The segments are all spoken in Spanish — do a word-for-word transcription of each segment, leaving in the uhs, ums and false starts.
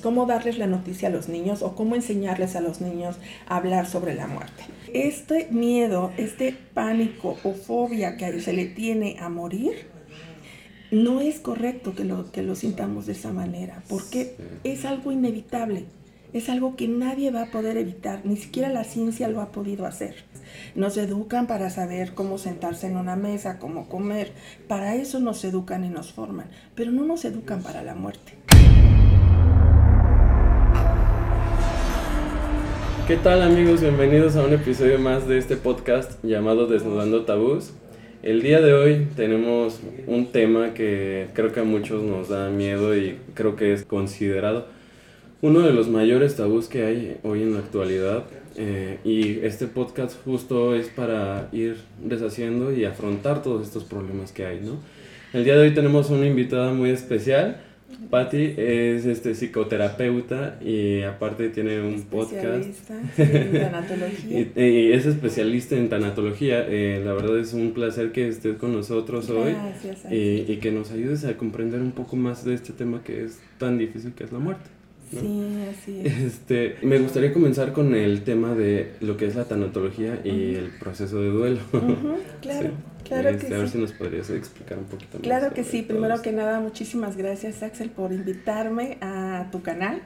cómo darles la noticia a los niños o cómo enseñarles a los niños a hablar sobre la muerte. Este miedo, este pánico o fobia que se le tiene a morir, no es correcto que lo, que lo sintamos de esa manera, porque es algo inevitable. Es algo que nadie va a poder evitar, ni siquiera la ciencia lo ha podido hacer. Nos educan para saber cómo sentarse en una mesa, cómo comer. Para eso nos educan y nos forman, pero no nos educan para la muerte. ¿Qué tal, amigos? Bienvenidos a un episodio más de este podcast llamado Desnudando Tabús. El día de hoy tenemos un tema que creo que a muchos nos da miedo y creo que es considerado uno de los mayores tabús que hay hoy en la actualidad, eh, y este podcast justo es para ir deshaciendo y afrontar todos estos problemas que hay, ¿no? El día de hoy tenemos una invitada muy especial. Patti es este, psicoterapeuta y aparte tiene un podcast en tanatología. y, y es especialista en tanatología. Eh, la verdad es un placer que estés con nosotros hoy. Gracias, y, y que nos ayudes a comprender un poco más de este tema que es tan difícil, que es la muerte, ¿no? Sí, así es. Este, me gustaría comenzar con el tema de lo que es la tanatología y uh-huh. el proceso de duelo. Uh-huh, claro, sí. claro este, que a ver sí. si nos podrías explicar un poquito más. Claro que sí. Primero que nada, muchísimas gracias, Axel, por invitarme a tu canal,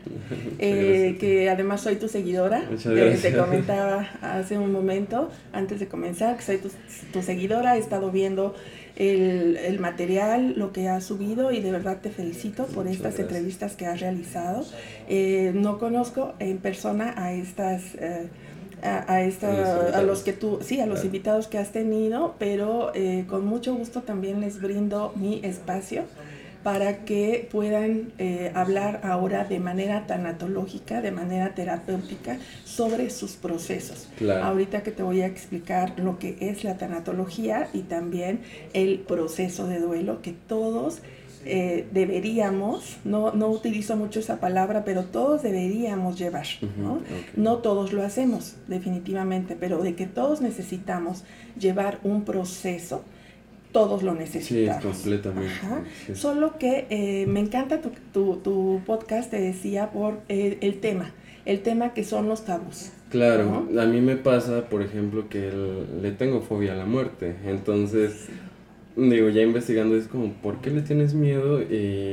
eh, que además soy tu seguidora. Muchas gracias. Eh, te comentaba hace un momento, antes de comenzar, que soy tu, tu seguidora. He estado viendo el, el material, lo que has subido, y de verdad te felicito por Muchas estas gracias. entrevistas que has realizado. Eh, no conozco en persona a estas... Eh, A, a, esta, a los que tú, sí, a los claro. invitados que has tenido, pero eh, con mucho gusto también les brindo mi espacio para que puedan eh, hablar ahora de manera tanatológica, de manera terapéutica, sobre sus procesos. Claro. Ahorita que te voy a explicar lo que es la tanatología y también el proceso de duelo que todos Eh, deberíamos, no, no utilizo mucho esa palabra, pero todos deberíamos llevar, ¿no? Uh-huh, okay. No todos lo hacemos, definitivamente, pero de que todos necesitamos llevar un proceso, todos lo necesitamos. Sí, completamente. Ajá. Sí. Solo que eh, me encanta tu, tu, tu podcast, te decía, por el, el tema, el tema que son los tabús. Claro, ¿no? A mí me pasa, por ejemplo, que el, le tengo fobia a la muerte, entonces... Sí. Digo, ya investigando es como, ¿por qué le tienes miedo?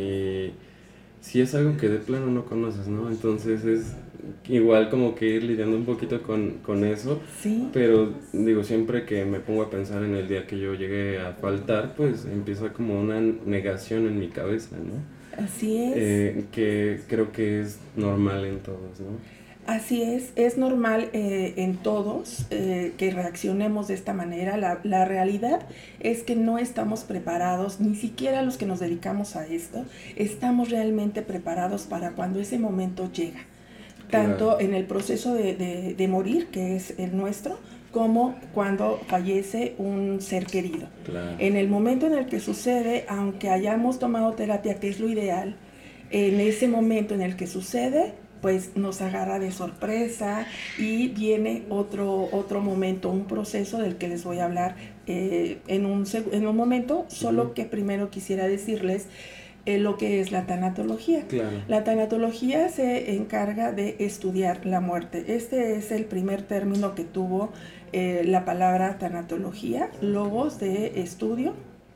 Y si es algo que de plano no conoces, ¿no? Entonces es igual como que ir lidiando un poquito con, con eso. Sí. Pero digo, siempre que me pongo a pensar en el día que yo llegue a faltar, pues empieza como una negación en mi cabeza, ¿no? Así es. Eh, que creo que es normal en todos, ¿no? Así es, es normal eh, en todos eh, que reaccionemos de esta manera. La, la realidad es que no estamos preparados, ni siquiera los que nos dedicamos a esto, estamos realmente preparados para cuando ese momento llega. Tanto claro. en el proceso de, de, de morir, que es el nuestro, como cuando fallece un ser querido. Claro. En el momento en el que sucede, aunque hayamos tomado terapia, que es lo ideal, en ese momento en el que sucede, pues nos agarra de sorpresa y viene otro, otro momento, un proceso del que les voy a hablar eh, en, un, en un momento, solo uh-huh. que primero quisiera decirles eh, lo que es la tanatología. Claro. La tanatología se encarga de estudiar la muerte. Este es el primer término que tuvo eh, la palabra tanatología, logos de estudio,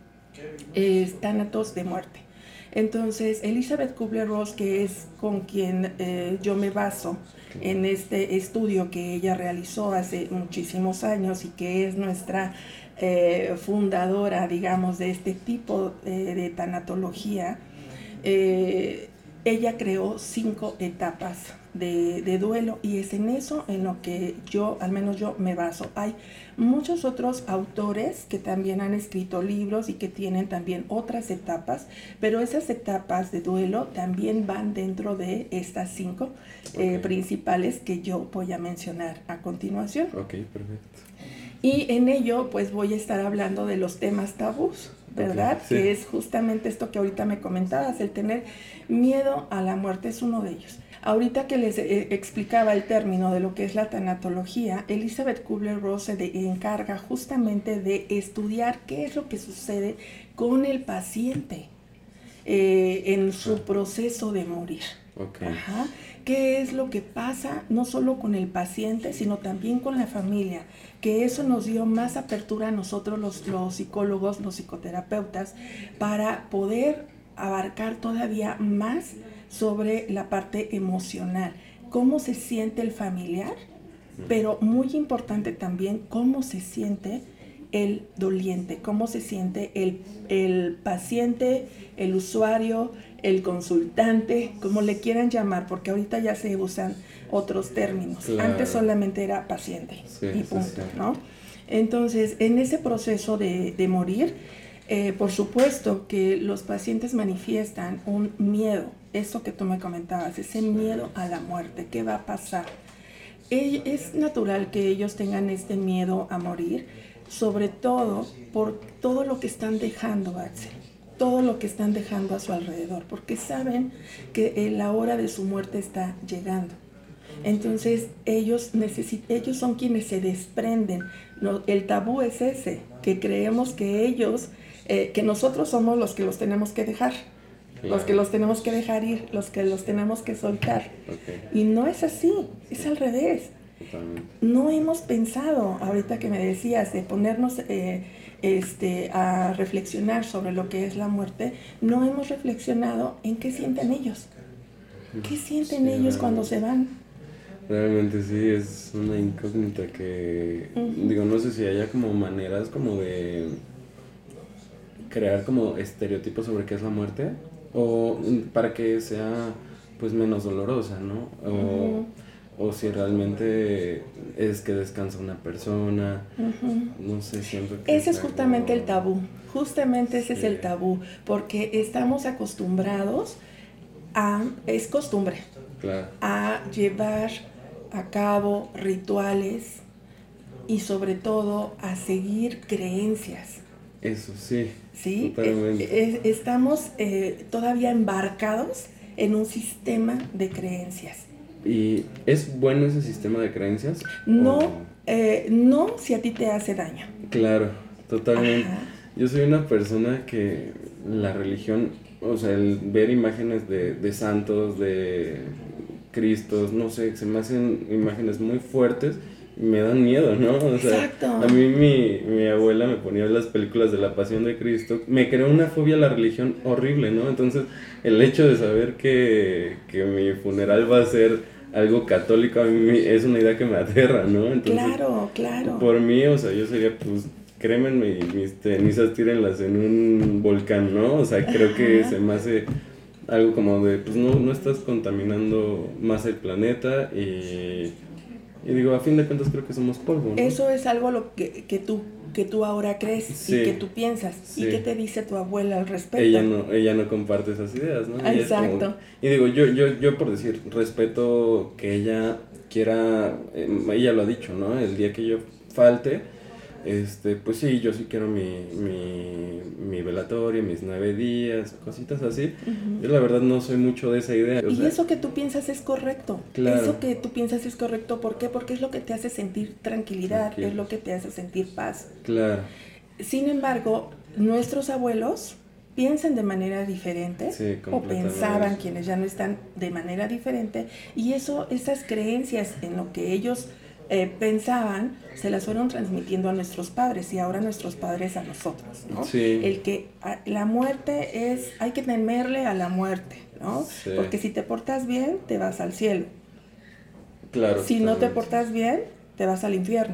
eh, tánatos de muerte. Entonces, Elizabeth Kubler-Ross, que es con quien eh, yo me baso en este estudio que ella realizó hace muchísimos años y que es nuestra eh, fundadora, digamos, de este tipo eh, de tanatología, eh, ella creó cinco etapas de, de duelo y es en eso en lo que yo, al menos yo, me baso. Hay muchos otros autores que también han escrito libros y que tienen también otras etapas, pero esas etapas de duelo también van dentro de estas cinco okay. eh, principales que yo voy a mencionar a continuación. Ok, perfecto. Y en ello, pues voy a estar hablando de los temas tabús, ¿verdad? Okay, sí. Que es justamente esto que ahorita me comentabas, el tener miedo a la muerte es uno de ellos. Ahorita que les eh, explicaba el término de lo que es la tanatología, Elizabeth Kubler-Ross se de, encarga justamente de estudiar qué es lo que sucede con el paciente eh, en su proceso de morir. Okay. Ajá. ¿Qué es lo que pasa no solo con el paciente, sino también con la familia? Que eso nos dio más apertura a nosotros los, los psicólogos, los psicoterapeutas, para poder abarcar todavía más sobre la parte emocional. Cómo se siente el familiar, pero muy importante también cómo se siente el doliente, cómo se siente el, el paciente, el usuario, el consultante, como le quieran llamar, porque ahorita ya se usan otros términos. Claro. Antes solamente era paciente, sí, y punto, sí, sí. ¿no? Entonces, en ese proceso de, de morir, eh, por supuesto que los pacientes manifiestan un miedo, eso que tú me comentabas, ese miedo a la muerte, ¿qué va a pasar? Es natural que ellos tengan este miedo a morir, sobre todo por todo lo que están dejando, Axel, todo lo que están dejando a su alrededor, porque saben que la hora de su muerte está llegando. Entonces ellos, necesit- ellos son quienes se desprenden. No, el tabú es ese, que creemos que ellos, eh, que nosotros somos los que los tenemos que dejar. Claro. Los que los tenemos que dejar ir, los que los tenemos que soltar. Okay. Y no es así, es al revés. Totalmente. No hemos pensado, ahorita que me decías, de ponernos eh, este, a reflexionar sobre lo que es la muerte, no hemos reflexionado en qué sienten ellos. ¿Qué sienten sí, ellos realmente. Cuando se van? Realmente sí, es una incógnita que, uh-huh. digo, no sé si haya como maneras como de crear como estereotipos sobre qué es la muerte, o para que sea pues menos dolorosa, ¿no? O, uh-huh. o si realmente es que descansa una persona, uh-huh. no sé, siento que ese es, es justamente algo... el tabú, justamente ese sí. es el tabú, porque estamos acostumbrados a, es costumbre, claro. a llevar a cabo rituales y sobre todo a seguir creencias. Eso sí, ¿sí? Totalmente. Es, es, estamos eh, todavía embarcados en un sistema de creencias. ¿Y es bueno ese sistema de creencias? No, eh, no si a ti te hace daño. Claro, totalmente. Ajá. Yo soy una persona que la religión, o sea, el ver imágenes de, de santos, de Cristos, no sé, se me hacen imágenes muy fuertes y me dan miedo, ¿no? O sea, exacto. A mí mi, mi abuela me ponía las películas de la Pasión de Cristo, me creó una fobia a la religión horrible, ¿no? Entonces, el hecho de saber que, que mi funeral va a ser algo católico, a mí es una idea que me aterra, ¿no? Entonces, claro, claro. Por mí, o sea, yo sería, pues, crémenme, y mis cenizas tírenlas en un volcán, ¿no? O sea, creo Ajá. que se me hace algo como de, pues, no, no estás contaminando más el planeta y, y digo, a fin de cuentas creo que somos polvo, ¿no? Eso es algo lo que, que tú que tú ahora crees sí. y que tú piensas. Sí. ¿Y qué te dice tu abuela al respecto? Ella no, ella no comparte esas ideas, ¿no? Ella exacto. Como, y digo, yo, yo, yo por decir, respeto que ella quiera, eh, ella lo ha dicho, ¿no? El día que yo falte, este, pues sí, yo sí quiero mi, mi, mi velatorio, mis nueve días, cositas así. Uh-huh. Yo la verdad no soy mucho de esa idea. Y sea, eso que tú piensas es correcto. Claro. Eso que tú piensas es correcto. ¿Por qué? Porque es lo que te hace sentir tranquilidad, Tranquilo. Es lo que te hace sentir paz. Claro. Sin embargo, nuestros abuelos piensan de manera diferente, sí, o pensaban quienes ya no están de manera diferente, y eso, esas creencias en lo que ellos Eh, pensaban, se las fueron transmitiendo a nuestros padres y ahora nuestros padres a nosotros, ¿no? Sí. El que a, la muerte es, hay que temerle a la muerte, ¿no? Sí. Porque si te portas bien, te vas al cielo. Claro. Si no te portas bien, te vas al infierno.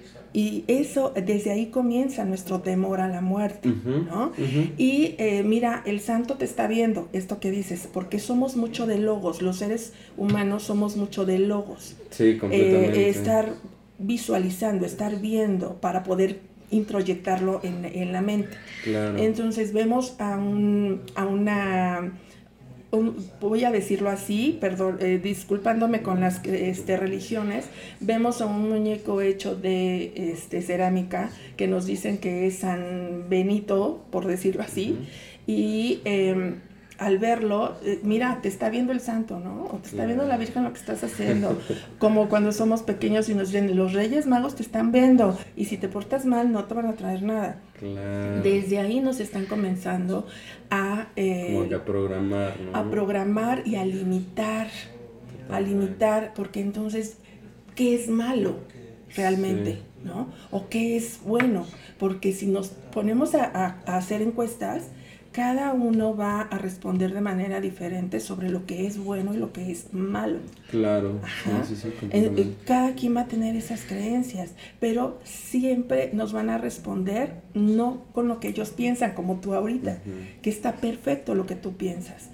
Y eso, desde ahí comienza nuestro temor a la muerte, uh-huh, ¿no? Uh-huh. Y eh, mira, el santo te está viendo, esto que dices, porque somos mucho de logos, los seres humanos somos mucho de logos. Sí, completamente. Eh, estar visualizando, estar viendo para poder introyectarlo en, en la mente. Claro. Entonces vemos a, un, a una... Un, voy a decirlo así, perdón, eh, disculpándome con las este, religiones, vemos a un muñeco hecho de este, cerámica que nos dicen que es San Benito, por decirlo así, uh-huh. y eh, al verlo, eh, mira, te está viendo el santo, ¿no? O te está viendo la Virgen lo que estás haciendo. Como cuando somos pequeños y nos dicen, los Reyes Magos te están viendo y si te portas mal no te van a traer nada. Claro. Desde ahí nos están comenzando a... Eh, Como que a programar, ¿no? A programar y a limitar, a limitar, porque entonces, ¿qué es malo realmente? Sí. ¿No? ¿O qué es bueno? Porque si nos ponemos a, a, a hacer encuestas, cada uno va a responder de manera diferente sobre lo que es bueno y lo que es malo. Claro. Ajá. Sí, sí, sí, eh, cada quien va a tener esas creencias, pero siempre nos van a responder no con lo que ellos piensan, como tú ahorita, uh-huh. que está perfecto lo que tú piensas.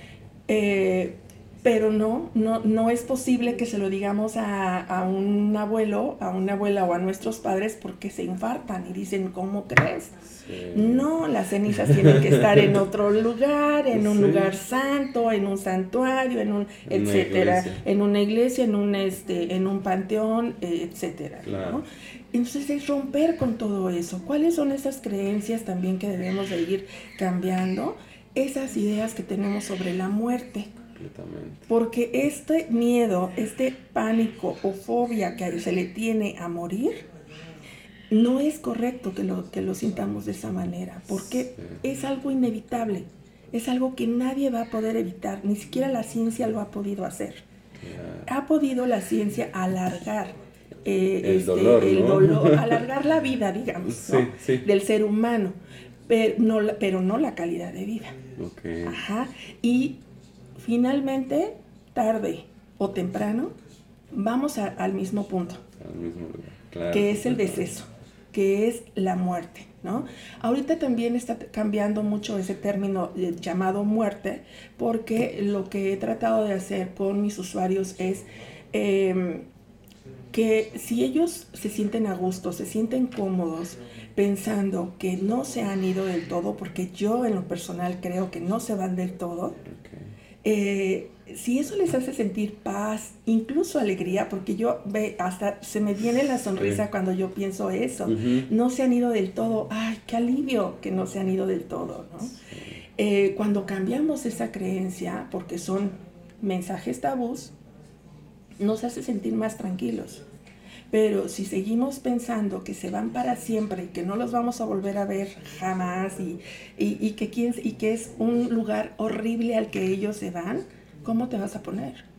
Eh, pero no, no, no es posible que se lo digamos a, a un abuelo, a una abuela o a nuestros padres porque se infartan y dicen, ¿cómo crees? Sí. No, las cenizas tienen que estar en otro lugar, en un sí. lugar santo, en un santuario, en un etcétera, iglesia. en una iglesia, en un este, en un panteón, etcétera. Claro. ¿No? Entonces es romper con todo eso. ¿Cuáles son esas creencias también que debemos de ir cambiando? Esas ideas que tenemos sobre la muerte. Porque este miedo, este pánico o fobia que se le tiene a morir, no es correcto que lo, que lo sintamos de esa manera, porque sí. es algo inevitable, es algo que nadie va a poder evitar, ni siquiera la ciencia lo ha podido hacer. Yeah. Ha podido la ciencia alargar eh, el, este, dolor, el ¿no? dolor, alargar la vida, digamos, sí, ¿no? sí. del ser humano, pero no, pero no la calidad de vida. Okay. Ajá. Y finalmente, tarde o temprano, vamos a, al mismo punto, al mismo lugar. Claro, que es el deceso, que es la muerte, ¿no? Ahorita también está cambiando mucho ese término eh, llamado muerte, porque lo que he tratado de hacer con mis usuarios es eh, que si ellos se sienten a gusto, se sienten cómodos, pensando que no se han ido del todo, porque yo en lo personal creo que no se van del todo, okay. Eh, si eso les hace sentir paz, incluso alegría, porque yo ve, hasta se me viene la sonrisa sí. cuando yo pienso eso, uh-huh. no se han ido del todo, ay, qué alivio que no se han ido del todo, ¿no? Sí. Eh, cuando cambiamos esa creencia, porque son mensajes tabús, nos hace sentir más tranquilos. Pero si seguimos pensando que se van para siempre y que no los vamos a volver a ver jamás y, y, y, que, quién, y que es un lugar horrible al que ellos se van, ¿cómo te vas a poner?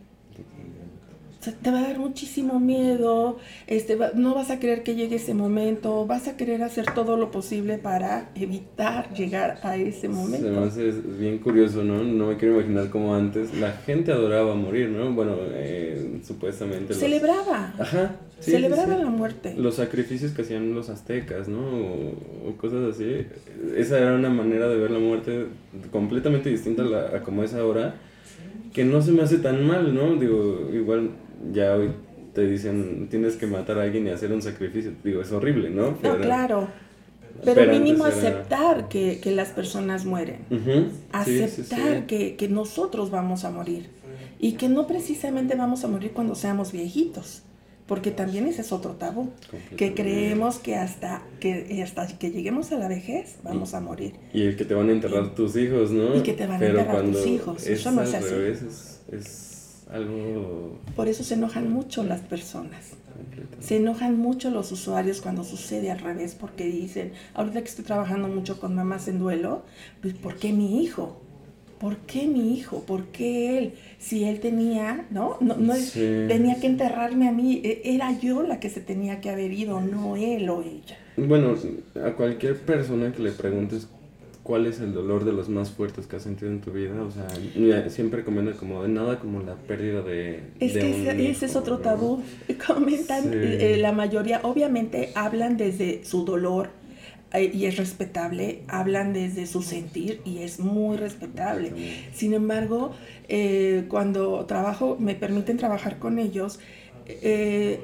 O sea, te va a dar muchísimo miedo, este, va, no vas a querer que llegue ese momento, vas a querer hacer todo lo posible para evitar llegar a ese momento. Además es bien curioso, ¿no? No me quiero imaginar cómo antes la gente adoraba morir, ¿no? Bueno, eh, supuestamente... Los... Celebraba. Ajá. Sí, Celebraban sí, sí. la muerte. Los sacrificios que hacían los aztecas, ¿no? O, o cosas así. Esa era una manera de ver la muerte completamente distinta a, la, a como es ahora, que no se me hace tan mal, ¿no? Digo, igual ya hoy te dicen tienes que matar a alguien y hacer un sacrificio. Digo, es horrible, ¿no? Pero, no, claro. Pero, pero mínimo era... aceptar que, que las personas mueren. Uh-huh. Aceptar sí, sí, sí. Que, que nosotros vamos a morir. Y que no precisamente vamos a morir cuando seamos viejitos. Porque también ese es otro tabú, que creemos que hasta que hasta que lleguemos a la vejez vamos y, a morir. Y el que te van a enterrar y, tus hijos, ¿no? Y que te van Pero a enterrar tus hijos, eso no es así. Revés, es, es algo... Por eso se enojan mucho las personas, se enojan mucho los usuarios cuando sucede al revés, porque dicen, ahorita que estoy trabajando mucho con mamás en duelo, pues ¿por qué mi hijo? ¿Por qué mi hijo? ¿Por qué él? Si él tenía, ¿no? no, no sí. Tenía que enterrarme a mí. Era yo la que se tenía que haber ido, no él o ella. Bueno, a cualquier persona que le preguntes cuál es el dolor de los más fuertes que has sentido en tu vida, o sea, siempre comenta como de nada como la pérdida de... Es de que un ese, hijo, ese es otro tabú. ¿no? Comentan, Sí. eh, la mayoría, obviamente, hablan desde su dolor, y es respetable, hablan desde su sentir y es muy respetable. Sin embargo, eh, cuando trabajo, me permiten trabajar con ellos, eh,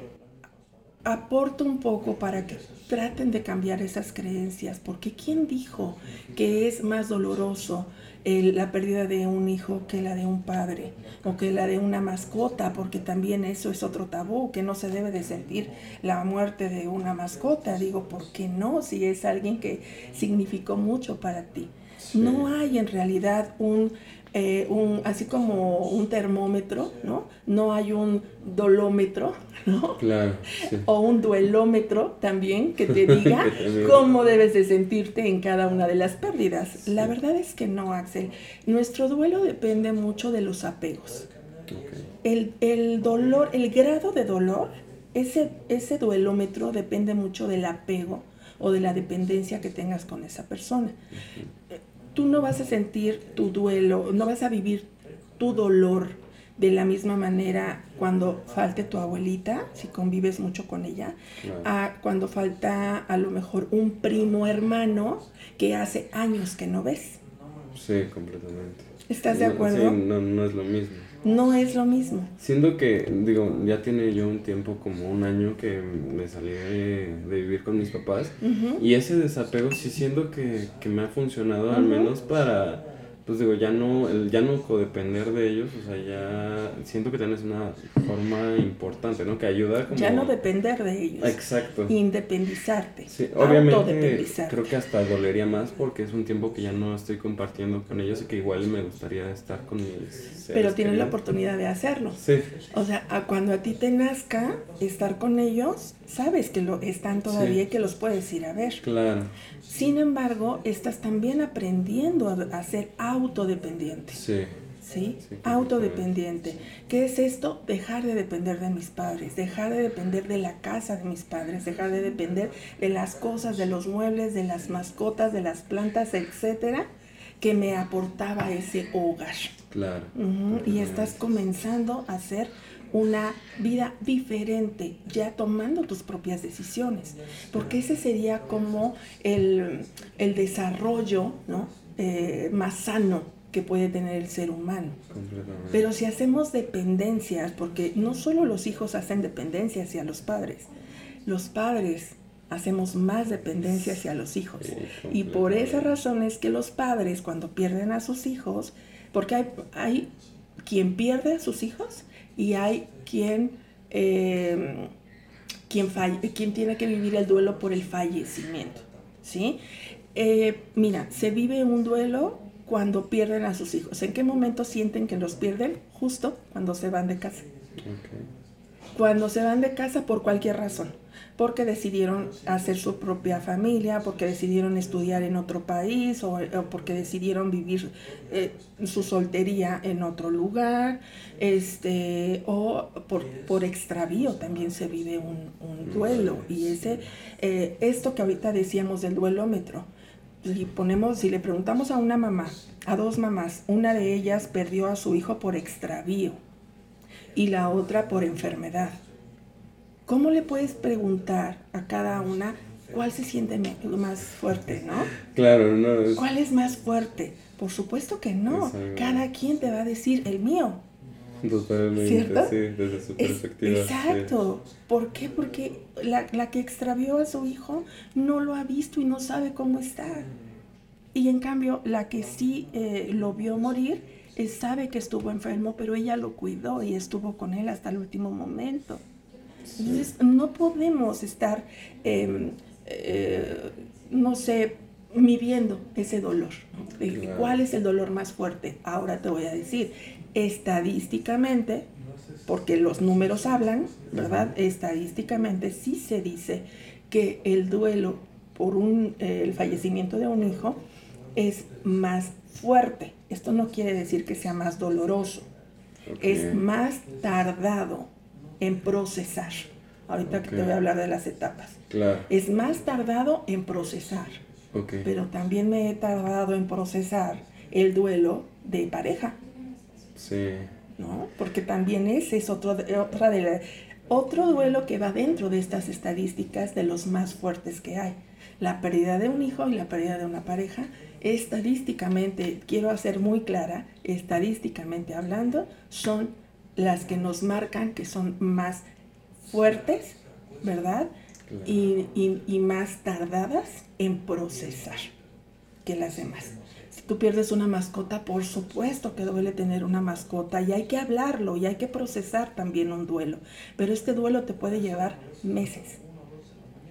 aporto un poco para que traten de cambiar esas creencias, porque ¿quién dijo que es más doloroso el, la pérdida de un hijo que la de un padre o que la de una mascota? Porque también eso es otro tabú, que no se debe de sentir la muerte de una mascota. Digo, ¿por qué no? Si es alguien que significó mucho para ti. Sí. No hay en realidad un, eh, un, así como un termómetro, ¿no? No hay un dolómetro, ¿no? Claro, sí. O un duelómetro también que te diga cómo debes de sentirte en cada una de las pérdidas. Sí. La verdad es que no, Axel. Nuestro duelo depende mucho de los apegos. Okay. El, el dolor, el grado de dolor, ese, ese duelómetro depende mucho del apego o de la dependencia que tengas con esa persona. Uh-huh. Tú no vas a sentir tu duelo, no vas a vivir tu dolor de la misma manera cuando falte tu abuelita, si convives mucho con ella, claro. A cuando falta a lo mejor un primo hermano que hace años que no ves. Sí, completamente. ¿Estás de acuerdo? Sí, no, no es lo mismo. No es lo mismo. Siento que, digo, ya tiene yo un tiempo, como un año que me salí de, de vivir con mis papás, uh-huh. Y ese desapego sí siento que, que me ha funcionado, uh-huh. Al menos para, pues digo, ya no, el, ya no codepender de ellos, o sea, ya siento que también es una forma importante, ¿no? Que ayuda como... Ya no depender de ellos. Exacto. Independizarte. Sí, obviamente creo que hasta dolería más porque es un tiempo que ya no estoy compartiendo con ellos y que igual me gustaría estar con mis... Pero tienes la oportunidad de hacerlo. Sí. O sea, a cuando a ti te nazca estar con ellos, sabes que lo están todavía, sí. Y que los puedes ir a ver. Claro. Sin embargo, estás también aprendiendo a, a ser autodependiente. Sí. ¿Sí? Sí, autodependiente. ¿Qué es esto? Dejar de depender de mis padres, dejar de depender de la casa de mis padres, dejar de depender de las cosas, de los muebles, de las mascotas, de las plantas, etcétera, que me aportaba ese hogar. Claro. Uh-huh. Y estás comenzando a hacer una vida diferente, ya tomando tus propias decisiones, porque ese sería como el, el desarrollo, ¿no? eh, más sano que puede tener el ser humano. Pero si hacemos dependencias, porque no solo los hijos hacen dependencia hacia los padres, los padres hacemos más dependencia hacia los hijos. Sí, y por esa razón es que los padres, cuando pierden a sus hijos, porque hay, hay quien pierde a sus hijos y hay quien, eh, quien, falle, quien tiene que vivir el duelo por el fallecimiento, ¿sí? Eh, mira, se vive un duelo cuando pierden a sus hijos. ¿En qué momento sienten que los pierden? Justo cuando se van de casa. Okay. Cuando se van de casa por cualquier razón. Porque decidieron hacer su propia familia, porque decidieron estudiar en otro país, o, o porque decidieron vivir eh, su soltería en otro lugar, este, o por, por extravío también se vive un, un duelo. Y ese, eh, esto que ahorita decíamos del duelómetro, si ponemos, si le preguntamos a una mamá, a dos mamás, una de ellas perdió a su hijo por extravío y la otra por enfermedad. ¿Cómo le puedes preguntar a cada una cuál se siente más fuerte, no? Claro, no. Es... ¿Cuál es más fuerte? Por supuesto que no. Exacto. Cada quien te va a decir el mío. Totalmente, ¿cierto? Sí, desde su perspectiva. Es, exacto. Sí. ¿Por qué? Porque la, la que extravió a su hijo no lo ha visto y no sabe cómo está. Y en cambio, la que sí eh, lo vio morir, eh, sabe que estuvo enfermo, pero ella lo cuidó y estuvo con él hasta el último momento. Sí. Entonces, no podemos estar, eh, eh, no sé, midiendo ese dolor, ¿no? Claro. ¿Cuál es el dolor más fuerte? Ahora te voy a decir, estadísticamente, porque los números hablan, ¿verdad? Estadísticamente sí se dice que el duelo por un, eh, el fallecimiento de un hijo es más fuerte. Esto no quiere decir que sea más doloroso, okay. Es más tardado en procesar. Ahorita okay. que te voy a hablar de las etapas. Claro. Es más tardado en procesar, okay. Pero también me he tardado en procesar el duelo de pareja. Sí. ¿No? Porque también ese es otro, otra de la, otro duelo que va dentro de estas estadísticas de los más fuertes que hay. La pérdida de un hijo y la pérdida de una pareja, estadísticamente, quiero hacer muy clara, estadísticamente hablando, son las que nos marcan que son más fuertes, ¿verdad? Claro. Y, y, y más tardadas en procesar que las demás. Si tú pierdes una mascota, por supuesto que duele tener una mascota y hay que hablarlo y hay que procesar también un duelo. Pero este duelo te puede llevar meses.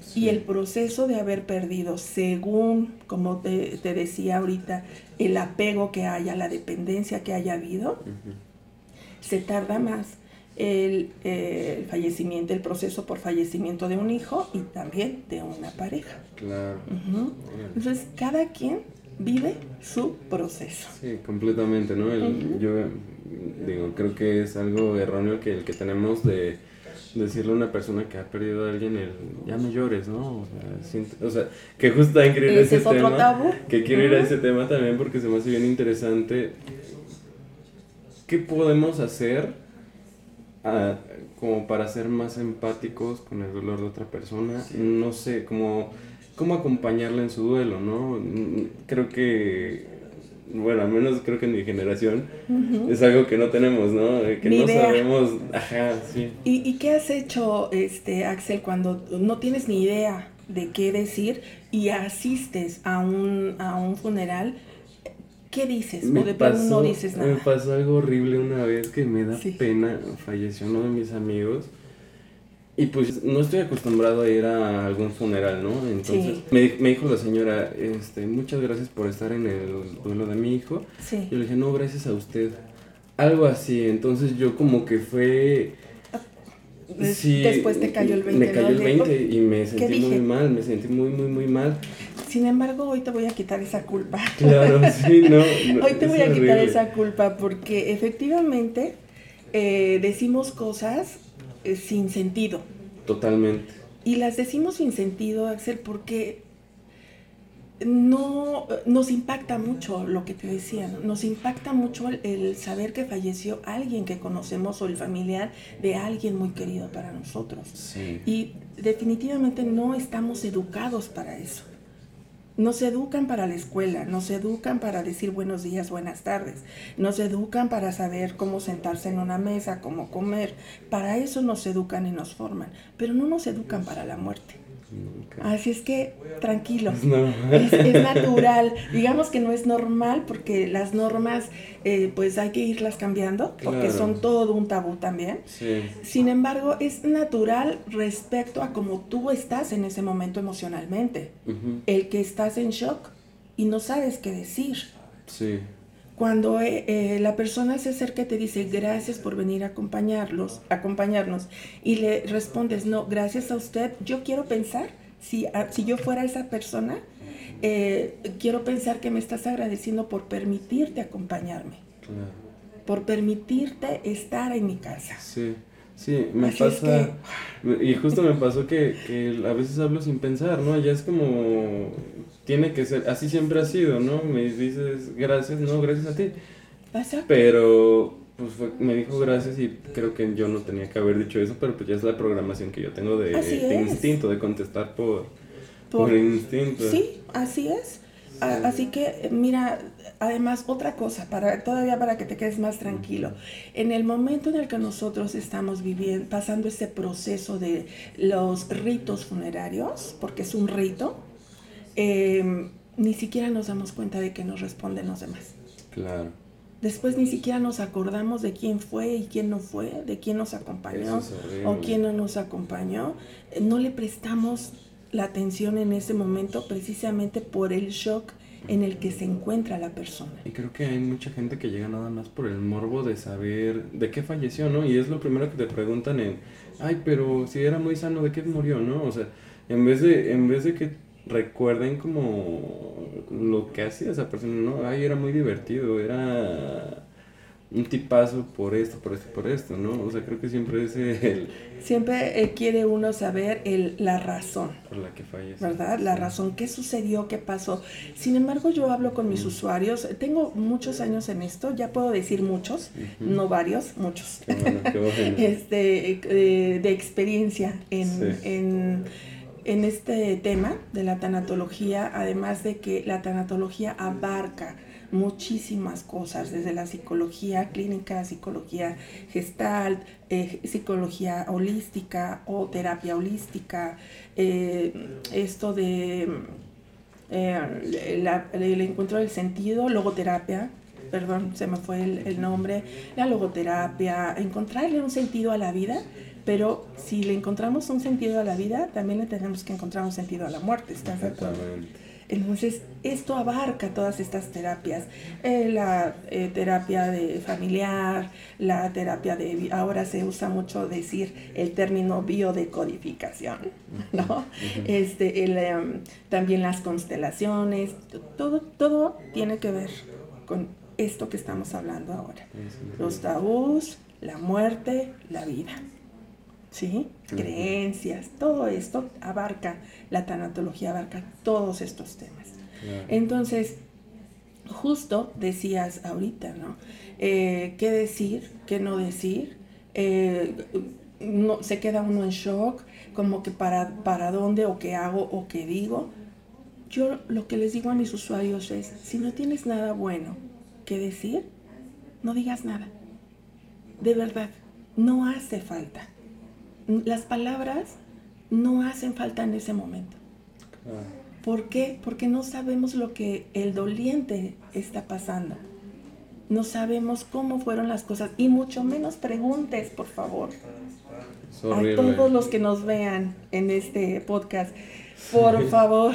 Sí. Y el proceso de haber perdido, según, como te, te decía ahorita, el apego que haya, la dependencia que haya habido, uh-huh. se tarda más el, eh, el fallecimiento, el proceso por fallecimiento de un hijo y también de una pareja. Claro. Uh-huh. Entonces, cada quien vive su proceso. Sí, completamente, ¿no? El, uh-huh. Yo digo, creo que es algo erróneo que el que tenemos de decirle a una persona que ha perdido a alguien el ya no llores, ¿no? O sea, siente, o sea que justo también quiero ir a ese es otro tema, tabú. que quiero uh-huh. ir a ese tema también porque se me hace bien interesante. ¿Qué podemos hacer a, como para ser más empáticos con el dolor de otra persona? Sí. No sé, como cómo acompañarla en su duelo, ¿no? Creo que bueno, al menos creo que en mi generación uh-huh. es algo que no tenemos, ¿no? Que Ni no idea. sabemos, ajá, sí. ¿Y, ¿Y qué has hecho, este, Axel, cuando no tienes ni idea de qué decir y asistes a un, a un funeral? ¿Qué dices? Me o de pasó, plano no dices nada. Me pasó algo horrible una vez que me da sí. pena. Falleció uno de mis amigos. Y pues no estoy acostumbrado a ir a algún funeral, ¿no? Entonces sí. me, me dijo la señora, este, muchas gracias por estar en el duelo de mi hijo. Sí. Yo le dije, no, gracias a usted. Algo así, entonces yo como que fue... Sí, después te cayó el veinte. Me cayó ¿no? el veinte y me sentí muy mal, me sentí muy, muy, muy mal. Sin embargo, hoy te voy a quitar esa culpa. Claro, sí, no. no hoy te voy a horrible. quitar esa culpa porque efectivamente eh, decimos cosas eh, sin sentido. Totalmente. Y las decimos sin sentido, Axel, porque no nos impacta mucho lo que te decía, ¿no? Nos impacta mucho el, el saber que falleció alguien que conocemos o el familiar de alguien muy querido para nosotros. Sí. Y definitivamente no estamos educados para eso. Nos educan para la escuela, nos educan para decir buenos días, buenas tardes, nos educan para saber cómo sentarse en una mesa, cómo comer, para eso nos educan y nos forman, pero no nos educan para la muerte. Nunca. Así es que tranquilos, No. es, es natural, digamos que no es normal porque las normas eh, pues hay que irlas cambiando porque claro. son todo un tabú también. Sí. Sin embargo, es natural respecto a cómo tú estás en ese momento emocionalmente, uh-huh. el que estás en shock y no sabes qué decir. Sí. Cuando eh, eh, la persona se acerca y te dice gracias por venir a acompañarlos, acompañarnos y le respondes no, gracias a usted, yo quiero pensar, si, a, si yo fuera esa persona, eh, quiero pensar que me estás agradeciendo por permitirte acompañarme, claro. por permitirte estar en mi casa. Sí, sí, me Así pasa, es que... y justo me pasó que, que a veces hablo sin pensar, ¿no? Ya es como... Tiene que ser, así siempre ha sido, ¿no? Me dices gracias, no, gracias a ti. Exacto. Pero, pues fue, me dijo gracias y creo que yo no tenía que haber dicho eso, pero pues ya es la programación que yo tengo de, de instinto, de contestar por, por, por instinto. Sí, así es. Sí. A, así que, mira, además, otra cosa, para todavía para que te quedes más tranquilo. En el momento en el que nosotros estamos viviendo, pasando ese proceso de los ritos funerarios, porque es un rito, Eh, ni siquiera nos damos cuenta de que nos responden los demás. Claro. Después ni siquiera nos acordamos de quién fue y quién no fue, de quién nos acompañó o quién no nos acompañó. No le prestamos la atención en ese momento precisamente por el shock en el que se encuentra la persona. Y creo que hay mucha gente que llega nada más por el morbo de saber de qué falleció, ¿no? Y es lo primero que te preguntan en, ay, pero si era muy sano, ¿de qué murió, no? O sea, en vez de, en vez de que recuerden como lo que hacía esa persona, ¿no? Ay, era muy divertido, era un tipazo por esto, por esto, por esto, ¿no? O sea, creo que siempre es el... Siempre eh, quiere uno saber el, la razón. Por la que fallece. ¿Verdad? La sí. razón, qué sucedió, qué pasó. Sin embargo, yo hablo con mis mm. usuarios, tengo muchos años en esto, ya puedo decir muchos, uh-huh. no varios, muchos. Qué bueno, qué bueno. este, eh, de experiencia en... Sí. en en este tema de la tanatología, además de que la tanatología abarca muchísimas cosas, desde la psicología clínica, psicología gestalt, eh, psicología holística o terapia holística, eh, esto de eh, la, el encuentro del sentido, logoterapia, perdón, se me fue el, el nombre, la logoterapia, encontrarle un sentido a la vida, pero si le encontramos un sentido a la vida, también le tenemos que encontrar un sentido a la muerte, ¿estás de acuerdo? Entonces, esto abarca todas estas terapias, eh, la eh, terapia de familiar, la terapia de, ahora se usa mucho decir el término biodecodificación, ¿no? Uh-huh. Este, el, um, también las constelaciones, todo, todo tiene que ver con esto que estamos hablando ahora. Los tabús, la muerte, la vida. ¿Sí? Uh-huh. Creencias, todo esto abarca, la tanatología abarca todos estos temas. Yeah. Entonces, justo decías ahorita, ¿no? Eh, ¿Qué decir? ¿Qué no decir? Eh, no, se queda uno en shock, como que para, para dónde, o qué hago, o qué digo. Yo lo que les digo a mis usuarios es, si no tienes nada bueno que decir, no digas nada. De verdad, no hace falta. Las palabras no hacen falta en ese momento. ¿Por qué? Porque no sabemos lo que el doliente está pasando. No sabemos cómo fueron las cosas y mucho menos preguntes, por favor. A todos los que nos vean en este podcast, por favor,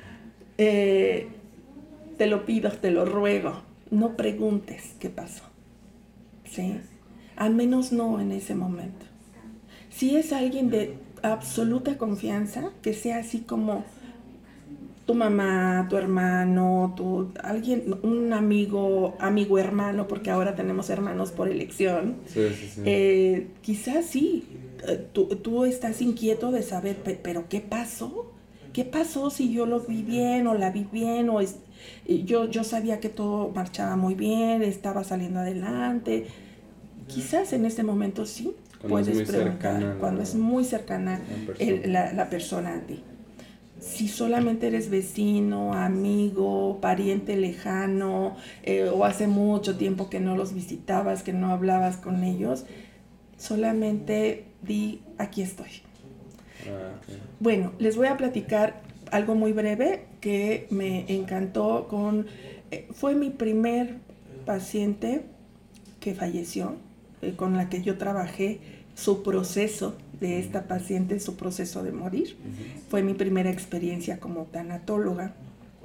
eh, te lo pido, te lo ruego, no preguntes qué pasó. ¿Sí? Al menos no en ese momento. Si es alguien de absoluta confianza, que sea así como tu mamá, tu hermano, tu, alguien, un amigo, amigo hermano, porque ahora tenemos hermanos por elección, sí, sí, sí. Eh, quizás sí, tú, tú estás inquieto de saber, pero ¿qué pasó? ¿Qué pasó si yo lo vi bien o la vi bien? O es, yo, yo sabía que todo marchaba muy bien, estaba saliendo adelante. Quizás en este momento sí. Cuando puedes preguntar, cercana, cuando la, es muy cercana la persona. El, la, la persona a ti. Si solamente eres vecino, amigo, pariente lejano, eh, o hace mucho tiempo que no los visitabas, que no hablabas con ellos, solamente di, aquí estoy. Ah, okay. Bueno, les voy a platicar algo muy breve que me encantó. Con, eh, fue mi primer paciente que falleció, con la que yo trabajé su proceso de esta paciente, su proceso de morir. Uh-huh. Fue mi primera experiencia como tanatóloga.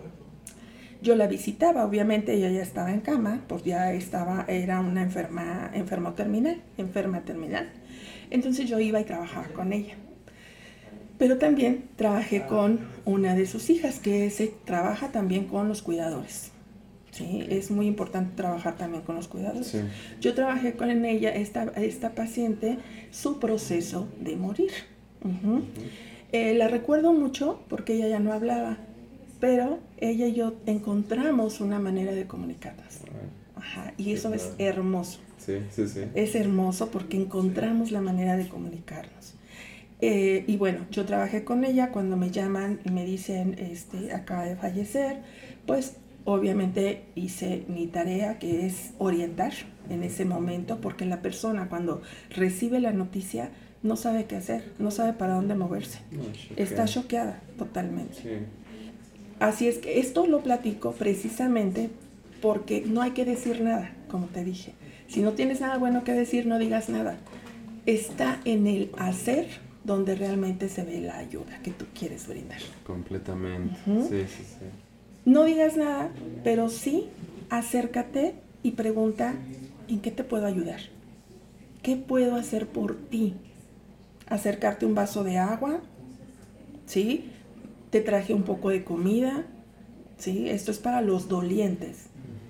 Yo la visitaba, obviamente ella ya estaba en cama, pues ya estaba, era una enferma, enfermo terminal, enferma terminal. Entonces yo iba y trabajaba con ella. Pero también trabajé con una de sus hijas, que se trabaja también con los cuidadores. Sí, es muy importante trabajar también con los cuidadores. Sí. Yo trabajé con ella, esta, esta paciente, su proceso de morir. Uh-huh. Uh-huh. Eh, la recuerdo mucho porque ella ya no hablaba, pero ella y yo encontramos una manera de comunicarnos. Ajá, y eso es hermoso. Sí, sí, sí. Es hermoso porque encontramos la manera de comunicarnos. Eh, y bueno, yo trabajé con ella. Cuando me llaman y me dicen, este, acaba de fallecer, pues obviamente hice mi tarea, que es orientar en ese momento, porque la persona cuando recibe la noticia no sabe qué hacer, no sabe para dónde moverse. No, está choqueada totalmente. Sí. Así es que esto lo platico precisamente porque no hay que decir nada, como te dije. Si no tienes nada bueno que decir, no digas nada. Está en el hacer donde realmente se ve la ayuda que tú quieres brindar. Completamente. Uh-huh. Sí, sí, sí. No digas nada, pero sí acércate y pregunta, ¿en qué te puedo ayudar? ¿Qué puedo hacer por ti? Acercarte un vaso de agua, ¿sí? Te traje un poco de comida, ¿sí? Esto es para los dolientes.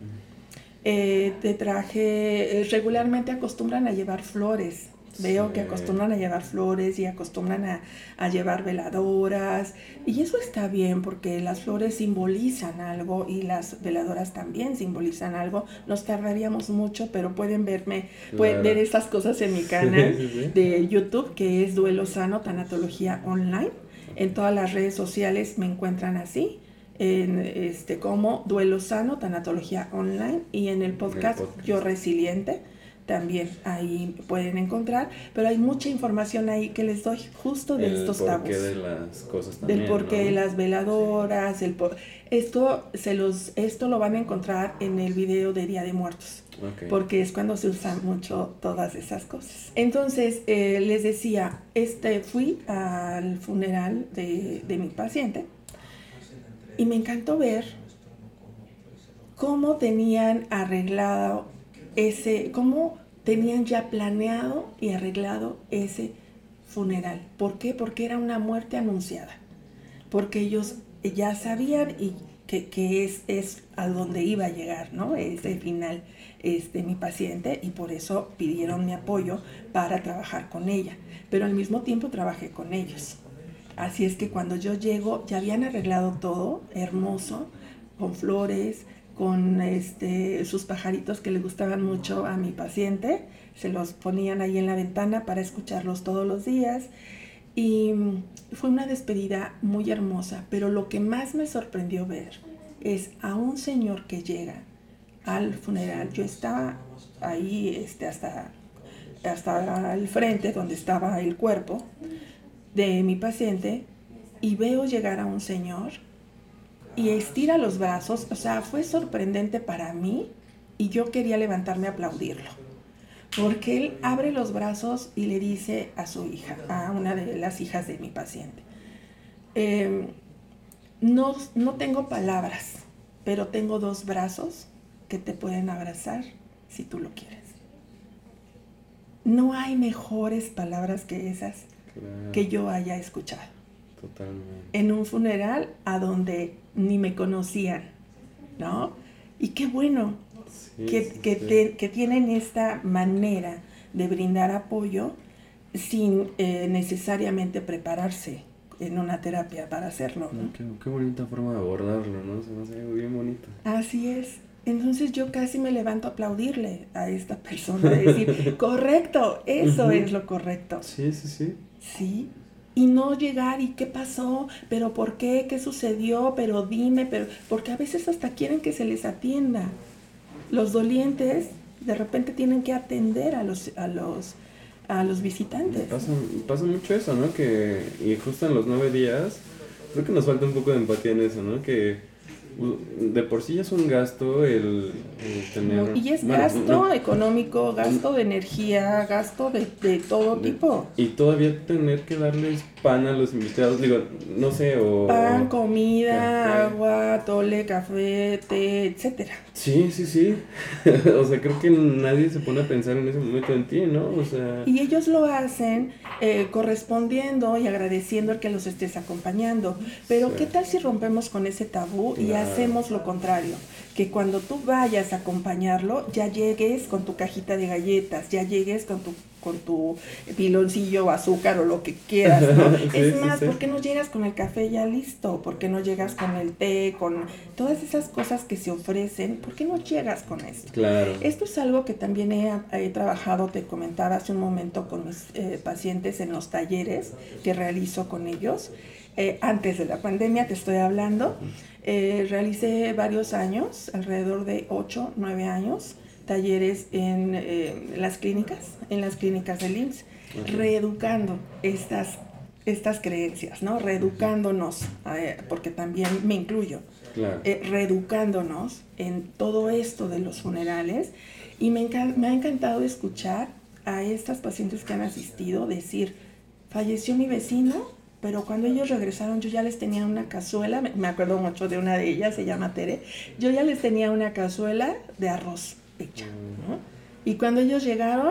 Eh, te traje, regularmente acostumbran a llevar flores. Veo sí. que acostumbran a llevar flores y acostumbran a, a llevar veladoras, y eso está bien porque las flores simbolizan algo y las veladoras también simbolizan algo. Nos tardaríamos mucho, pero pueden verme, claro. pueden ver estas cosas en mi canal sí, sí, sí. de YouTube, que es Duelo Sano, Tanatología Online. En todas las redes sociales me encuentran así, en este como Duelo Sano, Tanatología Online, y en el podcast, el podcast. Yo Resiliente. también ahí pueden encontrar, pero hay mucha información ahí que les doy justo de el estos tabús. porqué de las cosas también, Del porqué ¿no? de las veladoras, el por... esto se los esto lo van a encontrar en el video de Día de Muertos. Okay. Porque es cuando se usan mucho todas esas cosas. Entonces, eh, les decía, este fui al funeral de, de mi paciente y me encantó ver cómo tenían arreglado ese, cómo tenían ya planeado y arreglado ese funeral. ¿Por qué? Porque era una muerte anunciada. Porque ellos ya sabían y que, que es, es a donde iba a llegar, ¿no? Ese final es de mi paciente, y por eso pidieron mi apoyo para trabajar con ella. Pero al mismo tiempo trabajé con ellos. Así es que cuando yo llego ya habían arreglado todo, hermoso, con flores, con este, sus pajaritos que le gustaban mucho a mi paciente. Se los ponían ahí en la ventana para escucharlos todos los días. Y fue una despedida muy hermosa, pero lo que más me sorprendió ver es a un señor que llega al funeral. Yo estaba ahí este, hasta, hasta el frente donde estaba el cuerpo de mi paciente, y veo llegar a un señor y estira los brazos. O sea, fue sorprendente para mí y yo quería levantarme a aplaudirlo. Porque él abre los brazos y le dice a su hija, a una de las hijas de mi paciente, eh, no, no tengo palabras, pero tengo dos brazos que te pueden abrazar si tú lo quieres. No hay mejores palabras que esas, claro, que yo haya escuchado. Totalmente. En un funeral a donde ni me conocían, ¿no? Y qué bueno. Sí, que, sí, que, sí. Te, que tienen esta manera de brindar apoyo sin eh, necesariamente prepararse en una terapia para hacerlo, ¿no? Qué, qué bonita forma de abordarlo, ¿no? Se me hace bien bonito. Así es. Entonces yo casi me levanto a aplaudirle a esta persona, a decir, correcto, eso uh-huh. es lo correcto. Sí, sí, sí. Sí. Y no llegar, ¿y qué pasó? ¿Pero por qué? ¿Qué sucedió? Pero dime, pero... Porque a veces hasta quieren que se les atienda. Los dolientes de repente tienen que atender a los a los a los visitantes. Pasa, pasa mucho eso, ¿no? Que y justo en los nueve días creo que nos falta un poco de empatía en eso, ¿no? Que de por sí ya es un gasto el, el tener... Y es bueno, gasto no, económico, gasto de energía, gasto de, de todo de, tipo. Y todavía tener que darles pan a los invitados, digo, no sé, o... Pan, comida, café, agua, tole, café, té, etcétera. Sí, sí, sí. O sea, creo que nadie se pone a pensar en ese momento en ti, ¿no? O sea... Y ellos lo hacen eh, correspondiendo y agradeciendo el que los estés acompañando. Pero sí. ¿Qué tal si rompemos con ese tabú y claro. hacemos lo contrario? Que cuando tú vayas a acompañarlo, ya llegues con tu cajita de galletas, ya llegues con tu con tu piloncillo o azúcar o lo que quieras, ¿no? Sí, es más, sí, sí. ¿Por qué no llegas con el café ya listo? ¿Por qué no llegas con el té, con todas esas cosas que se ofrecen? ¿Por qué no llegas con esto? Claro. Esto es algo que también he, he trabajado, te comentaba hace un momento, con mis eh, pacientes en los talleres que realizo con ellos. Eh, antes de la pandemia te estoy hablando. Eh, realicé varios años, alrededor de ocho, nueve años, talleres en eh, las clínicas, en las clínicas del I M S S, uh-huh. reeducando estas, estas creencias, ¿no? Reeducándonos, eh, porque también me incluyo, claro. eh, reeducándonos en todo esto de los funerales, y me, enca- me ha encantado escuchar a estas pacientes que han asistido decir, falleció mi vecino, pero cuando ellos regresaron yo ya les tenía una cazuela, me acuerdo mucho de una de ellas, se llama Tere, yo ya les tenía una cazuela de arroz hecha, ¿no? Y cuando ellos llegaron,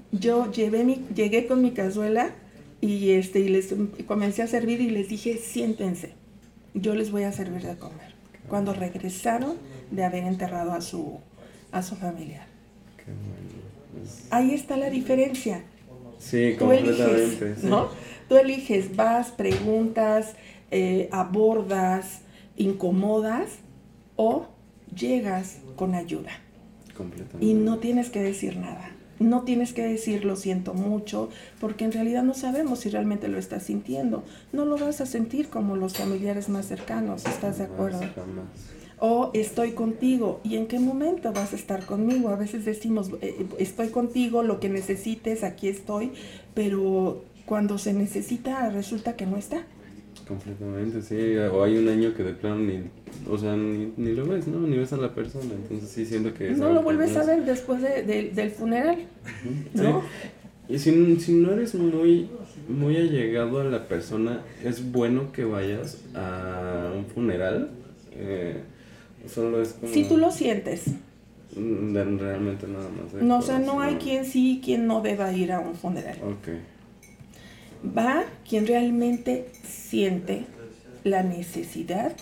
yo llevé mi, llegué con mi cazuela y, este, y les comencé a servir y les dije, siéntense, yo les voy a servir de comer. Cuando regresaron de haber enterrado a su, a su familiar. Qué bueno. Es... Ahí está la diferencia. Sí, Tú completamente. Eliges, sí. ¿no? Tú eliges, vas, preguntas, eh, abordas, incomodas o llegas con ayuda. Completamente. Y no tienes que decir nada. No tienes que decir lo siento mucho, porque en realidad no sabemos si realmente lo estás sintiendo. No lo vas a sentir como los familiares más cercanos, ¿estás de acuerdo? Jamás, jamás. O estoy contigo. ¿Y en qué momento vas a estar conmigo? A veces decimos, eh, estoy contigo, lo que necesites, aquí estoy, pero cuando se necesita resulta que no está. Completamente, sí. O hay un año que de plano ni, o sea, ni, ni lo ves, ¿no? Ni ves a la persona. Entonces sí siento que es No algo lo vuelves que no a es... ver después de, de, del funeral, Uh-huh. ¿no? Sí. Y si, si no eres muy, muy allegado a la persona, es bueno que vayas a un funeral. Eh, solo es como... Si tú lo sientes. Realmente nada más. No, o sea, no hay quien sí y quien no deba ir a un funeral. Ok. Va quien realmente siente la necesidad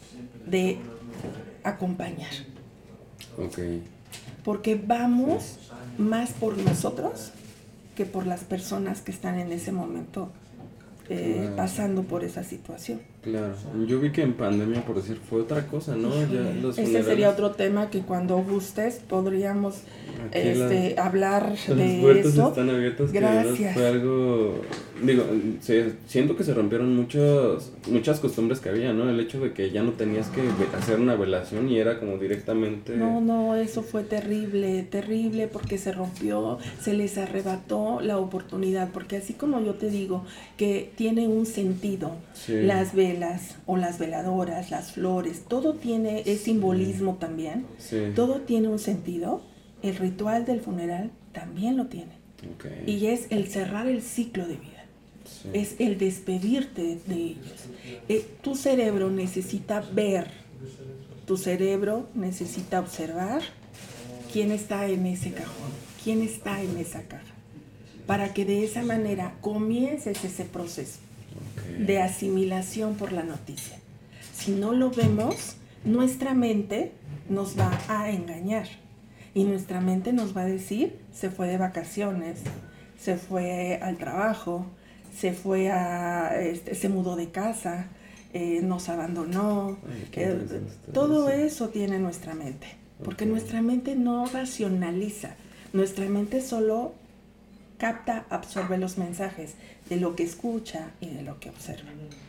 de acompañar. Ok. Porque vamos más por nosotros que por las personas que están en ese momento eh, claro. pasando por esa situación. Claro, yo vi que en pandemia, por decir, fue otra cosa, ¿no? Ya los Ese funerales... sería otro tema que cuando gustes podríamos este, las, hablar de las puertas eso. Están abiertas. Gracias. Fue algo, digo, se, siento que se rompieron muchos, muchas costumbres que había, ¿no? El hecho de que ya no tenías que hacer una velación y era como directamente... No, no, eso fue terrible, terrible porque se rompió, se les arrebató la oportunidad, porque así como yo te digo que tiene un sentido, sí. Las velas o las veladoras, las flores, todo tiene, es simbolismo sí. también, sí. todo tiene un sentido, el ritual del funeral también lo tiene. Okay. Y es el cerrar el ciclo de vida, sí. es el despedirte de ellos. Eh, tu cerebro necesita ver, tu cerebro necesita observar quién está en ese cajón, quién está en esa caja, para que de esa manera comiences ese proceso okay. de asimilación por la noticia. Si no lo vemos, nuestra mente nos va a engañar y nuestra mente nos va a decir, se fue de vacaciones, se fue al trabajo, se fue a, este, se mudó de casa, eh, nos abandonó. Ay, eh, todo eso tiene nuestra mente, porque okay. nuestra mente no racionaliza, nuestra mente solo capta, absorbe los mensajes de lo que escucha y de lo que observa,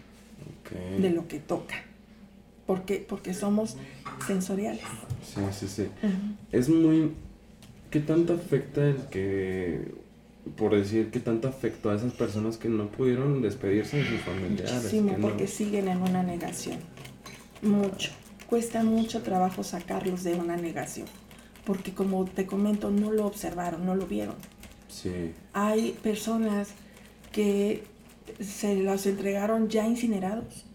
okay. de lo que toca. ¿Por qué? Porque somos sensoriales. Sí, sí, sí. Uh-huh. Es muy... ¿Qué tanto afecta el que, por decir, qué tanto afectó a esas personas que no pudieron despedirse de sus familiares? Muchísimo, que porque no... siguen en una negación. Mucho. Cuesta mucho trabajo sacarlos de una negación. Porque como te comento, no lo observaron, no lo vieron. Sí. Hay personas que se los entregaron ya incinerados.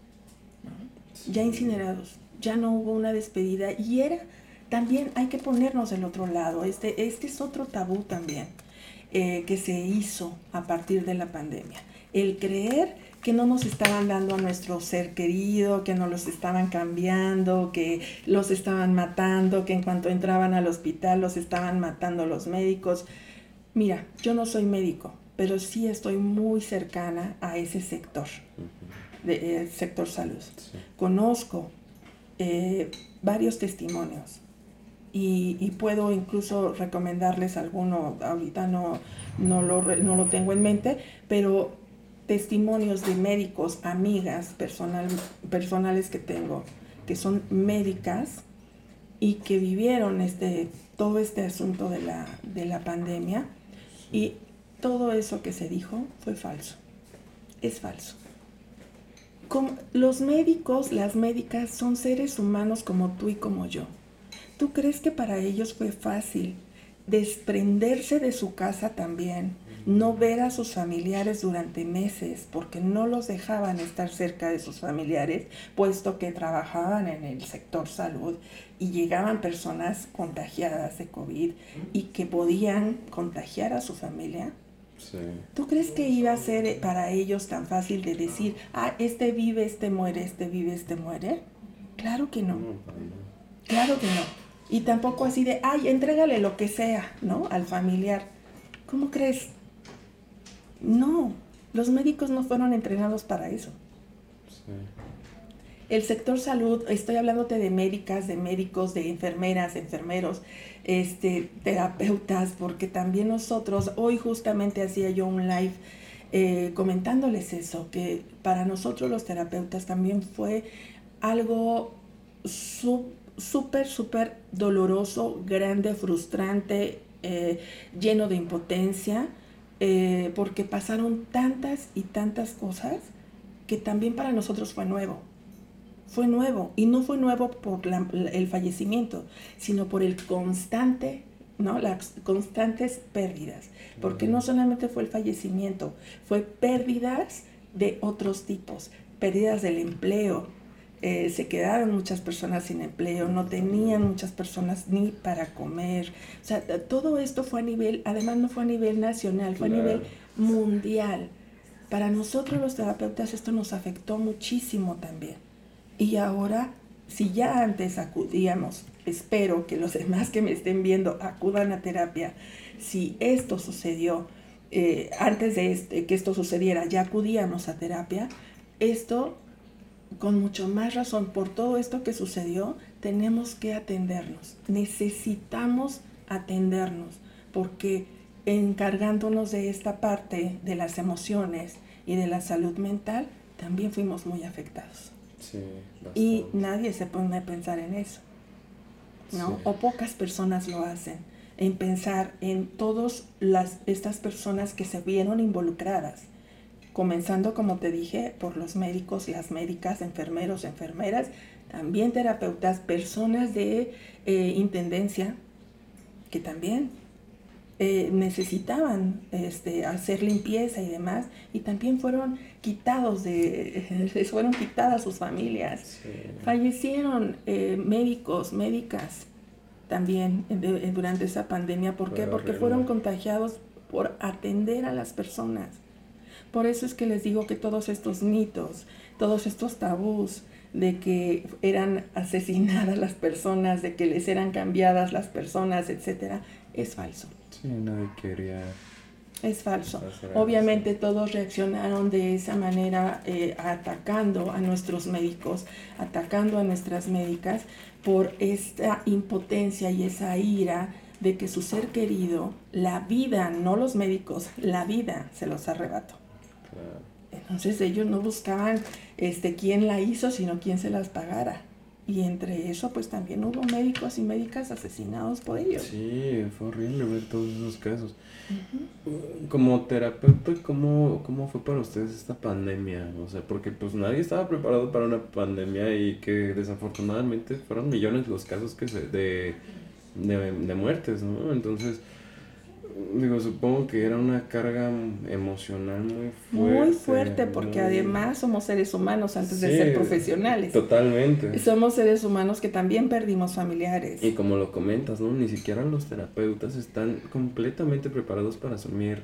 Ya incinerados, ya no hubo una despedida y era, también hay que ponernos del otro lado, este, este es otro tabú también eh, que se hizo a partir de la pandemia, el creer que no nos estaban dando a nuestro ser querido, que nos los estaban cambiando, que los estaban matando, que en cuanto entraban al hospital los estaban matando los médicos. Mira, yo no soy médico, pero sí estoy muy cercana a ese sector. Del eh, sector salud. Sí. Conozco eh, varios testimonios y, y puedo incluso recomendarles alguno, ahorita no, no, lo, no lo tengo en mente, pero testimonios de médicos, amigas personal, personales que tengo, que son médicas y que vivieron este, todo este asunto de la, de la pandemia y todo eso que se dijo fue falso, es falso. Como los médicos, las médicas son seres humanos como tú y como yo. ¿Tú crees que para ellos fue fácil desprenderse de su casa también, no ver a sus familiares durante meses porque no los dejaban estar cerca de sus familiares, puesto que trabajaban en el sector salud y llegaban personas contagiadas de COVID y que podían contagiar a su familia? Sí. ¿Tú crees que iba a ser para ellos tan fácil de decir, ah, este vive, este muere, este vive, este muere? Claro que no. Claro que no. Y tampoco así de, ay, entrégale lo que sea, ¿no? Al familiar. ¿Cómo crees? No, los médicos no fueron entrenados para eso. Sí. El sector salud, estoy hablándote de médicas, de médicos, de enfermeras, enfermeros, este, terapeutas, porque también nosotros, hoy justamente hacía yo un live eh, comentándoles eso, que para nosotros los terapeutas también fue algo sub, súper, súper doloroso, grande, frustrante, eh, lleno de impotencia, eh, porque pasaron tantas y tantas cosas que también para nosotros fue nuevo. Fue nuevo, y no fue nuevo por la, el fallecimiento, sino por el constante, ¿no? Las constantes pérdidas, porque no solamente fue el fallecimiento, fue pérdidas de otros tipos, pérdidas del empleo, eh, se quedaron muchas personas sin empleo, no tenían muchas personas ni para comer, o sea, todo esto fue a nivel, además no fue a nivel nacional, fue claro. a nivel mundial. Para nosotros los terapeutas esto nos afectó muchísimo también. Y ahora, si ya antes acudíamos, espero que los demás que me estén viendo acudan a terapia, si esto sucedió, eh, antes de este, que esto sucediera, ya acudíamos a terapia, esto, con mucho más razón, por todo esto que sucedió, tenemos que atendernos, necesitamos atendernos, porque encargándonos de esta parte de las emociones y de la salud mental, también fuimos muy afectados. Sí, y nadie se pone a pensar en eso, ¿no? Sí. O pocas personas lo hacen, en pensar en todas las, estas personas que se vieron involucradas, comenzando, como te dije, por los médicos, las médicas, enfermeros, enfermeras, también terapeutas, personas de eh, intendencia, que también Eh, necesitaban este, hacer limpieza y demás, y también fueron quitados de, les fueron quitadas sus familias. Sí. Fallecieron eh, médicos, médicas también de, durante esa pandemia. ¿Por qué? Porque fueron contagiados por atender a las personas. Por eso es que les digo que todos estos mitos, todos estos tabús de que eran asesinadas las personas, de que les eran cambiadas las personas, etcétera, es falso. Sí, nadie quería. Es falso. Obviamente todos reaccionaron de esa manera, eh, atacando a nuestros médicos, atacando a nuestras médicas por esta impotencia y esa ira de que su ser querido, la vida, no los médicos, la vida se los arrebató. Claro. Entonces ellos no buscaban este, quién la hizo, sino quién se las pagara. Y entre eso, pues también hubo médicos y médicas asesinados por ellos. Sí, fue horrible ver todos esos casos. Uh-huh. Como terapeuta, ¿cómo, ¿cómo fue para ustedes esta pandemia? O sea, porque pues nadie estaba preparado para una pandemia y que desafortunadamente fueron millones los casos que se, de, de, de muertes, ¿no? Entonces, digo, supongo que era una carga emocional muy fuerte. Muy fuerte, porque muy... además somos seres humanos antes sí, de ser profesionales. Totalmente. Somos seres humanos que también perdimos familiares. Y como lo comentas, ¿no? Ni siquiera los terapeutas están completamente preparados para asumir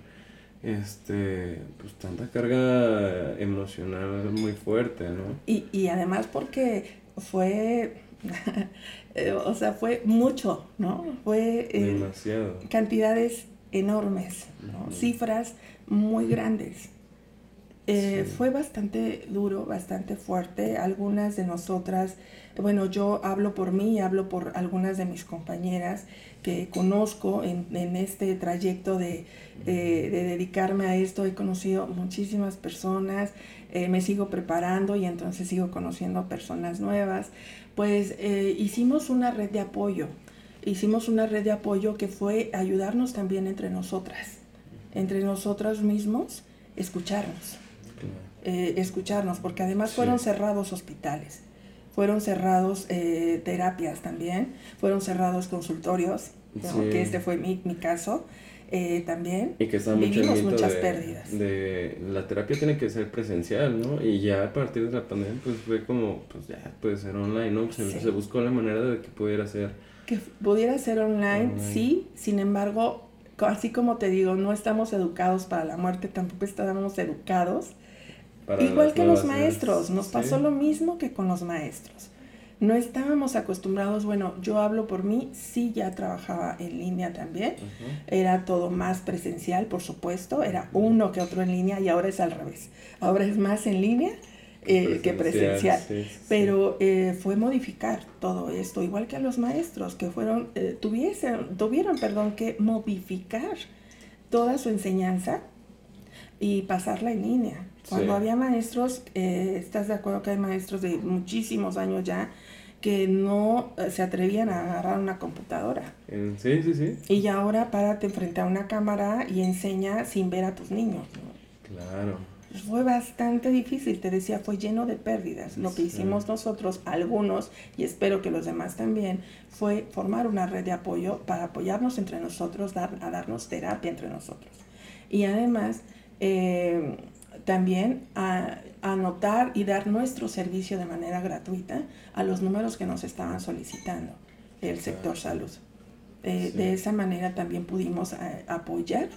este, pues tanta carga emocional muy fuerte, ¿no? Y, y además porque fue... o sea, fue mucho, ¿no? Fue... Eh, demasiado. Cantidades enormes, ¿no? Uh-huh. Cifras muy grandes. Eh, sí. Fue bastante duro, bastante fuerte. Algunas de nosotras, bueno, yo hablo por mí, hablo por algunas de mis compañeras que conozco en, en este trayecto de, eh, de dedicarme a esto. He conocido muchísimas personas, eh, me sigo preparando y entonces sigo conociendo personas nuevas. Pues eh, hicimos una red de apoyo. Hicimos una red de apoyo que fue ayudarnos también entre nosotras, entre nosotros mismos, escucharnos, eh, escucharnos, porque además sí. fueron cerrados hospitales, fueron cerrados eh, terapias también, fueron cerrados consultorios, ¿no? Sí. Que este fue mi, mi caso. Eh, también y que está vivimos mucho muchas de, pérdidas. De la terapia tiene que ser presencial, ¿no? Y ya a partir de la pandemia pues fue como, pues ya puede ser online, ¿no? Se, sí. se buscó la manera de que pudiera ser. Que pudiera ser online, online, sí, sin embargo, así como te digo, no estamos educados para la muerte, tampoco estábamos educados. Para igual que los maestros, nos sí. pasó lo mismo que con los maestros. No estábamos acostumbrados, bueno, yo hablo por mí, sí ya trabajaba en línea también, uh-huh. Era todo más presencial, por supuesto, era uno que otro en línea y ahora es al revés, ahora es más en línea eh, presencial, que presencial, sí, sí. Pero eh, fue modificar todo esto, igual que a los maestros que fueron, eh, tuviesen, tuvieron perdón, que modificar toda su enseñanza y pasarla en línea. Cuando sí. había maestros, eh, ¿estás de acuerdo que hay maestros de muchísimos años ya que no se atrevían a agarrar una computadora. Sí, sí, sí. Y ahora párate frente a una cámara y enseña sin ver a tus niños, ¿no? Claro. Fue bastante difícil, te decía, fue lleno de pérdidas. Lo que hicimos sí. nosotros, algunos, y espero que los demás también, fue formar una red de apoyo para apoyarnos entre nosotros, dar, a darnos terapia entre nosotros. Y además, eh, también a anotar y dar nuestro servicio de manera gratuita a los números que nos estaban solicitando el sector salud. Eh, sí. De esa manera también pudimos a, apoyar.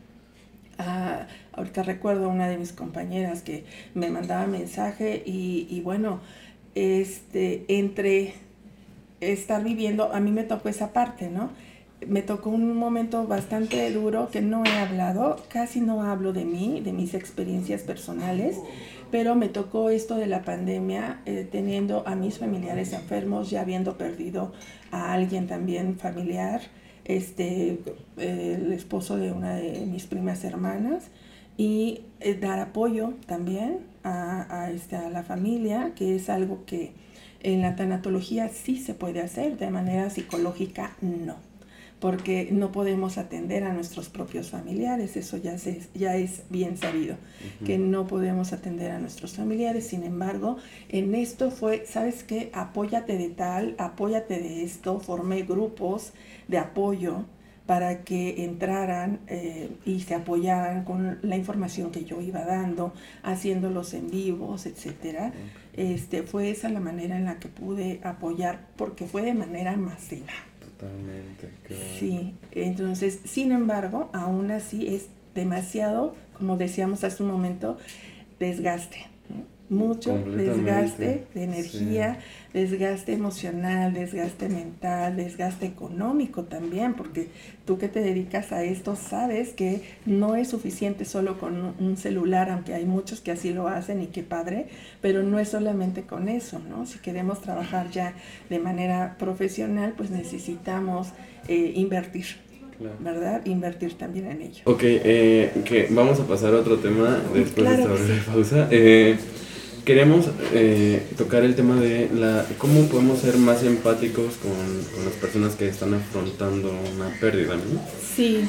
Ah, ahorita recuerdo a una de mis compañeras que me mandaba mensaje y, y bueno, este, entre estar viviendo, a mí me tocó esa parte, ¿no? Me tocó un momento bastante duro que no he hablado, casi no hablo de mí, de mis experiencias personales, pero me tocó esto de la pandemia, eh, teniendo a mis familiares enfermos, ya habiendo perdido a alguien también familiar, este, eh, el esposo de una de mis primas hermanas, y eh, dar apoyo también a, a, este, a la familia, que es algo que en la tanatología sí se puede hacer, de manera psicológica no, porque no podemos atender a nuestros propios familiares, eso ya, se, ya es bien sabido, uh-huh. que no podemos atender a nuestros familiares. Sin embargo, en esto fue, ¿sabes qué? Apóyate de tal, apóyate de esto, formé grupos de apoyo para que entraran eh, y se apoyaran con la información que yo iba dando, haciéndolos en vivos, etcétera. Okay. Este, fue esa la manera en la que pude apoyar, porque fue de manera masiva. Totalmente, claro. Sí, entonces, sin embargo, aún así es demasiado, como decíamos hace un momento, desgaste, ¿no? Mucho desgaste de energía, sí. desgaste emocional, desgaste mental, desgaste económico también, porque tú que te dedicas a esto sabes que no es suficiente solo con un celular, aunque hay muchos que así lo hacen y qué padre, pero no es solamente con eso, ¿no? Si queremos trabajar ya de manera profesional, pues necesitamos eh, invertir. Claro. ¿Verdad? Invertir también en ello. Ok, eh, que vamos a pasar a otro tema después claro de esta breve sí. pausa. Eh, queríamos eh, tocar el tema de la cómo podemos ser más empáticos con, con las personas que están afrontando una pérdida, ¿no? Sí.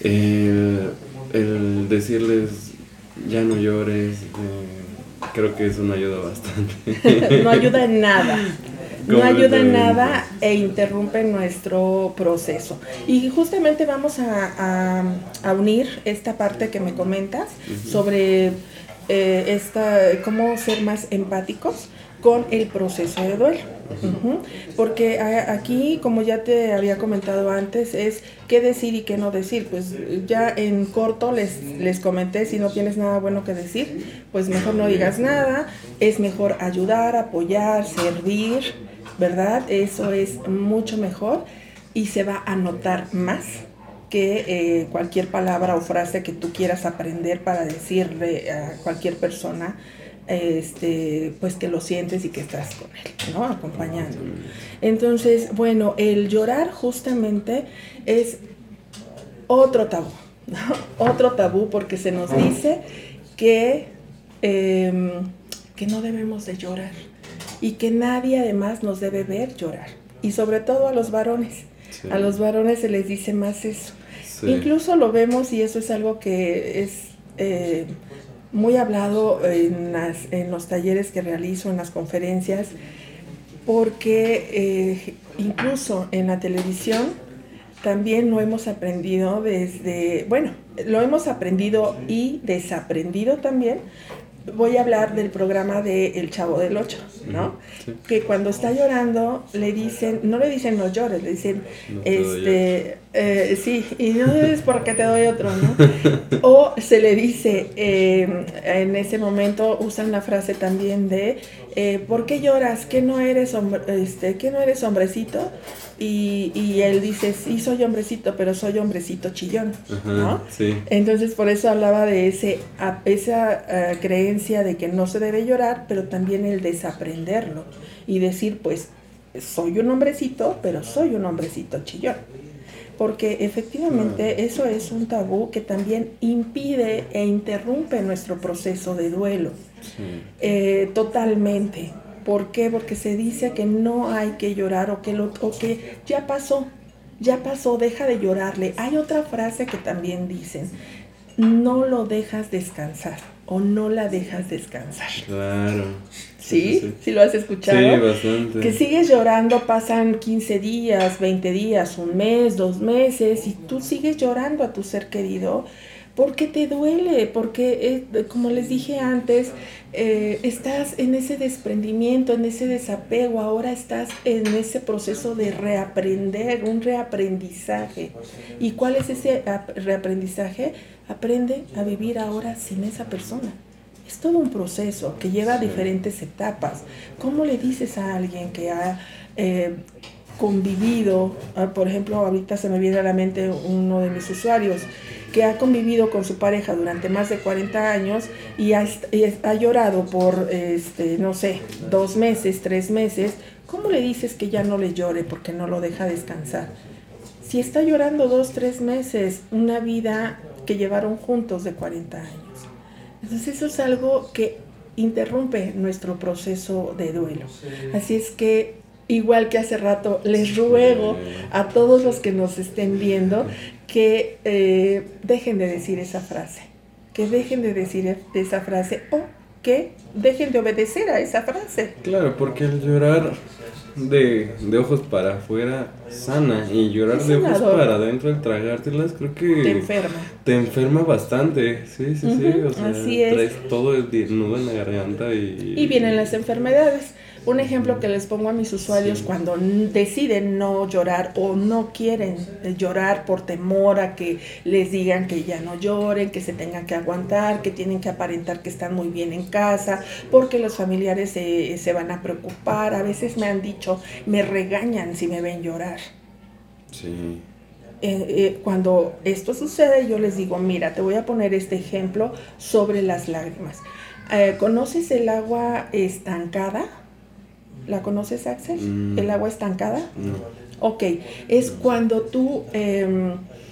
Eh, el decirles, ya no llores, eh, creo que eso no ayuda bastante. No ayuda en nada. No ayuda en nada e interrumpe nuestro proceso. Y justamente vamos a, a, a unir esta parte que me comentas uh-huh. sobre eh, esta, cómo ser más empáticos con el proceso de duelo. Uh-huh. Porque a, aquí, como ya te había comentado antes, es qué decir y qué no decir. Pues ya en corto les, les comenté, si no tienes nada bueno que decir, pues mejor no digas nada. Es mejor ayudar, apoyar, servir, ¿verdad? Eso es mucho mejor y se va a notar más que eh, cualquier palabra o frase que tú quieras aprender para decirle a cualquier persona, este, pues que lo sientes y que estás con él, ¿no? Acompañando. Entonces, bueno, el llorar justamente es otro tabú, ¿no? Otro tabú porque se nos dice que, eh, que no debemos de llorar. Y que nadie además nos debe ver llorar. Y sobre todo a los varones. Sí. A los varones se les dice más eso. Sí. Incluso lo vemos y eso es algo que es eh, muy hablado en, las, en los talleres que realizo, en las conferencias, porque eh, incluso en la televisión también lo hemos aprendido desde, bueno, lo hemos aprendido y desaprendido también. Voy a hablar del programa de El Chavo del Ocho, ¿no? Sí. Que cuando está llorando le dicen, no le dicen no llores, le dicen, no este, eh, sí, y no es porque te doy otro, ¿no? O se le dice, eh, en ese momento usan la frase también de, eh, ¿por qué lloras? ¿Qué no eres, hombre, este, ¿qué no eres hombrecito? Y, y él dice, sí, soy hombrecito, pero soy hombrecito chillón, ajá, ¿no? Sí. Entonces, por eso hablaba de ese, a, esa uh, creencia de que no se debe llorar, pero también el desaprenderlo y decir, pues, soy un hombrecito, pero soy un hombrecito chillón. Porque efectivamente ah. eso es un tabú que también impide e interrumpe nuestro proceso de duelo. Sí. Eh, totalmente. ¿Por qué? Porque se dice que no hay que llorar o que, lo, o que ya pasó, ya pasó, deja de llorarle. Hay otra frase que también dicen, no lo dejas descansar o no la dejas descansar. Claro. ¿Sí? Sí, sí, sí. ¿Sí lo has escuchado? Sí, bastante. Que sigues llorando, pasan quince días, veinte días, un mes, dos meses, y tú sigues llorando a tu ser querido porque te duele, porque, eh, como les dije antes, eh, estás en ese desprendimiento, en ese desapego, ahora estás en ese proceso de reaprender, un reaprendizaje. ¿Y cuál es ese reaprendizaje? Aprende a vivir ahora sin esa persona. Es todo un proceso que lleva diferentes etapas. ¿Cómo le dices a alguien que ha eh, convivido, por ejemplo, ahorita se me viene a la mente uno de mis usuarios, que ha convivido con su pareja durante más de cuarenta años y ha, y ha llorado por, este, no sé, dos meses, tres meses? ¿Cómo le dices que ya no le llore porque no lo deja descansar? Si está llorando dos, tres meses, una vida que llevaron juntos de cuarenta años. Entonces eso es algo que interrumpe nuestro proceso de duelo. Así es que, igual que hace rato, les ruego a todos los que nos estén viendo que eh, dejen de decir esa frase, que dejen de decir esa frase o que dejen de obedecer a esa frase. Claro, porque el llorar de, de ojos para afuera sana, y llorar de ojos para adentro, el tragártelas, creo que te enferma. Te enferma bastante, sí, sí, uh-huh, sí, o sea, así es. Traes todo el nudo en la garganta y... Y vienen las enfermedades. Un ejemplo que les pongo a mis usuarios, sí, cuando deciden no llorar o no quieren llorar por temor a que les digan que ya no lloren, que se tengan que aguantar, que tienen que aparentar que están muy bien en casa, porque los familiares se, se van a preocupar. A veces me han dicho, me regañan si me ven llorar. Sí. Eh, eh, cuando esto sucede, yo les digo, mira, te voy a poner este ejemplo sobre las lágrimas. Eh, ¿Conoces el agua estancada? ¿La conoces, Axel? Mm. ¿El agua estancada? No. Ok, es cuando tú eh,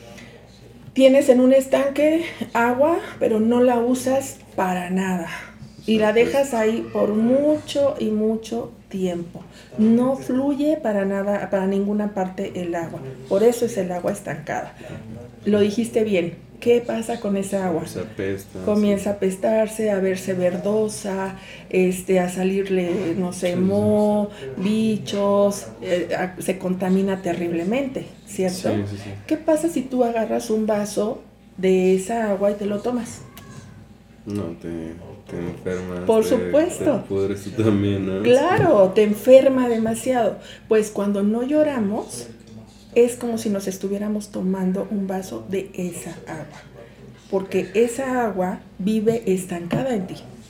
tienes en un estanque agua, pero no la usas para nada. Y la dejas ahí por mucho y mucho tiempo. No fluye para nada, para ninguna parte el agua. Por eso es el agua estancada. Lo dijiste bien. ¿Qué pasa con esa agua? Se apesta, comienza sí. a apestarse, a verse verdosa, este, a salirle, no sé, sí, moho, bichos, eh, a, se contamina terriblemente, ¿cierto? Sí, sí, sí. ¿Qué pasa si tú agarras un vaso de esa agua y te lo tomas? No, te, te enfermas. Por te, supuesto. Te pudres tú también, ¿no? Claro, te enferma demasiado. Pues cuando no lloramos, es como si nos estuviéramos tomando un vaso de esa agua, porque esa agua vive estancada en ti,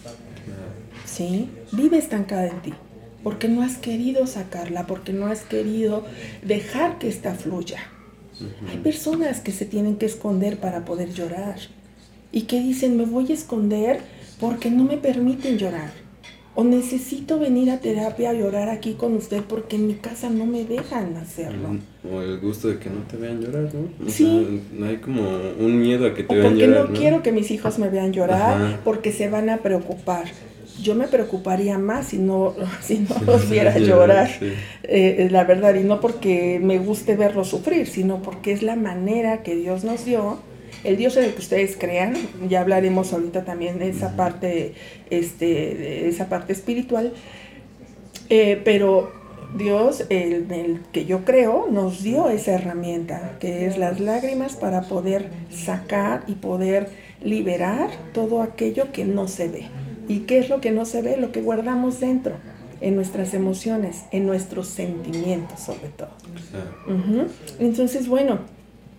¿sí? Vive estancada en ti, porque no has querido sacarla, porque no has querido dejar que esta fluya. Uh-huh. Hay personas que se tienen que esconder para poder llorar, y que dicen, me voy a esconder porque no me permiten llorar. O necesito venir a terapia a llorar aquí con usted porque en mi casa no me dejan hacerlo. O el gusto de que no te vean llorar, ¿no? O sí. sea, hay como un miedo a que te o vean porque llorar, no, ¿no? quiero que mis hijos me vean llorar. Ajá. Porque se van a preocupar. Yo me preocuparía más si no, si no los viera llorar, sí. eh, la verdad. Y no porque me guste verlos sufrir, sino porque es la manera que Dios nos dio. El Dios en el que ustedes crean, ya hablaremos ahorita también de esa parte, este, de esa parte espiritual, eh, pero Dios, el, el que yo creo, nos dio esa herramienta, que es las lágrimas, para poder sacar y poder liberar todo aquello que no se ve. ¿Y qué es lo que no se ve? Lo que guardamos dentro, en nuestras emociones, en nuestros sentimientos sobre todo. Sí. Uh-huh. Entonces, bueno,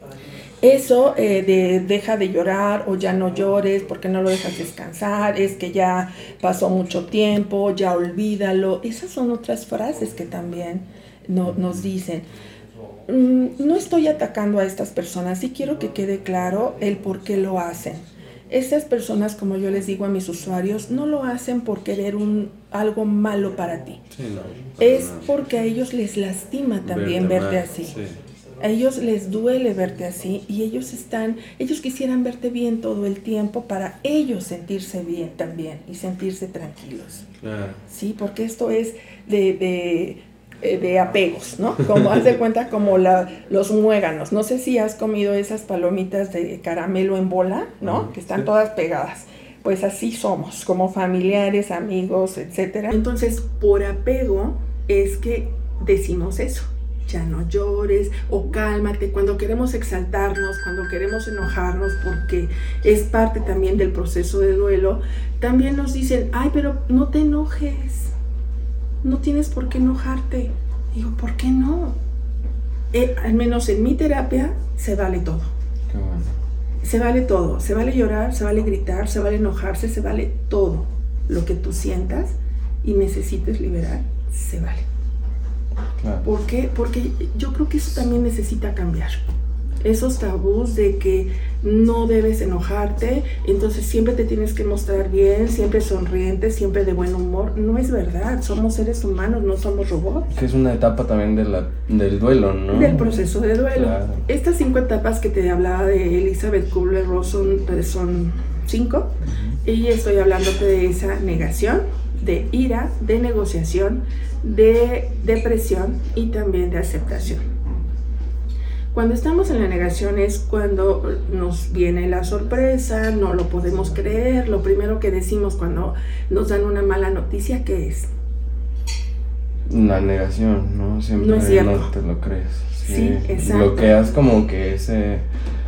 eso eh, de deja de llorar o ya no llores porque no lo dejas descansar, es que ya pasó mucho tiempo, ya olvídalo. Esas son otras frases que también no, nos dicen. Mm, no estoy atacando a estas personas, sí quiero que quede claro el por qué lo hacen. Estas personas, como yo les digo a mis usuarios, no lo hacen por querer un, algo malo para ti. Sí, no, para es nada. Porque a ellos les lastima también verte, verte así. Sí. A ellos les duele verte así y ellos están, ellos quisieran verte bien todo el tiempo para ellos sentirse bien también y sentirse tranquilos. Claro. Sí, porque esto es de, de, de apegos, ¿no? Como haz de cuenta como la, los muéganos. No sé si has comido esas palomitas de caramelo en bola, ¿no? Uh, que están sí. todas pegadas. Pues así somos, como familiares, amigos, etcétera. Entonces, por apego es que decimos eso. Ya no llores o cálmate, cuando queremos exaltarnos, cuando queremos enojarnos, porque es parte también del proceso de duelo, también nos dicen, ay, pero no te enojes, no tienes por qué enojarte. Digo, ¿por qué no? Eh, al menos en mi terapia se vale todo. Qué bueno. Se vale todo, se vale llorar, se vale gritar, se vale enojarse, se vale todo. Lo que tú sientas y necesites liberar, se vale. Claro. ¿Por qué? Porque yo creo que eso también necesita cambiar. Esos tabús de que no debes enojarte, entonces siempre te tienes que mostrar bien, siempre sonriente, siempre de buen humor. No es verdad, somos seres humanos, no somos robots. Que es una etapa también de la, del duelo, ¿no? Del proceso de duelo. Claro. Estas cinco etapas que te hablaba de Elizabeth Kubler-Ross son, son cinco. Uh-huh. Y estoy hablándote de esa negación, de ira, de negociación, de depresión y también de aceptación. Cuando estamos en la negación es cuando nos viene la sorpresa, no lo podemos creer. Lo primero que decimos cuando nos dan una mala noticia, ¿qué es? La negación, ¿no? Siempre no, es cierto. No te lo crees. Sí, sí exacto. Bloqueas como que ese...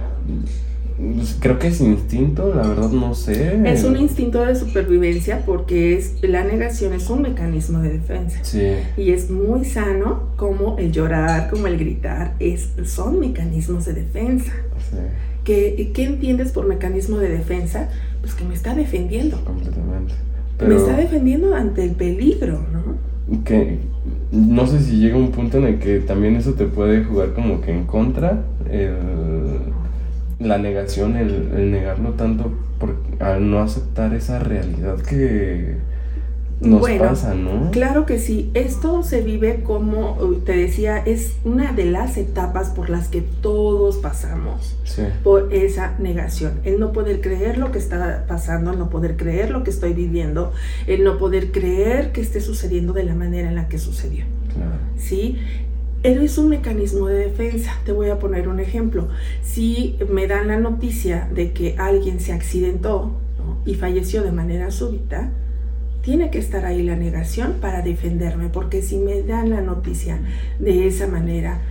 Creo que es instinto, la verdad no sé. Es un instinto de supervivencia porque es, la negación es un mecanismo de defensa. Sí. Y es muy sano como el llorar, como el gritar, es, son mecanismos de defensa. Sí. ¿Qué, ¿Qué entiendes por mecanismo de defensa? Pues que me está defendiendo. Completamente. Pero me está defendiendo ante el peligro, ¿no? Que no sé si llega un punto en el que también eso te puede jugar como que en contra, el... la negación, el, el negarlo tanto por, al no aceptar esa realidad que nos bueno, pasa, ¿no? Claro que sí. Esto se vive como, te decía, es una de las etapas por las que todos pasamos. Sí. Por esa negación. El no poder creer lo que está pasando, el no poder creer lo que estoy viviendo, el no poder creer que esté sucediendo de la manera en la que sucedió. Claro. ¿Sí? Pero es un mecanismo de defensa. Te voy a poner un ejemplo. Si me dan la noticia de que alguien se accidentó, ¿no?, y falleció de manera súbita, tiene que estar ahí la negación para defenderme, porque si me dan la noticia de esa manera,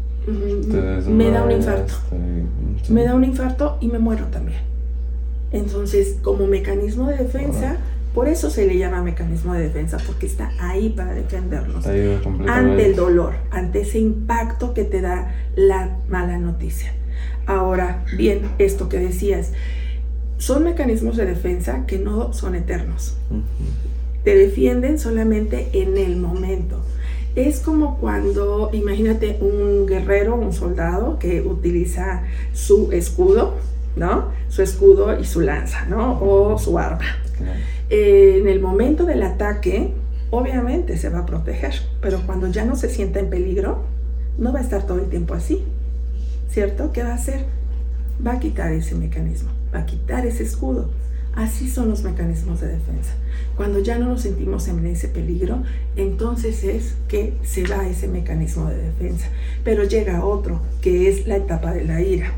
mmm, me da un infarto. Sí. Me da un infarto y me muero también. Entonces, como mecanismo de defensa, por eso se le llama mecanismo de defensa, porque está ahí para defendernos ante el dolor, ante ese impacto que te da la mala noticia. Ahora, bien, esto que decías, son mecanismos de defensa que no son eternos. Uh-huh. Te defienden solamente en el momento. Es como cuando, imagínate un guerrero, un soldado que utiliza su escudo, ¿no? Su escudo y su lanza, ¿no? O su arma. Claro. Eh, en el momento del ataque, obviamente se va a proteger, pero cuando ya no se sienta en peligro, no va a estar todo el tiempo así, ¿cierto? ¿Qué va a hacer? Va a quitar ese mecanismo, va a quitar ese escudo. Así son los mecanismos de defensa. Cuando ya no nos sentimos en ese peligro, entonces es que se va ese mecanismo de defensa. Pero llega otro, que es la etapa de la ira.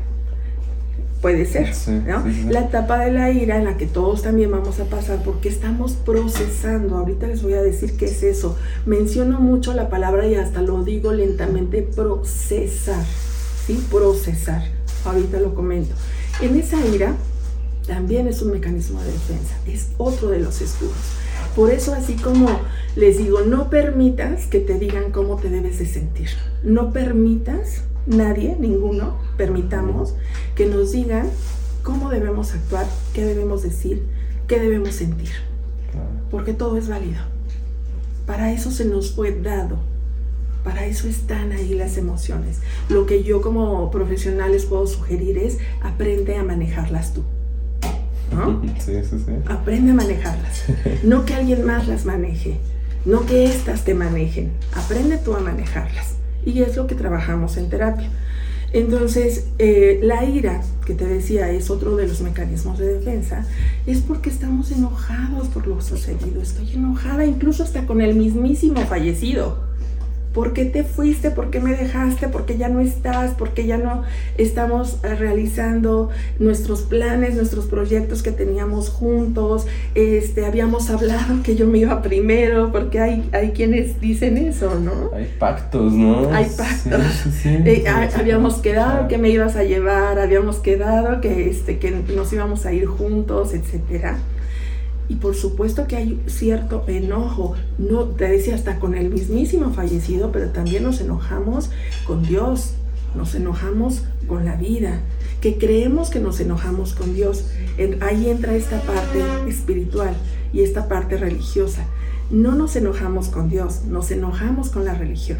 Puede ser, sí, ¿no? Sí, sí. La etapa de la ira en la que todos también vamos a pasar porque estamos procesando. Ahorita les voy a decir qué es eso. Menciono mucho la palabra y hasta lo digo lentamente, procesar, ¿sí? Procesar. Ahorita lo comento. En esa ira también es un mecanismo de defensa. Es otro de los escudos. Por eso, así como les digo, no permitas que te digan cómo te debes de sentir. No permitas, nadie, ninguno, permitamos que nos digan cómo debemos actuar, qué debemos decir, qué debemos sentir. Porque todo es válido. Para eso se nos fue dado. Para eso están ahí las emociones. Lo que yo como profesional les puedo sugerir es aprende a manejarlas tú. ¿No? Sí, sí, sí. Aprende a manejarlas. No que alguien más las maneje. No que éstas te manejen. Aprende tú a manejarlas. Y es lo que trabajamos en terapia. Entonces, eh, la ira, que te decía, es otro de los mecanismos de defensa, es porque estamos enojados por lo sucedido. Estoy enojada incluso hasta con el mismísimo fallecido. ¿Por qué te fuiste? ¿Por qué me dejaste? ¿Por qué ya no estás? ¿Por qué ya no estamos realizando nuestros planes, nuestros proyectos que teníamos juntos? Este, habíamos hablado que yo me iba primero, porque hay, hay quienes dicen eso, ¿no? Hay pactos, ¿no? Hay pactos. Sí, sí, sí, eh, sí, habíamos sí, quedado sí. que me ibas a llevar, habíamos quedado que, este, que nos íbamos a ir juntos, etcétera. Y por supuesto que hay cierto enojo, no, te decía, hasta con el mismísimo fallecido, pero también nos enojamos con Dios, nos enojamos con la vida, que creemos que nos enojamos con Dios. En, ahí entra esta parte espiritual y esta parte religiosa. No nos enojamos con Dios, nos enojamos con la religión.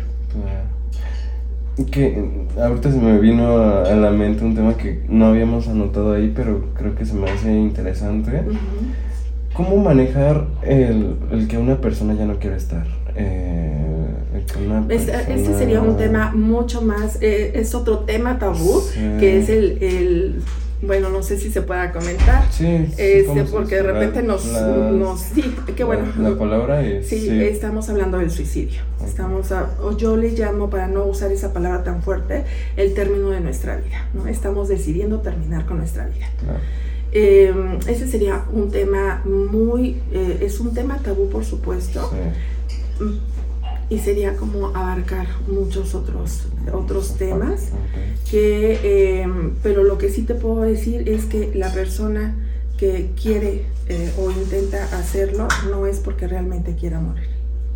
Claro. Que ahorita se me vino a, a la mente un tema que no habíamos anotado ahí, pero creo que se me hace interesante. Uh-huh. ¿Cómo manejar el, el que una persona ya no quiere estar? Eh, una persona... este, este sería un tema mucho más, eh, es otro tema tabú, sí. que es el, el, bueno, no sé si se pueda comentar, sí, este, porque de repente nos, las, nos, sí, qué bueno. La, la palabra es... Sí, sí, estamos hablando del suicidio, okay. estamos, a, o yo le llamo, para no usar esa palabra tan fuerte, el término de nuestra vida, ¿no? Estamos decidiendo terminar con nuestra vida. Claro. Eh, ese sería un tema muy, eh, es un tema tabú, por supuesto, sí. y sería como abarcar muchos otros, otros temas, okay. que, eh, pero lo que sí te puedo decir es que la persona que quiere eh, o intenta hacerlo no es porque realmente quiera morir,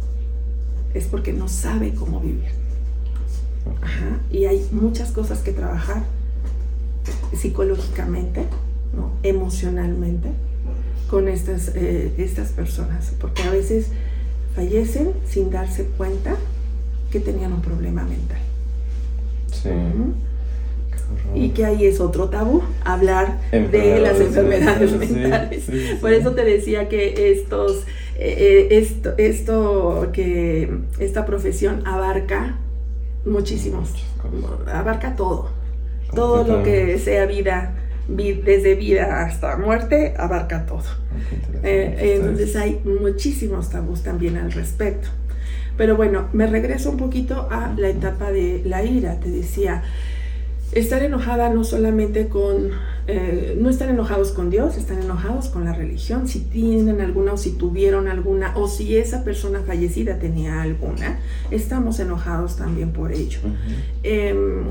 es porque no sabe cómo vivir. Okay. Ajá. Y hay muchas cosas que trabajar psicológicamente, ¿no? emocionalmente con estas, eh, estas personas, porque a veces fallecen sin darse cuenta que tenían un problema mental. Sí. Uh-huh. Y que ahí es otro tabú, hablar de las enfermedades sí, mentales. Sí, sí, Por sí. eso te decía que estos, eh, esto, esto, que esta profesión abarca muchísimos, abarca todo, todo lo que sea vida, desde vida hasta muerte, abarca todo. Eh, entonces hay muchísimos tabús también al respecto. Pero bueno, me regreso un poquito a la etapa de la ira. Te decía, estar enojada no solamente con, eh, no están enojados con Dios, están enojados con la religión. Si tienen alguna o si tuvieron alguna, o si esa persona fallecida tenía alguna, estamos enojados también por ello. Uh-huh. Eh,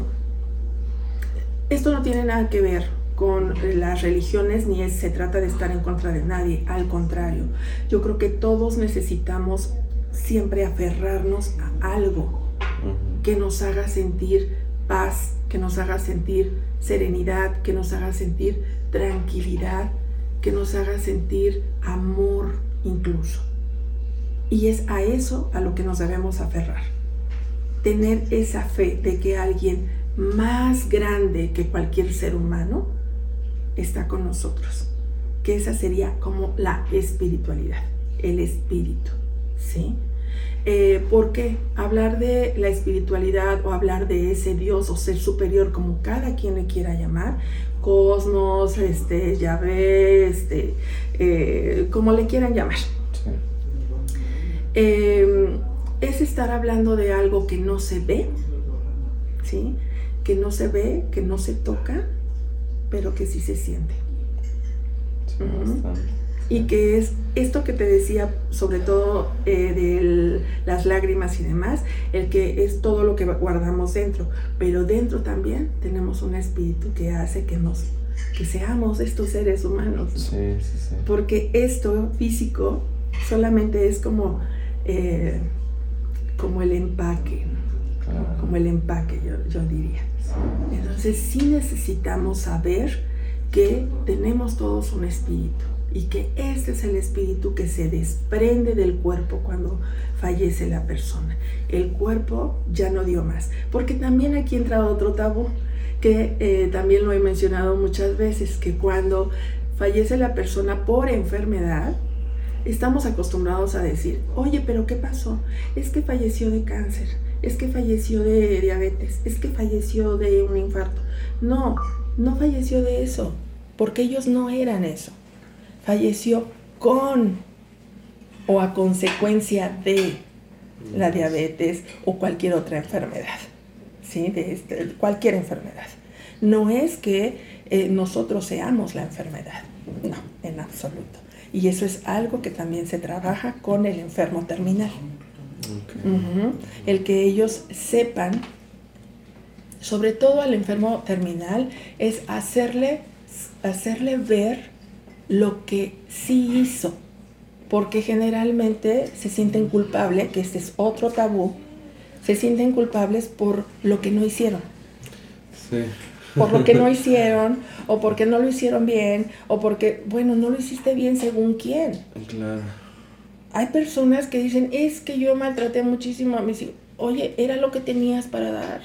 esto no tiene nada que ver con las religiones, ni es, se trata de estar en contra de nadie, al contrario. Yo creo que todos necesitamos siempre aferrarnos a algo uh-huh. que nos haga sentir paz, que nos haga sentir serenidad, que nos haga sentir tranquilidad, que nos haga sentir amor incluso. Y es a eso a lo que nos debemos aferrar. Tener esa fe de que alguien más grande que cualquier ser humano está con nosotros, que esa sería como la espiritualidad, el espíritu, ¿sí? Eh, ¿Por qué? Hablar de la espiritualidad o hablar de ese Dios o ser superior, como cada quien le quiera llamar, cosmos, este, Yahvé, este, eh, como le quieran llamar, sí. eh, es estar hablando de algo que no se ve, ¿sí? Que no se ve, que no se toca, pero que sí se siente. Sí, uh-huh. Y que es esto que te decía, sobre todo eh, de las lágrimas y demás, el que es todo lo que guardamos dentro, pero dentro también tenemos un espíritu que hace que nos, que seamos estos seres humanos, ¿no? Sí, sí, sí. Porque esto físico solamente es como, eh, como el empaque, ¿no? Claro. Como el empaque, yo, yo diría. Entonces sí necesitamos saber que tenemos todos un espíritu y que este es el espíritu que se desprende del cuerpo cuando fallece la persona. El cuerpo ya no dio más, porque también aquí entra otro tabú que eh, también lo he mencionado muchas veces, que cuando fallece la persona por enfermedad, estamos acostumbrados a decir, oye, pero ¿qué pasó? Es que falleció de cáncer. es que falleció de diabetes, es que falleció de un infarto. No, no falleció de eso, porque ellos no eran eso. Falleció con o a consecuencia de la diabetes o cualquier otra enfermedad, ¿sí? De este, cualquier enfermedad. No es que eh, nosotros seamos la enfermedad, no, en absoluto. Y eso es algo que también se trabaja con el enfermo terminal. Okay. Uh-huh. El que ellos sepan, sobre todo al enfermo terminal, es hacerle, hacerle ver lo que sí hizo, porque generalmente se sienten culpables, que este es otro tabú, se sienten culpables por lo que no hicieron. Sí. Por lo que no hicieron, o porque no lo hicieron bien, o porque, bueno, no lo hiciste bien según quién. Claro. Hay personas que dicen, es que yo maltraté muchísimo a mis hijos. Oye, era lo que tenías para dar.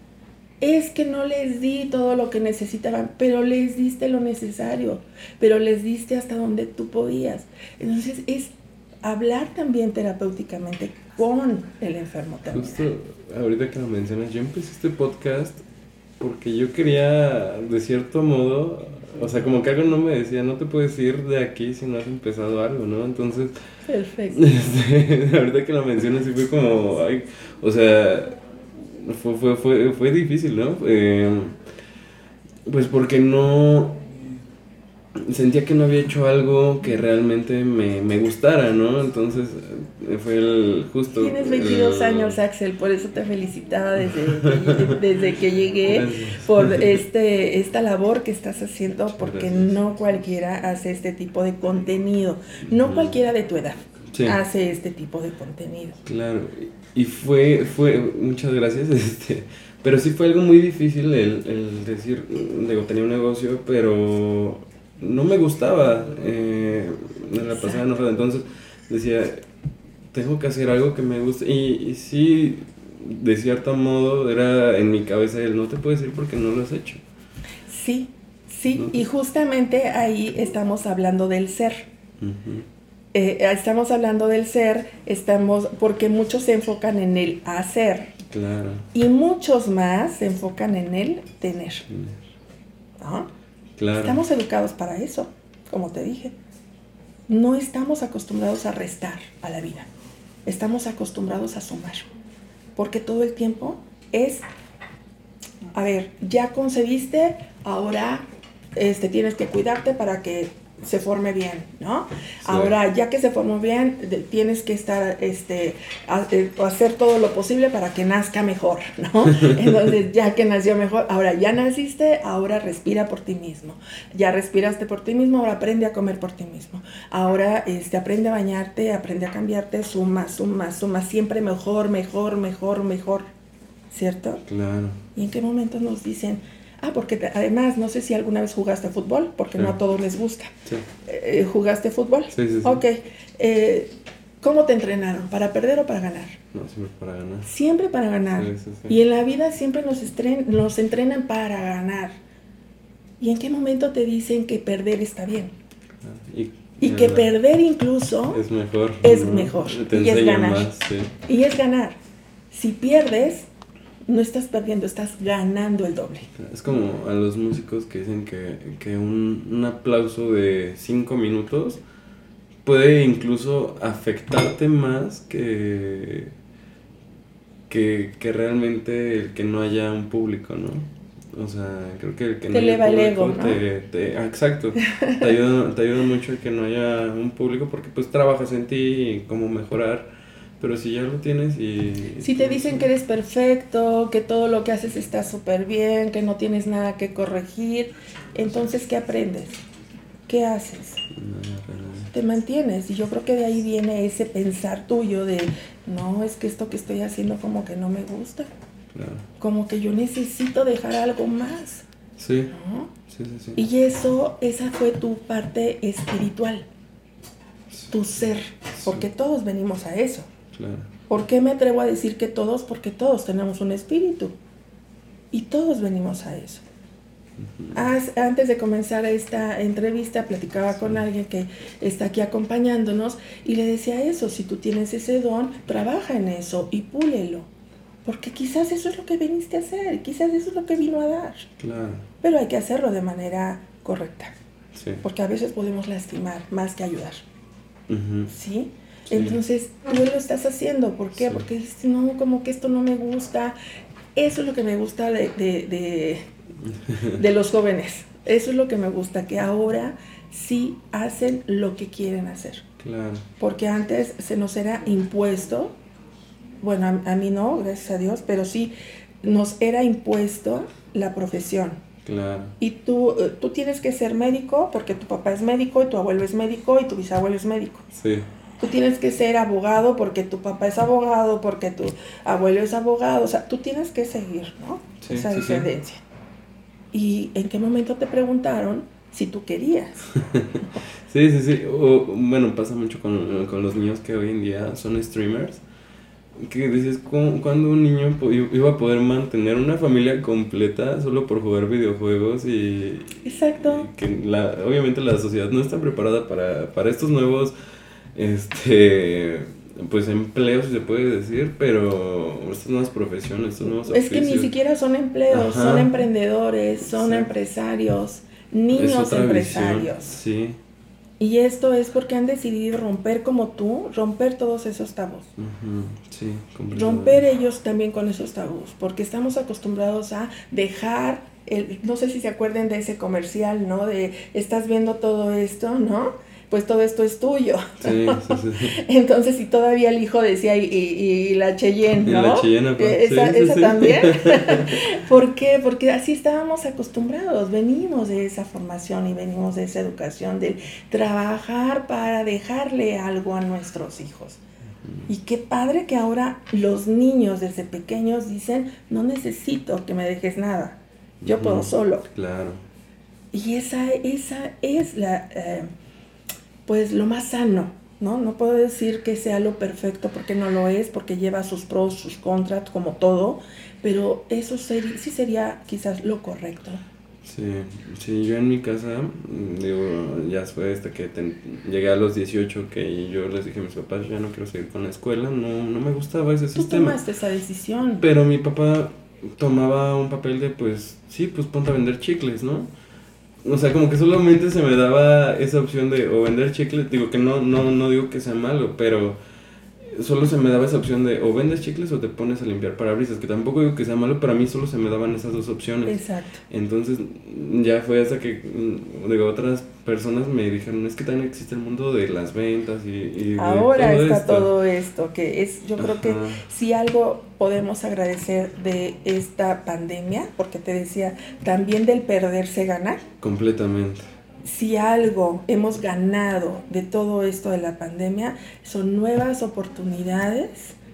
Es que no les di todo lo que necesitaban, pero les diste lo necesario, pero les diste hasta donde tú podías. Entonces es hablar también terapéuticamente con el enfermo terminal. Justo ahorita que lo mencionas, yo empecé este podcast porque yo quería, de cierto modo, o sea, como que algo no me decía, no te puedes ir de aquí si no has empezado algo, ¿no? Entonces, perfecto. Este, ahorita que lo mencionas, sí fue como, ay, o sea, fue, fue, fue, fue difícil, ¿no? Eh, pues porque no, sentía que no había hecho algo que realmente me, me gustara, ¿no? Entonces fue el justo... Tienes veintidós el... años, Axel, por eso te felicitaba desde que, desde que llegué. Gracias. Por este esta labor que estás haciendo, porque Gracias. No cualquiera hace este tipo de contenido, no cualquiera de tu edad sí. hace este tipo de contenido. Claro, y fue, fue muchas gracias, este... pero sí fue algo muy difícil el, el decir, digo, tenía un negocio, pero... no me gustaba, eh, me la pasaba enojada, entonces decía, tengo que hacer algo que me guste, y, y sí, de cierto modo, era en mi cabeza el no te puedes ir porque no lo has hecho. Sí, sí, ¿no? Y justamente ahí estamos hablando del ser. Uh-huh. Eh, estamos hablando del ser, estamos, porque muchos se enfocan en el hacer. Claro. Y muchos más se enfocan en el tener. ¿No? Claro. Estamos educados para eso, como te dije. No estamos acostumbrados a restar a la vida. Estamos acostumbrados a sumar. Porque todo el tiempo es, a ver, ya concebiste, ahora este, tienes que cuidarte para que se forme bien, ¿no? Sí. Ahora, ya que se formó bien, de, tienes que estar, este, a, a hacer todo lo posible para que nazca mejor, ¿no? Entonces, ya que nació mejor, ahora ya naciste, ahora respira por ti mismo. Ya respiraste por ti mismo, ahora aprende a comer por ti mismo. Ahora, este, aprende a bañarte, aprende a cambiarte, suma, suma, suma, siempre mejor, mejor, mejor, mejor, ¿cierto? Claro. ¿Y en qué momento nos dicen... Ah, porque te, además, no sé si alguna vez jugaste fútbol, porque sí. no a todos les gusta. Sí. Eh, ¿Jugaste fútbol? Sí, sí, sí. Ok. Eh, ¿Cómo te entrenaron? ¿Para perder o para ganar? No, siempre para ganar. Siempre para ganar. Sí, sí, sí. Y en la vida siempre nos, estren, nos entrenan para ganar. ¿Y en qué momento te dicen que perder está bien? Ah, y y que la... perder incluso... Es mejor. Es ¿no? mejor. Te y es ganar. Más, sí. Y es ganar. Si pierdes... no estás perdiendo, estás ganando el doble. Es como a los músicos que dicen que, que un, un aplauso de cinco minutos puede incluso afectarte más que, que, que realmente el que no haya un público, ¿no? O sea, creo que el que no te haya eleva público el ego, ¿no? te, te, ah, exacto, te ayuda, te ayuda mucho el que no haya un público porque pues trabajas en ti y cómo mejorar. Pero si ya lo tienes y... Si te dicen que eres perfecto, que todo lo que haces está súper bien, que no tienes nada que corregir, entonces, ¿qué aprendes? ¿Qué haces? No, pero... Te mantienes. Y yo creo que de ahí viene ese pensar tuyo de, no, es que esto que estoy haciendo como que no me gusta. Claro. Como que yo necesito dejar algo más. Sí. ¿No? Sí, sí, sí. Y eso, esa fue tu parte espiritual. Sí. Tu ser. Porque sí. Todos venimos a eso. Claro. ¿Por qué me atrevo a decir que todos? Porque todos tenemos un espíritu y todos venimos a eso. Uh-huh. As, antes de comenzar esta entrevista platicaba con alguien que está aquí acompañándonos y le decía eso, si tú tienes ese don, trabaja en eso y púlelo, porque quizás eso es lo que viniste a hacer, quizás eso es lo que vino a dar. Claro. Pero hay que hacerlo de manera correcta, Sí. porque a veces podemos lastimar más que ayudar. Uh-huh. ¿Sí? Sí. Entonces, tú lo estás haciendo, ¿por qué? Sí. Porque dices, no, como que esto no me gusta. Eso es lo que me gusta de, de, de, de los jóvenes. Eso es lo que me gusta, que ahora sí hacen lo que quieren hacer. Claro. Porque antes se nos era impuesto, bueno, a, a mí no, gracias a Dios, pero sí nos era impuesto la profesión. Claro. Y tú, tú tienes que ser médico porque tu papá es médico y tu abuelo es médico y tu bisabuelo es médico. Sí. Tú tienes que ser abogado porque tu papá es abogado, porque tu abuelo es abogado. O sea, tú tienes que seguir, ¿no? Sí, Esa sí, descendencia. Sí. ¿Y en qué momento te preguntaron si tú querías? Sí, sí, sí. O, bueno, pasa mucho con, con los niños que hoy en día son streamers. Que dices, ¿cuándo un niño iba a poder mantener una familia completa solo por jugar videojuegos? Y, Exacto. y que la, obviamente la sociedad no está preparada para, para estos nuevos este pues empleos, si se puede decir, pero estas nuevas profesiones, estos nuevos es oficios. Que ni siquiera son empleos, Ajá. son emprendedores, son sí. empresarios, niños empresarios. Visión. Sí. Y esto es porque han decidido romper como tú, romper todos esos tabús. Uh-huh. Sí, romper ellos también con esos tabús, porque estamos acostumbrados a dejar, el, no sé si se acuerdan de ese comercial, ¿no? De, estás viendo todo esto, ¿no? Pues todo esto es tuyo. Sí, sí, sí. Entonces, si todavía el hijo decía, y, y, y la Cheyenne, ¿no? Y la Cheyenne, pues. Esa, sí, esa sí, también. Sí. ¿Por qué? Porque así estábamos acostumbrados, venimos de esa formación y venimos de esa educación, de trabajar para dejarle algo a nuestros hijos. Y qué padre que ahora los niños desde pequeños dicen, no necesito que me dejes nada, yo uh-huh. puedo solo. Claro. Y esa, esa es la... Eh, pues lo más sano, ¿no? No puedo decir que sea lo perfecto porque no lo es, porque lleva sus pros, sus contras, como todo, pero eso sería, sí sería quizás lo correcto. Sí, sí, yo en mi casa, digo, ya fue hasta que ten, llegué a los dieciocho que yo les dije a mis papás, ya no quiero seguir con la escuela, no, no me gustaba ese Tú sistema. Tú tomaste esa decisión. Pero mi papá tomaba un papel de, pues, sí, pues ponte a vender chicles, ¿no? O sea, como que solamente se me daba esa opción de o vender chicles, digo que no, no, no digo que sea malo, pero solo se me daba esa opción de o vendes chicles o te pones a limpiar parabrisas, que tampoco digo que sea malo, pero a mí solo se me daban esas dos opciones. Exacto. Entonces ya fue hasta que, digo, otras personas me dijeron, es que también existe el mundo de las ventas y, y ahora de todo está esto. todo esto, que es, yo creo Ajá. que si algo podemos agradecer de esta pandemia, porque te decía, también del perder se gana. Completamente. Si algo hemos ganado de todo esto de la pandemia, son nuevas oportunidades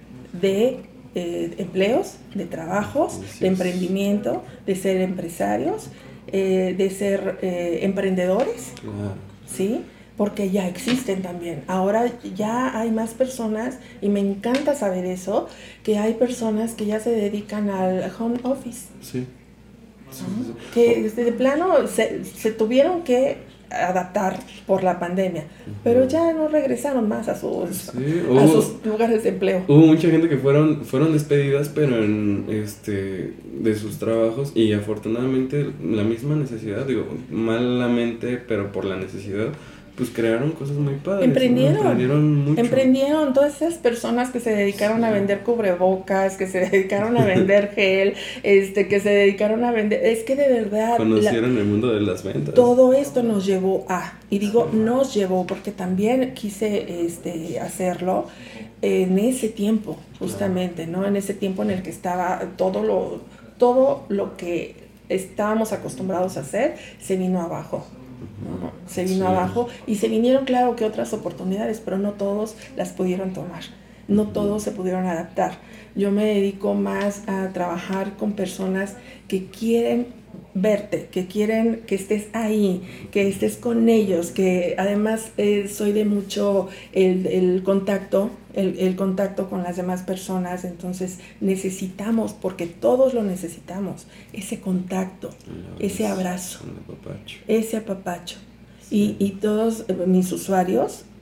de eh, empleos, de trabajos, sí, de emprendimiento, de ser empresarios, eh, de ser eh, emprendedores, claro. ¿sí? Porque ya existen también. Ahora ya hay más personas, y me encanta saber eso, que hay personas que ya se dedican al home office. Sí. Sí, sí. Que desde de plano se, se tuvieron que adaptar por la pandemia, uh-huh. pero ya no regresaron más a sus, sí, hubo, a sus lugares de empleo. Hubo mucha gente que fueron, fueron despedidas, pero en este de sus trabajos, y afortunadamente la misma necesidad, digo, malamente, pero por la necesidad, pues crearon cosas muy padres. Emprendieron, ¿no? Emprendieron mucho. Emprendieron todas esas personas que se dedicaron sí. a vender cubrebocas, que se dedicaron a vender gel, este, que se dedicaron a vender, es que de verdad. Conocieron la, el mundo de las ventas. Todo esto nos llevó a, y digo sí. nos llevó porque también quise este, hacerlo en ese tiempo, justamente, claro. ¿no? En ese tiempo en el que estaba todo lo, todo lo que estábamos acostumbrados a hacer se vino abajo. ¿no? Se vino sí. abajo y se vinieron, claro, que otras oportunidades, pero no todos las pudieron tomar, no todos se pudieron adaptar. Yo me dedico más a trabajar con personas que quieren verte, que quieren que estés ahí, que estés con ellos, que además eh, soy de mucho el, el contacto, el, el contacto con las demás personas, entonces necesitamos, porque todos lo necesitamos, ese contacto, no, ese abrazo, apapacho. ese apapacho. Sí. Y, y todos eh, mis usuarios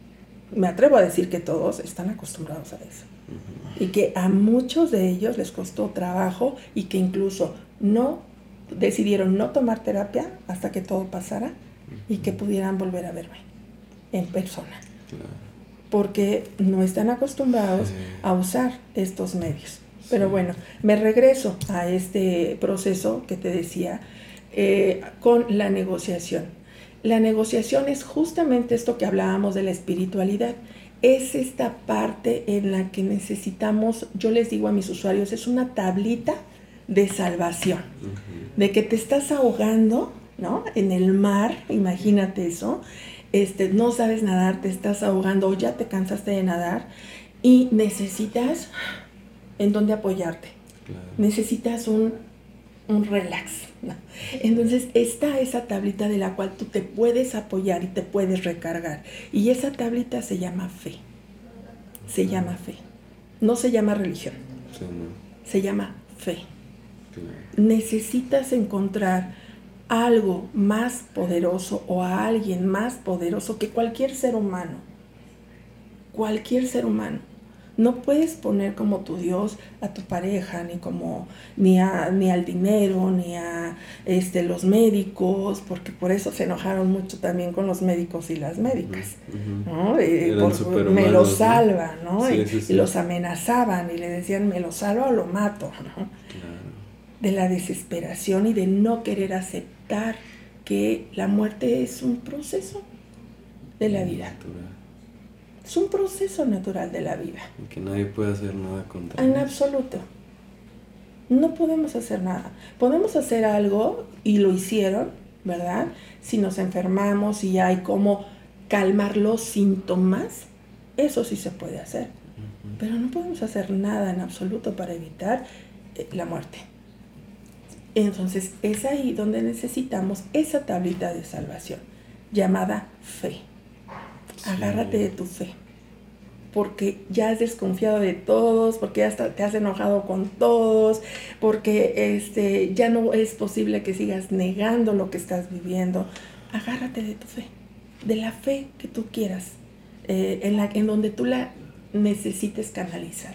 me atrevo a decir que todos están acostumbrados a eso. Uh-huh. Y que a muchos de ellos les costó trabajo y que incluso no decidieron no tomar terapia hasta que todo pasara uh-huh. y que pudieran volver a verme en persona. Claro. Porque no están acostumbrados sí. a usar estos medios. Sí. Pero bueno, me regreso a este proceso que te decía eh, con la negociación. La negociación es justamente esto que hablábamos de la espiritualidad. Es esta parte en la que necesitamos, yo les digo a mis usuarios, es una tablita de salvación. Uh-huh. De que te estás ahogando, ¿no? En el mar, imagínate eso. Este, no sabes nadar, te estás ahogando o ya te cansaste de nadar y necesitas en dónde apoyarte. Claro. Necesitas un, un relax, ¿no? Entonces está esa tablita de la cual tú te puedes apoyar y te puedes recargar. Y esa tablita se llama fe. Se llama fe. No se llama religión. Sí, no. Se llama fe. Claro. Necesitas encontrar algo más poderoso o a alguien más poderoso que cualquier ser humano. Cualquier ser humano. No puedes poner como tu Dios a tu pareja, ni como ni a ni al dinero, ni a este los médicos, porque por eso se enojaron mucho también con los médicos y las médicas, uh-huh. ¿no? Eh, por, me lo salva, ¿no? ¿no? Sí, y, sí, sí. y los amenazaban y le decían me lo salva o lo mato, ¿no? Claro. De la desesperación y de no querer aceptar que la muerte es un proceso de la vida. Natural. Es un proceso natural de la vida. Y que nadie puede hacer nada contra En eso. absoluto. No podemos hacer nada. Podemos hacer algo, y lo hicieron, ¿verdad? Si nos enfermamos y hay cómo calmar los síntomas, eso sí se puede hacer. Uh-huh. Pero no podemos hacer nada en absoluto para evitar eh, la muerte. Entonces es ahí donde necesitamos esa tablita de salvación, llamada fe. Sí. Agárrate de tu fe, porque ya has desconfiado de todos, porque ya hasta te has enojado con todos, porque este, ya no es posible que sigas negando lo que estás viviendo. Agárrate de tu fe, de la fe que tú quieras, eh, en, la, en donde tú la necesites canalizar,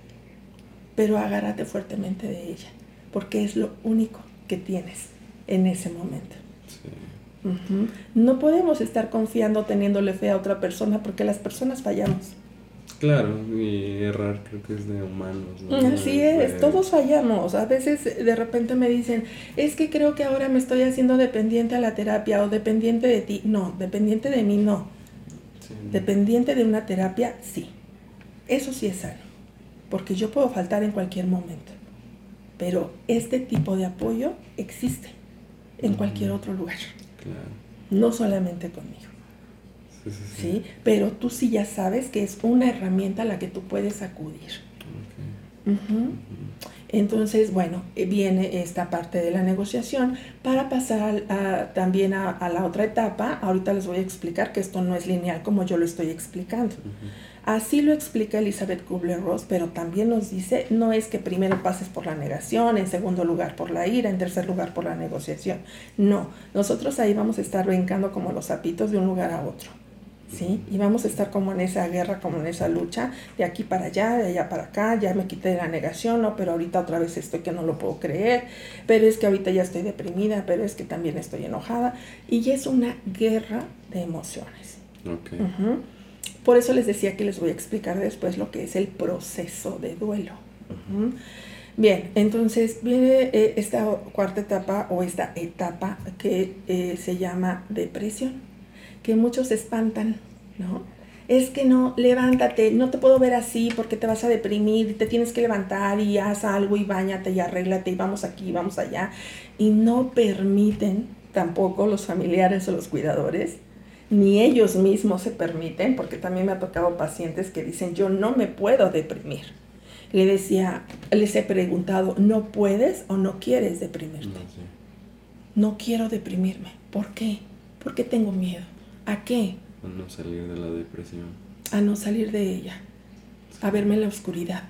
pero agárrate fuertemente de ella, porque es lo único que tienes en ese momento. Sí. Uh-huh. No podemos estar confiando, teniéndole fe a otra persona, porque las personas fallamos. Claro, y errar creo que es de humanos, ¿no? Así es, de... todos fallamos. A veces de repente me dicen, es que creo que ahora me estoy haciendo dependiente a la terapia o dependiente de ti. No, dependiente de mí no. Sí. Dependiente de una terapia, sí. Eso sí es sano, porque yo puedo faltar en cualquier momento. Pero este tipo de apoyo existe en cualquier otro lugar. Claro. No solamente conmigo. Sí, sí, sí. ¿Sí? Pero tú sí ya sabes que es una herramienta a la que tú puedes acudir. Okay. Uh-huh. Uh-huh. Entonces, bueno, viene esta parte de la negociación para pasar a, también a, a la otra etapa. Ahorita les voy a explicar que esto no es lineal como yo lo estoy explicando. Uh-huh. Así lo explica Elizabeth Kubler-Ross, pero también nos dice, no es que primero pases por la negación, en segundo lugar por la ira, en tercer lugar por la negociación. No, nosotros ahí vamos a estar brincando como los sapitos de un lugar a otro, ¿sí? Y vamos a estar como en esa guerra, como en esa lucha, de aquí para allá, de allá para acá, ya me quité de la negación, no, pero ahorita otra vez estoy que no lo puedo creer, pero es que ahorita ya estoy deprimida, pero es que también estoy enojada, y es una guerra de emociones. Okay. Uh-huh. Por eso les decía que les voy a explicar después lo que es el proceso de duelo. Uh-huh. Bien, entonces viene eh, esta cuarta etapa o esta etapa que eh, se llama depresión, que muchos se espantan, ¿no? Es que no, levántate, no te puedo ver así porque te vas a deprimir, te tienes que levantar y haz algo y báñate y arréglate y vamos aquí, vamos allá. Y no permiten tampoco los familiares o los cuidadores, ni ellos mismos se permiten, porque también me ha tocado pacientes que dicen, yo no me puedo deprimir. Le decía, les he preguntado, ¿no puedes o no quieres deprimirte? No, sí. No quiero deprimirme. ¿Por qué? Porque tengo miedo. ¿A qué? A no salir de la depresión. A no salir de ella. Sí. A verme en la oscuridad.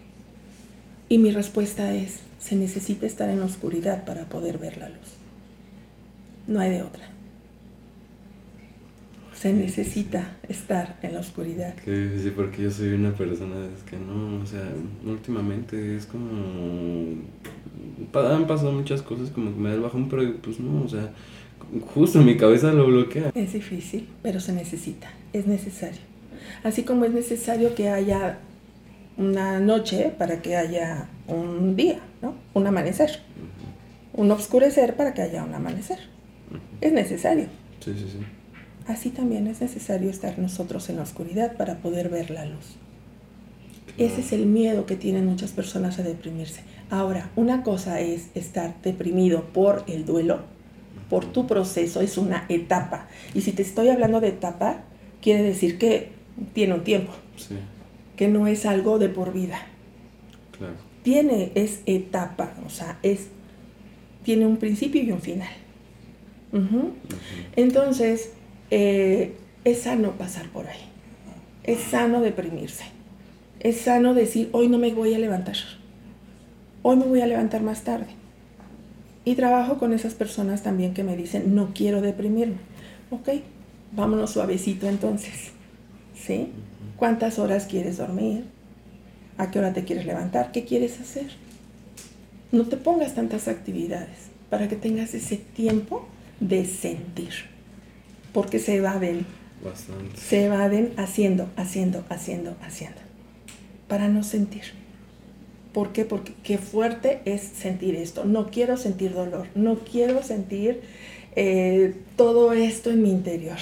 Y mi respuesta es, se necesita estar en la oscuridad para poder ver la luz. No hay de otra. Se necesita estar en la oscuridad. Qué difícil, porque yo soy una persona es que no, o sea, últimamente es como... Han pasado muchas cosas como que me da el bajón, pero pues no, o sea, justo mi cabeza lo bloquea. Es difícil, pero se necesita, es necesario. Así como es necesario que haya una noche para que haya un día, ¿no? Un amanecer. Uh-huh. Un oscurecer para que haya un amanecer. Uh-huh. Es necesario. Sí, sí, sí. Así también es necesario estar nosotros en la oscuridad para poder ver la luz. Claro. Ese es el miedo que tienen muchas personas a deprimirse. Ahora, una cosa es estar deprimido por el duelo, por tu proceso, es una etapa. Y si te estoy hablando de etapa, quiere decir que tiene un tiempo. Sí. Que no es algo de por vida. Claro. Tiene, es etapa, o sea, es, tiene un principio y un final. Uh-huh. Uh-huh. Entonces, eh, es sano pasar por ahí. Es sano deprimirse. Es sano decir, hoy no me voy a levantar. Hoy me voy a levantar más tarde. Y trabajo con esas personas también que me dicen, no quiero deprimirme. Ok, vámonos suavecito entonces. ¿Sí? ¿Cuántas horas quieres dormir? ¿A qué hora te quieres levantar? ¿Qué quieres hacer? No te pongas tantas actividades para que tengas ese tiempo de sentir. Porque se evaden. Bastante. Se evaden haciendo, haciendo, haciendo, haciendo. Para no sentir. ¿Por qué? Porque qué fuerte es sentir esto. No quiero sentir dolor. No quiero sentir eh, todo esto en mi interior.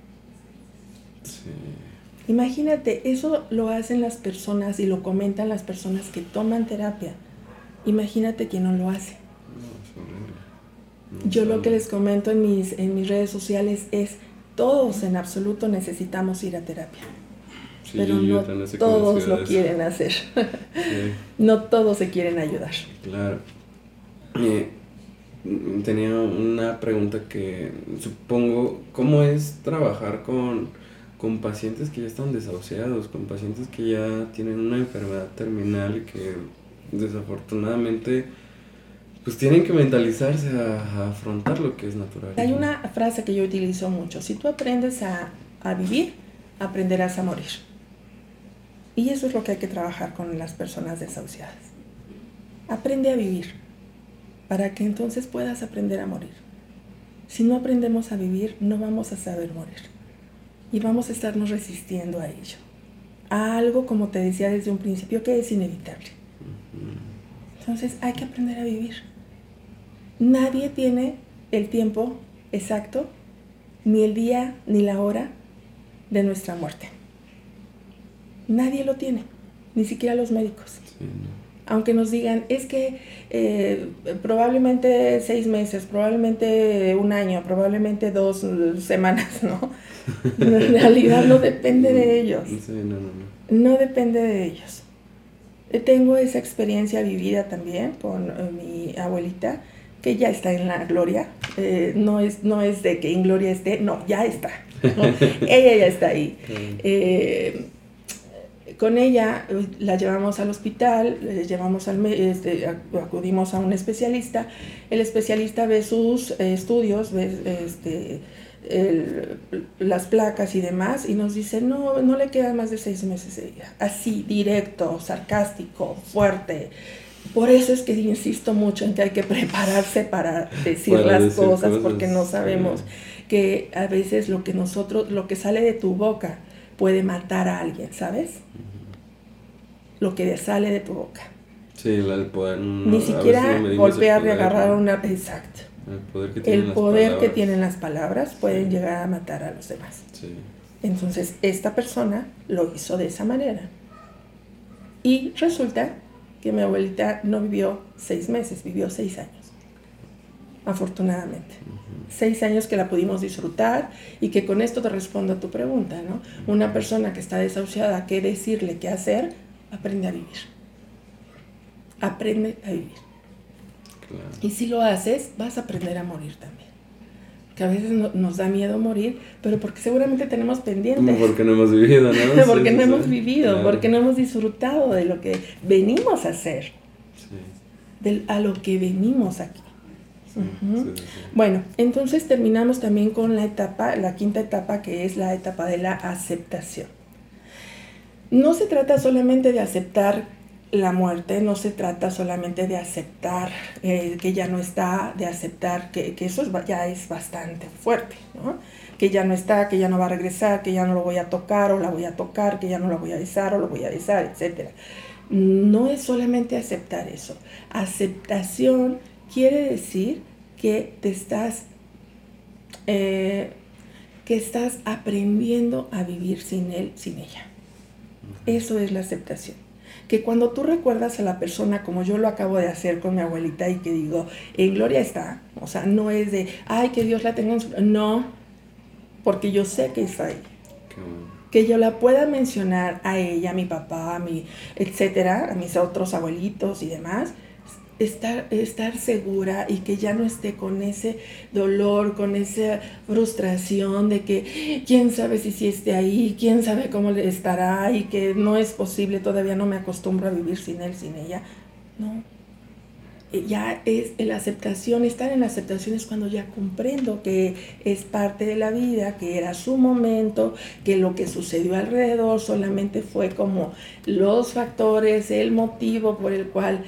Sí. Imagínate, eso lo hacen las personas y lo comentan las personas que toman terapia. Imagínate quien no lo hace. No, es horrible. No Yo sabe. lo que les comento en mis, en mis redes sociales es, todos en absoluto necesitamos ir a terapia. Sí, pero yo no todos lo quieren hacer. Sí. No todos se quieren ayudar. Claro. Eh, tenía una pregunta que supongo, ¿cómo es trabajar con, con pacientes que ya están desahuciados, con pacientes que ya tienen una enfermedad terminal y que desafortunadamente pues tienen que mentalizarse a, a afrontar lo que es natural? Hay una frase que yo utilizo mucho: si tú aprendes a, a vivir, aprenderás a morir. Y eso es lo que hay que trabajar con las personas desahuciadas. Aprende a vivir, para que entonces puedas aprender a morir. Si no aprendemos a vivir, no vamos a saber morir. Y vamos a estarnos resistiendo a ello. A algo, como te decía desde un principio, que es inevitable. Entonces hay que aprender a vivir. Nadie tiene el tiempo exacto, ni el día, ni la hora de nuestra muerte. Nadie lo tiene, ni siquiera los médicos. Sí, no. Aunque nos digan, es que eh, probablemente seis meses, probablemente un año, probablemente dos semanas, ¿no? En realidad no depende de ellos. Sí, no, no, no. No depende de ellos. Tengo esa experiencia vivida también con eh, mi abuelita, que ya está en la gloria. Eh, no, es, no es de que en gloria esté, no, ya está, ¿no? Ella ya está ahí. Eh, con ella la llevamos al hospital, le llevamos al, este, acudimos a un especialista. El especialista ve sus eh, estudios, ve este, el, las placas y demás, y nos dice, no, no le quedan más de seis meses de vida. Así, directo, sarcástico, fuerte. Por eso es que insisto mucho en que hay que prepararse para decir para las decir cosas, cosas, porque no sabemos sí. que a veces lo que nosotros, lo que sale de tu boca puede matar a alguien, ¿sabes? Uh-huh. Lo que sale de tu boca. Sí, el poder. No, ni siquiera no golpear y agarrar a una. Exacto. El poder que tienen, el las, poder palabras. que tienen las palabras pueden sí. llegar a matar a los demás. Sí. Entonces, esta persona lo hizo de esa manera. Y resulta que mi abuelita no vivió seis meses, vivió seis años. Afortunadamente. Uh-huh. Seis años que la pudimos disfrutar, y que con esto te respondo a tu pregunta, ¿no? Uh-huh. Una persona que está desahuciada, ¿qué decirle, qué hacer? Aprende a vivir. Aprende a vivir. Claro. Y si lo haces, vas a aprender a morir también. Que a veces no, nos da miedo morir, pero porque seguramente tenemos pendientes. Como porque no hemos vivido, ¿no? porque sí, no sí, hemos sí. vivido, Claro. porque no hemos disfrutado de lo que venimos a hacer. Sí. De, a lo que venimos aquí. Sí, uh-huh. sí, sí, sí. Bueno, entonces terminamos también con la etapa, la quinta etapa, que es la etapa de la aceptación. No se trata solamente de aceptar la muerte, no se trata solamente de aceptar eh, que ya no está, de aceptar que, que eso es, ya es bastante fuerte, ¿no? Que ya no está, que ya no va a regresar, que ya no lo voy a tocar o la voy a tocar, que ya no la voy a besar o lo voy a besar, etcétera. No es solamente aceptar eso. Aceptación quiere decir que te estás, eh, que estás aprendiendo a vivir sin él, sin ella. Eso es la aceptación. Que cuando tú recuerdas a la persona como yo lo acabo de hacer con mi abuelita y que digo, en gloria está, o sea, no es de, ay, que Dios la tenga en su... No, porque yo sé que está ahí. Qué bueno. Que yo la pueda mencionar a ella, a mi papá, a mi, etcétera, a mis otros abuelitos y demás, estar, estar segura y que ya no esté con ese dolor, con esa frustración de que quién sabe si sí esté ahí, quién sabe cómo le estará y que no es posible, todavía no me acostumbro a vivir sin él, sin ella. No. Ya es la aceptación, estar en la aceptación es cuando ya comprendo que es parte de la vida, que era su momento, que lo que sucedió alrededor solamente fue como los factores, el motivo por el cual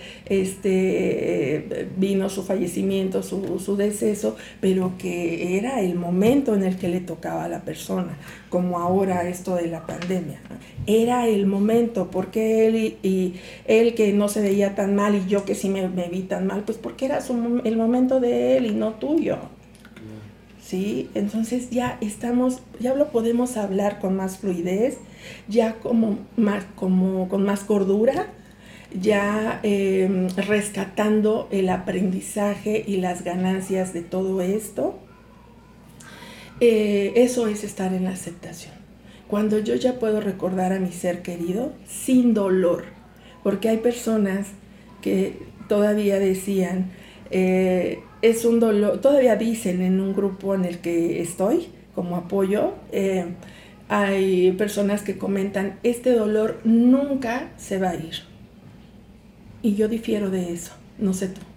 este, vino su fallecimiento, su, su deceso, pero que era el momento en el que le tocaba a la persona, como ahora esto de la pandemia. Era el momento, porque él y, y él que no se veía tan mal y yo que sí me, me vi tan mal, pues porque era su, el momento de él y no tuyo. ¿Sí? Entonces ya estamos, ya lo podemos hablar con más fluidez, ya como más, como con más cordura, ya eh, rescatando el aprendizaje y las ganancias de todo esto. Eh, eso es estar en la aceptación. Cuando yo ya puedo recordar a mi ser querido sin dolor, porque hay personas que todavía decían, eh, es un dolor, todavía dicen en un grupo en el que estoy como apoyo, eh, hay personas que comentan, este dolor nunca se va a ir. Y yo difiero de eso, no sé tú.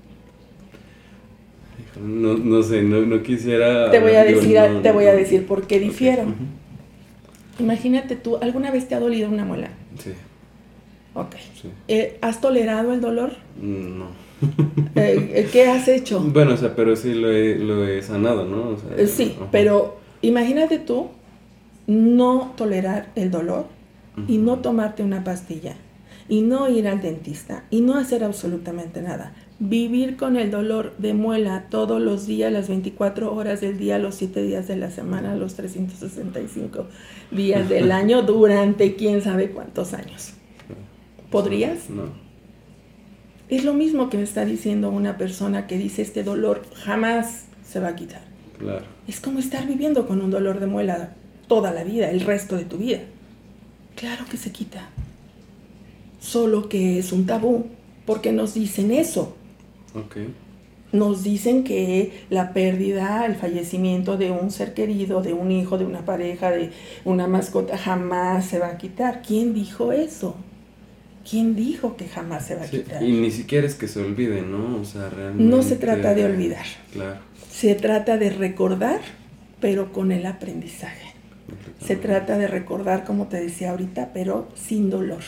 No, no sé, no, no quisiera... Te voy a decir, digo, no, te voy a no, decir por qué difiero. Okay. Uh-huh. Imagínate tú, ¿alguna vez te ha dolido una muela? Sí. Ok. Sí. Eh, ¿Has tolerado el dolor? No. eh, ¿Qué has hecho? Bueno, o sea, pero sí lo he, lo he sanado, ¿no? O sea, eh, sí, uh-huh. Pero imagínate tú no tolerar el dolor uh-huh. y no tomarte una pastilla y no ir al dentista y no hacer absolutamente nada. Vivir con el dolor de muela todos los días, las veinticuatro horas del día, los siete días de la semana, los trescientos sesenta y cinco días del año, durante quién sabe cuántos años. ¿Podrías? No. Es lo mismo que me está diciendo una persona que dice este dolor jamás se va a quitar. Claro. Es como estar viviendo con un dolor de muela toda la vida, el resto de tu vida. Claro que se quita. Solo que es un tabú, porque nos dicen eso. Okay. Nos dicen que la pérdida, el fallecimiento de un ser querido, de un hijo, de una pareja, de una mascota, jamás se va a quitar. ¿Quién dijo eso? ¿Quién dijo que jamás se va a sí, quitar? Y ni siquiera es que se olvide, ¿no? O sea, realmente... No se trata de olvidar. Claro. Se trata de recordar, pero con el aprendizaje. Se trata de recordar, como te decía ahorita, pero sin dolor.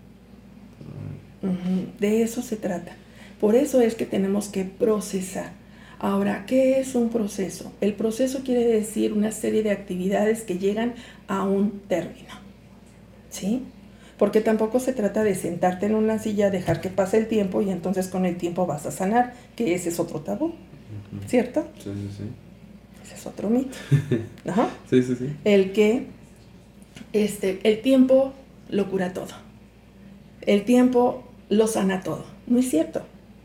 Uh-huh. De eso se trata. Por eso es que tenemos que procesar. Ahora, ¿qué es un proceso? El proceso quiere decir una serie de actividades que llegan a un término. ¿Sí? Porque tampoco se trata de sentarte en una silla, dejar que pase el tiempo y entonces con el tiempo vas a sanar, que ese es otro tabú. Uh-huh. ¿Cierto? Sí, sí, sí. Ese es otro mito. Ajá. Sí, sí, sí. El que este, el tiempo lo cura todo. El tiempo lo sana todo. No es cierto.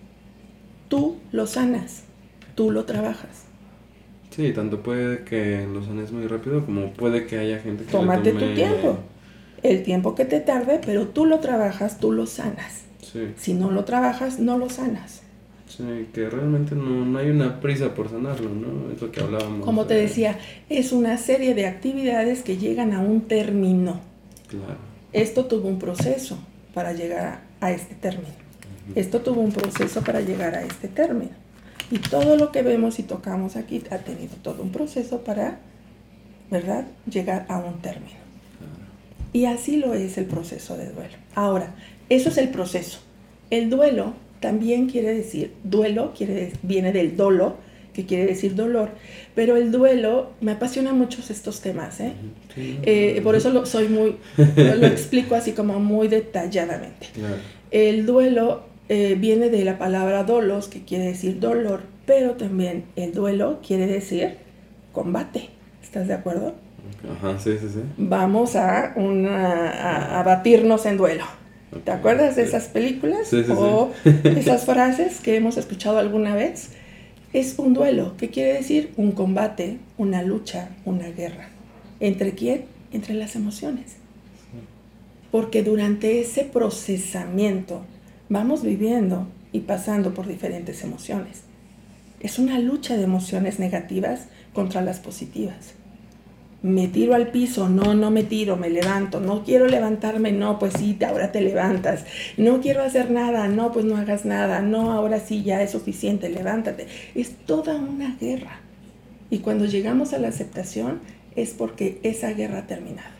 Tú lo sanas, tú lo trabajas. Sí, tanto puede que lo sanes muy rápido como puede que haya gente que Tómate le tome... tu tiempo, el tiempo que te tarde, pero tú lo trabajas, tú lo sanas. Sí. Si no lo trabajas, no lo sanas. Sí, que realmente no, no hay una prisa por sanarlo, ¿no? Es lo que hablábamos. Como te de... decía, es una serie de actividades que llegan a un término. Claro. Esto tuvo un proceso para llegar a este término. Esto tuvo un proceso para llegar a este término. Y todo lo que vemos y tocamos aquí ha tenido todo un proceso para, ¿verdad?, llegar a un término. Y así lo es el proceso de duelo. Ahora, eso es el proceso. El duelo también quiere decir, duelo quiere, viene del dolo, que quiere decir dolor, pero el duelo, me apasionan mucho estos temas, ¿eh? Eh, por eso lo, soy muy, lo, lo explico así como muy detalladamente. Claro. El duelo eh, viene de la palabra dolos, que quiere decir dolor, pero también el duelo quiere decir combate. ¿Estás de acuerdo? Ajá, sí, sí, sí. Vamos a, una, a, a batirnos en duelo. Okay. ¿Te acuerdas de esas películas? Sí, sí, o sí. esas frases que hemos escuchado alguna vez. Es un duelo, ¿qué quiere decir? Un combate, una lucha, una guerra. ¿Entre quién? Entre las emociones. Porque durante ese procesamiento vamos viviendo y pasando por diferentes emociones. Es una lucha de emociones negativas contra las positivas. Me tiro al piso, no, no me tiro, me levanto. No quiero levantarme, no, pues sí, ahora te levantas. No quiero hacer nada, no, pues no hagas nada. No, ahora sí, ya es suficiente, levántate. Es toda una guerra. Y cuando llegamos a la aceptación es porque esa guerra ha terminado.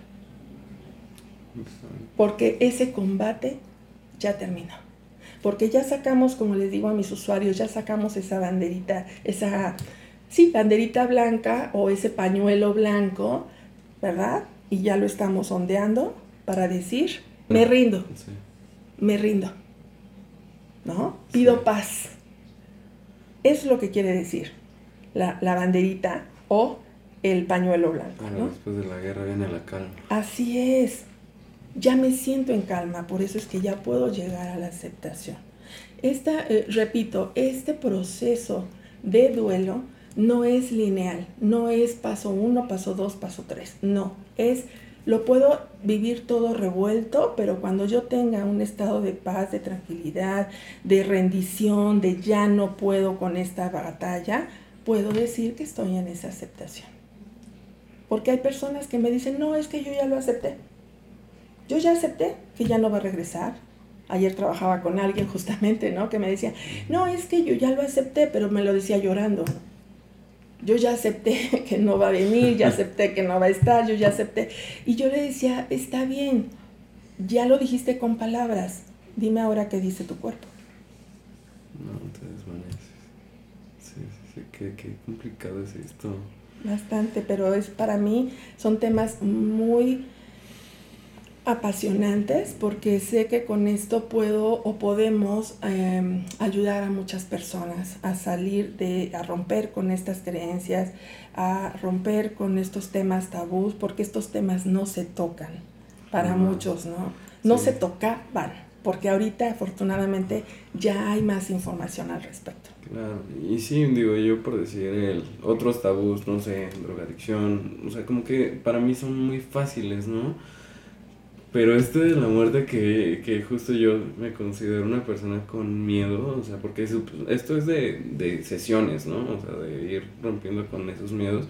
Porque ese combate ya terminó. Porque ya sacamos, como les digo a mis usuarios, ya sacamos esa banderita, esa... Sí, banderita blanca o ese pañuelo blanco, ¿verdad? Y ya lo estamos ondeando para decir, me rindo, sí. me rindo, ¿no? Pido sí. paz. Es lo que quiere decir la, la banderita o el pañuelo blanco, Ahora, ¿no? Después de la guerra viene la calma. Así es. Ya me siento en calma, por eso es que ya puedo llegar a la aceptación. Esta, eh, repito, este proceso de duelo no es lineal, no es paso uno, paso dos, paso tres, no, es, lo puedo vivir todo revuelto, pero cuando yo tenga un estado de paz, de tranquilidad, de rendición, de ya no puedo con esta batalla, puedo decir que estoy en esa aceptación. Porque hay personas que me dicen, no, es que yo ya lo acepté, yo ya acepté que ya no va a regresar. Ayer trabajaba con alguien justamente, ¿no?, que me decía, no, es que yo ya lo acepté, pero me lo decía llorando, ¿no? Yo ya acepté que no va a venir, ya acepté que no va a estar, yo ya acepté. Y yo le decía, está bien, ya lo dijiste con palabras, dime ahora qué dice tu cuerpo. No, te desvaneces. Sí, sí, sí, qué, qué complicado es esto. Bastante, pero es para mí, son temas muy apasionantes porque sé que con esto puedo o podemos eh, ayudar a muchas personas a salir de, a romper con estas creencias, a romper con estos temas tabús, porque estos temas no se tocan para uh-huh. muchos, ¿no? No sí. se tocaban, porque ahorita afortunadamente ya hay más información al respecto. Claro, y sí, digo yo por decir el, otros tabús, no sé, drogadicción, o sea, como que para mí son muy fáciles, ¿no? Pero este de la muerte que, que justo yo me considero una persona con miedo, o sea, porque eso, esto es de, de sesiones, ¿no? O sea, de ir rompiendo con esos miedos.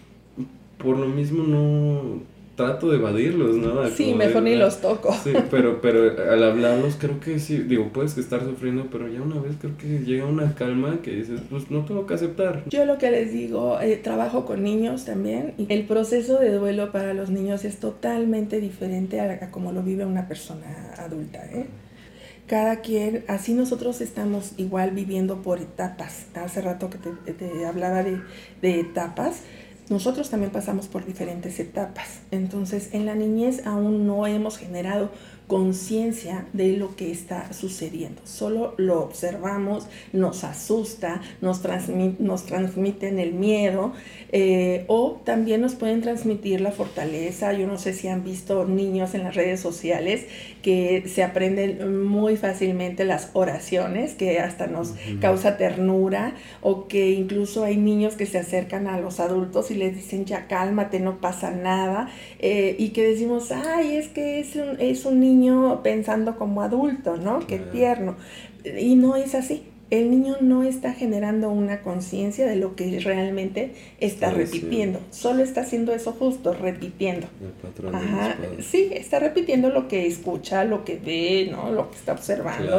Por lo mismo no trato de evadirlos, ¿no? Sí, como mejor de, ni los toco. Sí, pero, pero al hablarlos creo que sí, digo, puedes estar sufriendo, pero ya una vez creo que llega una calma que dices, pues no tengo que aceptar. Yo lo que les digo, eh, trabajo con niños también, y el proceso de duelo para los niños es totalmente diferente a, a como lo vive una persona adulta, ¿eh? Cada quien, así nosotros estamos igual viviendo por etapas. Hace rato que te, te hablaba de, de etapas. Nosotros también pasamos por diferentes etapas. Entonces, en la niñez aún no hemos generado conciencia de lo que está sucediendo. Solo lo observamos, nos asusta, nos, transmit, nos transmiten el miedo eh, o también nos pueden transmitir la fortaleza. Yo no sé si han visto niños en las redes sociales que se aprenden muy fácilmente las oraciones, que hasta nos uh-huh. causa ternura, o que incluso hay niños que se acercan a los adultos y les dicen, ya cálmate, no pasa nada, eh, y que decimos, ay, es que es un, es un niño pensando como adulto, ¿no? Qué tierno. Y no es así. El niño no está generando una conciencia de lo que realmente está sí, repitiendo. Sí. Solo está haciendo eso justo, repitiendo. El patrón Ajá. Sí, está repitiendo lo que escucha, lo que ve, ¿no? Lo que está observando. Claro.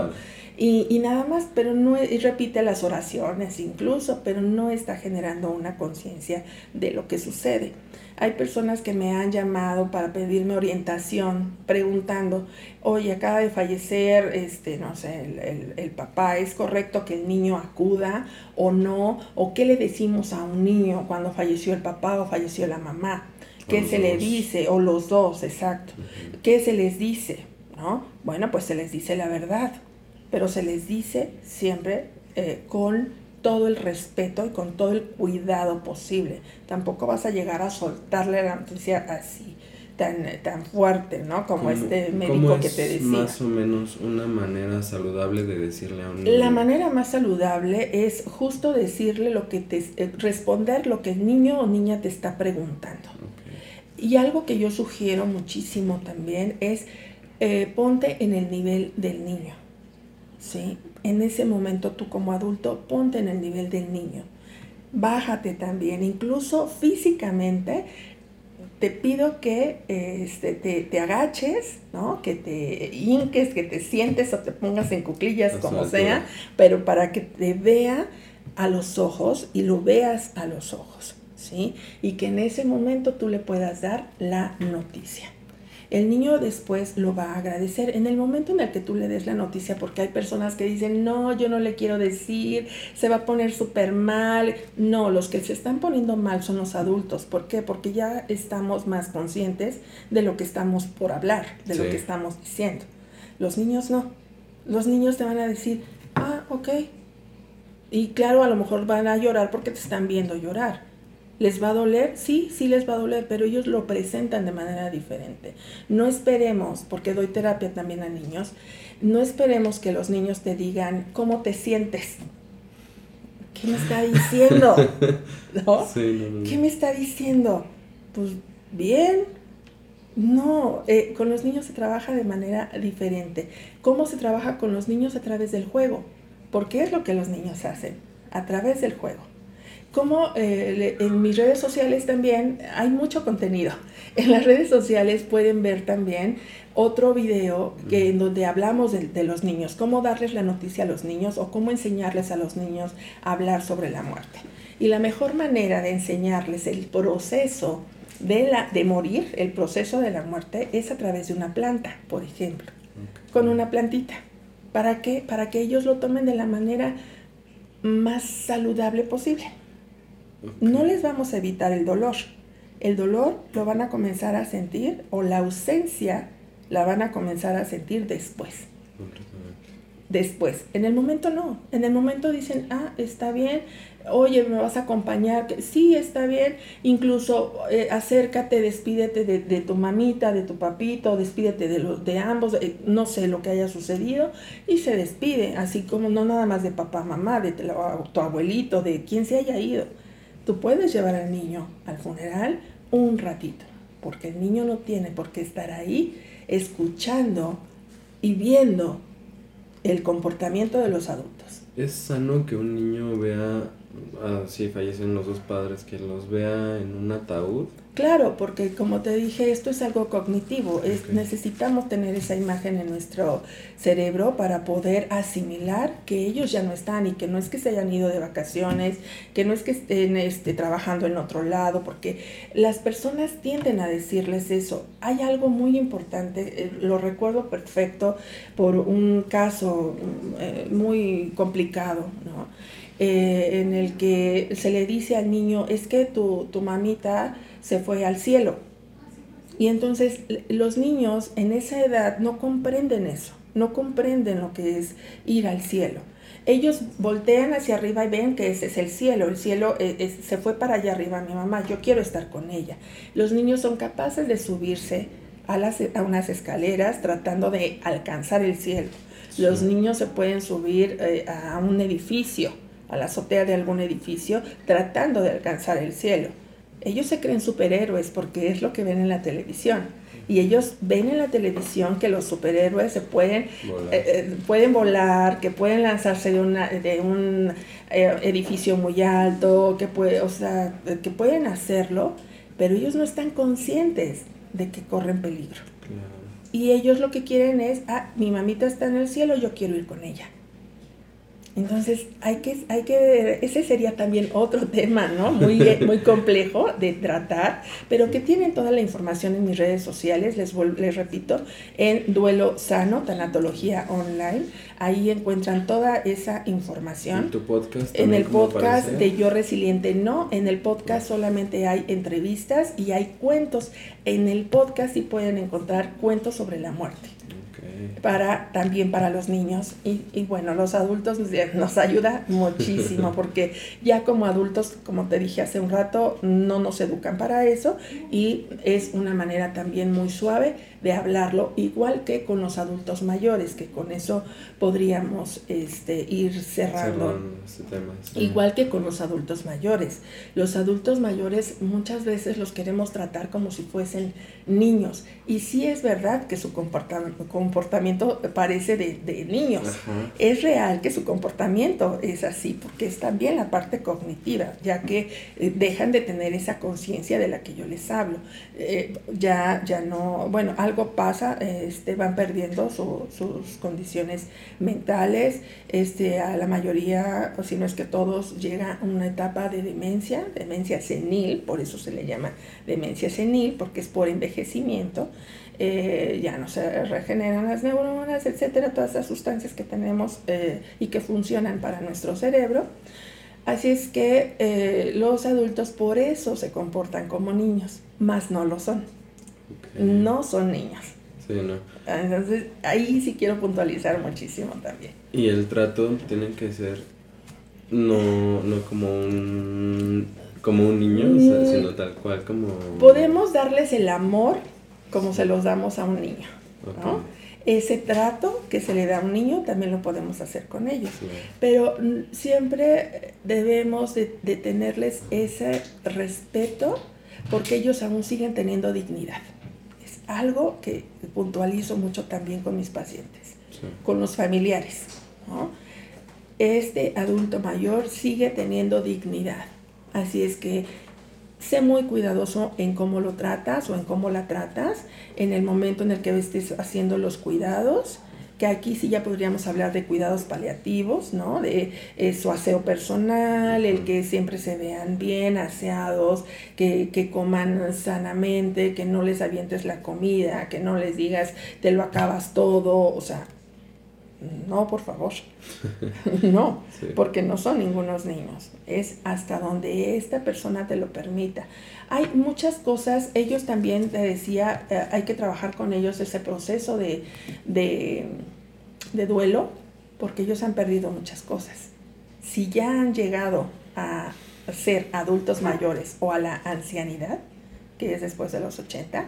Y, y nada más, pero no, y repite las oraciones incluso, pero no está generando una conciencia de lo que sucede. Hay personas que me han llamado para pedirme orientación, preguntando, oye, acaba de fallecer, este, no sé, el, el, el papá, ¿es correcto que el niño acuda o no? ¿O qué le decimos a un niño cuando falleció el papá o falleció la mamá? ¿Qué se le dice? O los dos, exacto. ¿Qué se les dice? ¿No? Bueno, pues se les dice la verdad, pero se les dice siempre eh, con todo el respeto y con todo el cuidado posible. Tampoco vas a llegar a soltarle la noticia así, tan, tan fuerte, ¿no? Como ¿Cómo, este médico que te decía. Más o menos una manera saludable de decirle a un niño? La manera más saludable es justo decirle lo que te, eh, responder lo que el niño o niña te está preguntando. Okay. Y algo que yo sugiero muchísimo también es eh, ponte en el nivel del niño, ¿sí? En ese momento tú como adulto ponte en el nivel del niño, bájate también, incluso físicamente te pido que este, te, te agaches, ¿no? Que te hinques, que te sientes o te pongas en cuclillas, Exacto. como sea, pero para que te vea a los ojos y lo veas a los ojos, ¿sí? Y que en ese momento tú le puedas dar la noticia. El niño después lo va a agradecer en el momento en el que tú le des la noticia, porque hay personas que dicen, no, yo no le quiero decir, se va a poner súper mal. No, los que se están poniendo mal son los adultos. ¿Por qué? Porque ya estamos más conscientes de lo que estamos por hablar, de sí. lo que estamos diciendo. Los niños no. Los niños te van a decir, ah, ok. Y claro, a lo mejor van a llorar porque te están viendo llorar. ¿Les va a doler? Sí, sí les va a doler, pero ellos lo presentan de manera diferente. No esperemos, porque doy terapia también a niños, no esperemos que los niños te digan, ¿cómo te sientes? ¿Qué me está diciendo? ¿No? Sí, no, no. ¿Qué me está diciendo? Pues, bien. No, eh, con los niños se trabaja de manera diferente. ¿Cómo se trabaja con los niños? A través del juego. ¿Por qué es lo que los niños hacen? A través del juego. Como eh, en mis redes sociales también hay mucho contenido. En las redes sociales pueden ver también otro video que, en donde hablamos de, de los niños, cómo darles la noticia a los niños o cómo enseñarles a los niños a hablar sobre la muerte. Y la mejor manera de enseñarles el proceso de, la, de morir, el proceso de la muerte, es a través de una planta, por ejemplo, okay. con una plantita. ¿Para qué? Para que ellos lo tomen de la manera más saludable posible. Okay. No les vamos a evitar el dolor. El dolor lo van a comenzar a sentir, o la ausencia la van a comenzar a sentir después. Okay. Después. En el momento no. En el momento dicen, ah, está bien, oye, ¿me vas a acompañar? Sí, está bien. Incluso eh, acércate, despídete de, de tu mamita, de tu papito, despídete de, los, de ambos, eh, no sé lo que haya sucedido, y se despide, así como no nada más de papá, mamá, de tu abuelito, de quien se haya ido. Tú puedes llevar al niño al funeral un ratito, porque el niño no tiene por qué estar ahí escuchando y viendo el comportamiento de los adultos. ¿Es sano que un niño vea, ah, si fallecen los dos padres, que los vea en un ataúd? Claro, porque como te dije, esto es algo cognitivo. Es, okay. Necesitamos tener esa imagen en nuestro cerebro para poder asimilar que ellos ya no están, y que no es que se hayan ido de vacaciones, que no es que estén este, trabajando en otro lado, porque las personas tienden a decirles eso. Hay algo muy importante, eh, lo recuerdo perfecto por un caso eh, muy complicado, ¿no? Eh, en el que se le dice al niño, es que tu, tu mamita se fue al cielo. Y entonces los niños en esa edad no comprenden eso, no comprenden lo que es ir al cielo. Ellos voltean hacia arriba y ven que ese es el cielo, el cielo es, es, se fue para allá arriba mi mamá, yo quiero estar con ella. Los niños son capaces de subirse a, las, a unas escaleras tratando de alcanzar el cielo. Los sí. niños se pueden subir eh, a un edificio, a la azotea de algún edificio, tratando de alcanzar el cielo. Ellos se creen superhéroes porque es lo que ven en la televisión. Y ellos ven en la televisión que los superhéroes se pueden volar, eh, eh, pueden volar, que pueden lanzarse de, una, de un eh, edificio muy alto, que, puede, o sea, que pueden hacerlo, pero ellos no están conscientes de que corren peligro. Claro. Y ellos lo que quieren es, ah, mi mamita está en el cielo, yo quiero ir con ella. Entonces, hay que, hay que, ese sería también otro tema, ¿no? Muy, muy complejo de tratar, pero que tienen toda la información en mis redes sociales, les, les repito, en Duelo Sano, Tanatología Online. Ahí encuentran toda esa información. ¿En tu podcast? En el podcast de Yo Resiliente no, en el podcast solamente hay entrevistas y hay cuentos. En el podcast sí pueden encontrar cuentos sobre la muerte. Para, también para los niños y, y bueno, los adultos nos, nos ayuda muchísimo porque ya como adultos, como te dije hace un rato, no nos educan para eso y es una manera también muy suave de hablarlo, igual que con los adultos mayores, que con eso podríamos este, ir cerrando. Ese tema, sí. Igual que con los adultos mayores. Los adultos mayores muchas veces los queremos tratar como si fuesen niños y sí es verdad que su comportamiento, comportamiento parece de, de niños. Ajá. Es real que su comportamiento es así porque es también la parte cognitiva, ya que eh, dejan de tener esa conciencia de la que yo les hablo. Eh, ya, ya no, bueno, algo pasa, este, van perdiendo su, sus condiciones mentales, este, a la mayoría, o si no es que todos, llega a una etapa de demencia, demencia senil, por eso se le llama demencia senil, porque es por envejecimiento. Eh, ya no se regeneran las neuronas, etcétera, todas esas sustancias que tenemos eh, y que funcionan para nuestro cerebro. Así es que eh, los adultos por eso se comportan como niños, mas no lo son. Okay. No son niños. Sí, no. Entonces, ahí sí quiero puntualizar muchísimo también. Y el trato tiene que ser no, no como un, como un niño, mm, o sea, sino tal cual como... Podemos darles el amor como se los damos a un niño, okay, ¿no? Ese trato que se le da a un niño también lo podemos hacer con ellos, sí, pero siempre debemos de, de tenerles ese respeto porque ellos aún siguen teniendo dignidad. Es algo que puntualizo mucho también con mis pacientes, sí, con los familiares, ¿no? Este adulto mayor sigue teniendo dignidad, así es que sé muy cuidadoso en cómo lo tratas o en cómo la tratas, en el momento en el que estés haciendo los cuidados, que aquí sí ya podríamos hablar de cuidados paliativos, ¿no? De eh, su aseo personal, el que siempre se vean bien aseados, que, que coman sanamente, que no les avientes la comida, que no les digas te lo acabas todo, o sea, no, por favor, no, sí, porque no son ningunos niños, es hasta donde esta persona te lo permita. Hay muchas cosas, ellos también, te decía, eh, hay que trabajar con ellos ese proceso de, de, de duelo, porque ellos han perdido muchas cosas. Si ya han llegado a ser adultos mayores o a la ancianidad, que es después de los ochenta,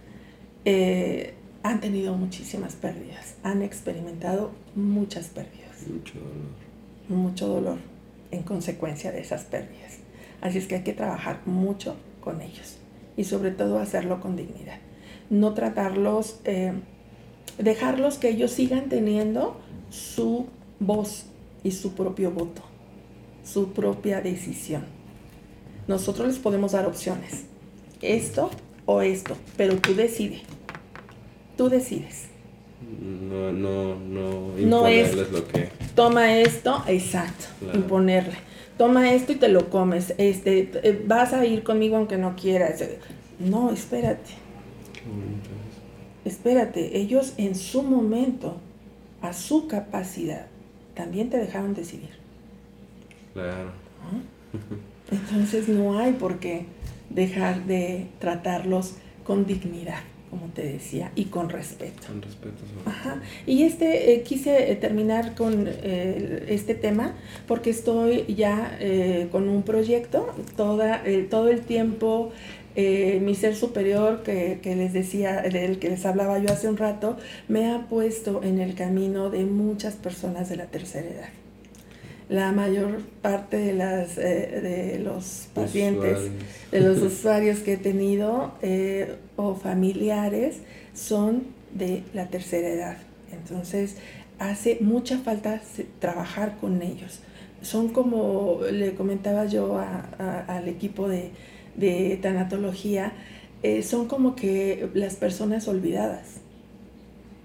eh, han tenido muchísimas pérdidas, han experimentado muchas pérdidas. Mucho dolor. Mucho dolor en consecuencia de esas pérdidas. Así es que hay que trabajar mucho con ellos y sobre todo hacerlo con dignidad. No tratarlos, eh, dejarlos que ellos sigan teniendo su voz y su propio voto, su propia decisión. Nosotros les podemos dar opciones, esto o esto, pero tú decides. Tú decides. No, no, no imponerles no es, lo que... Toma esto, exacto, claro, imponerle. Toma esto y te lo comes. Este, vas a ir conmigo aunque no quieras. No, espérate. Espérate, ellos en su momento, a su capacidad, también te dejaron decidir. Claro. ¿No? Entonces no hay por qué dejar de tratarlos con dignidad, como te decía, y con respeto. Con respeto. Ajá. Y este, eh, quise eh, terminar con eh, este tema porque estoy ya eh, con un proyecto, toda, eh, todo el tiempo eh, mi ser superior que, que les decía, del que les hablaba yo hace un rato, me ha puesto en el camino de muchas personas de la tercera edad. La mayor parte de, las, eh, de los pacientes, usuarios. de los usuarios que he tenido eh, o familiares son de la tercera edad. Entonces hace mucha falta trabajar con ellos. Son como le comentaba yo a, a, al equipo de, de tanatología, eh, son como que las personas olvidadas.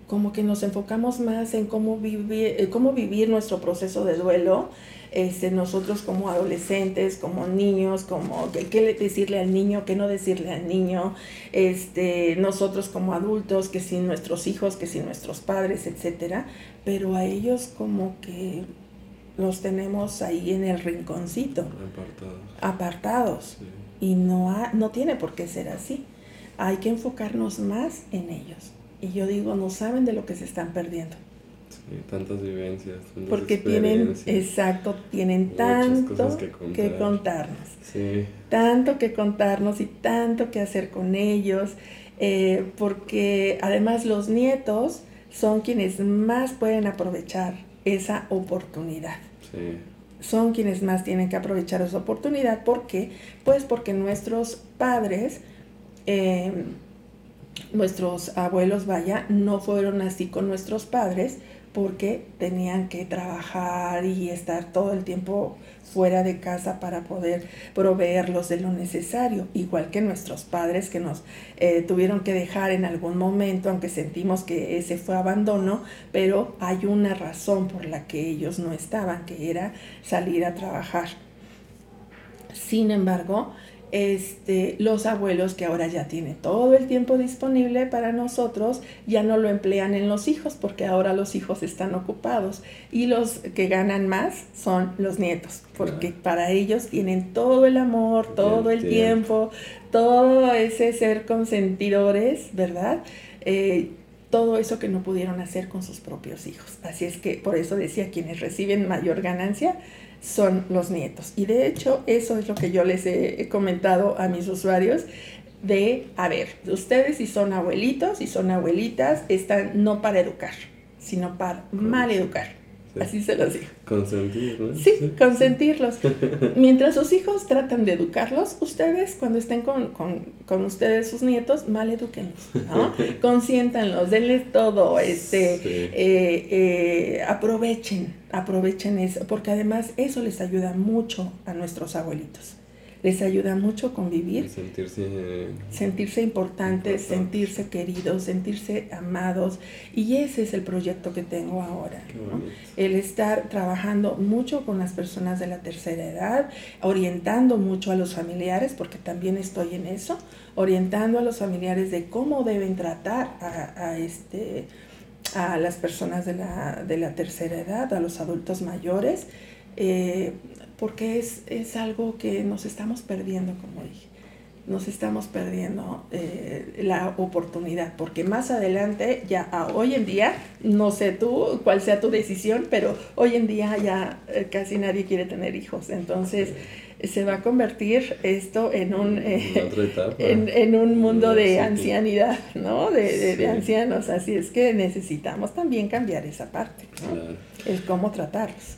como que nos enfocamos más en cómo vivir, cómo vivir nuestro proceso de duelo, este, nosotros como adolescentes, como niños, como qué, qué decirle al niño, qué no decirle al niño, este, nosotros como adultos, que si nuestros hijos, que si nuestros padres, etcétera, pero a ellos como que los tenemos ahí en el rinconcito, apartados, apartados sí. Y no, ha, no tiene por qué ser así, hay que enfocarnos más en ellos. Y yo digo, no saben de lo que se están perdiendo. Sí, tantas vivencias, tantas porque tienen, exacto, tienen tanto que, contar. que contarnos. Sí. Tanto que contarnos y tanto que hacer con ellos, eh, porque además los nietos son quienes más pueden aprovechar esa oportunidad. Sí. Son quienes más tienen que aprovechar esa oportunidad. ¿Por qué? Pues porque nuestros padres... Eh, nuestros abuelos, vaya, no fueron así con nuestros padres porque tenían que trabajar y estar todo el tiempo fuera de casa para poder proveerlos de lo necesario, igual que nuestros padres que nos eh, tuvieron que dejar en algún momento, aunque sentimos que ese fue abandono, pero hay una razón por la que ellos no estaban, que era salir a trabajar. Sin embargo, Este, los abuelos que ahora ya tienen todo el tiempo disponible para nosotros, ya no lo emplean en los hijos porque ahora los hijos están ocupados y los que ganan más son los nietos, porque claro. Para ellos tienen todo el amor, todo el, el tiempo, tiempo, todo ese ser consentidores, ¿verdad? Eh, todo eso que no pudieron hacer con sus propios hijos. Así es que por eso decía, quienes reciben mayor ganancia son los nietos. Y de hecho, eso es lo que yo les he comentado a mis usuarios, de, a ver, ustedes si son abuelitos, si son abuelitas, están no para educar, sino para mal educar. Sí. Así se los digo. Consentir, ¿no? Sí, sí, consentirlos. Mientras sus hijos tratan de educarlos, ustedes, cuando estén con, con, con ustedes, sus nietos, mal edúquenlos, ¿no? Consiéntanlos, denles todo, este, sí. eh, eh, aprovechen, aprovechen eso, porque además eso les ayuda mucho a nuestros abuelitos. Les ayuda mucho convivir, sentirse, eh, sentirse importantes, sentirse queridos, sentirse amados, y ese es el proyecto que tengo ahora, ¿no? El estar trabajando mucho con las personas de la tercera edad, orientando mucho a los familiares, porque también estoy en eso, orientando a los familiares de cómo deben tratar a, a, este, a las personas de la, de la tercera edad, a los adultos mayores, eh, porque es, es algo que nos estamos perdiendo, como dije, nos estamos perdiendo eh, la oportunidad, porque más adelante, ya a, hoy en día, no sé tú cuál sea tu decisión, pero hoy en día ya eh, casi nadie quiere tener hijos, entonces se va a convertir esto en un, eh, en, en un mundo de ancianidad, ¿no? De, de, de ancianos, así es que necesitamos también cambiar esa parte, ¿no? Claro. El cómo tratarlos.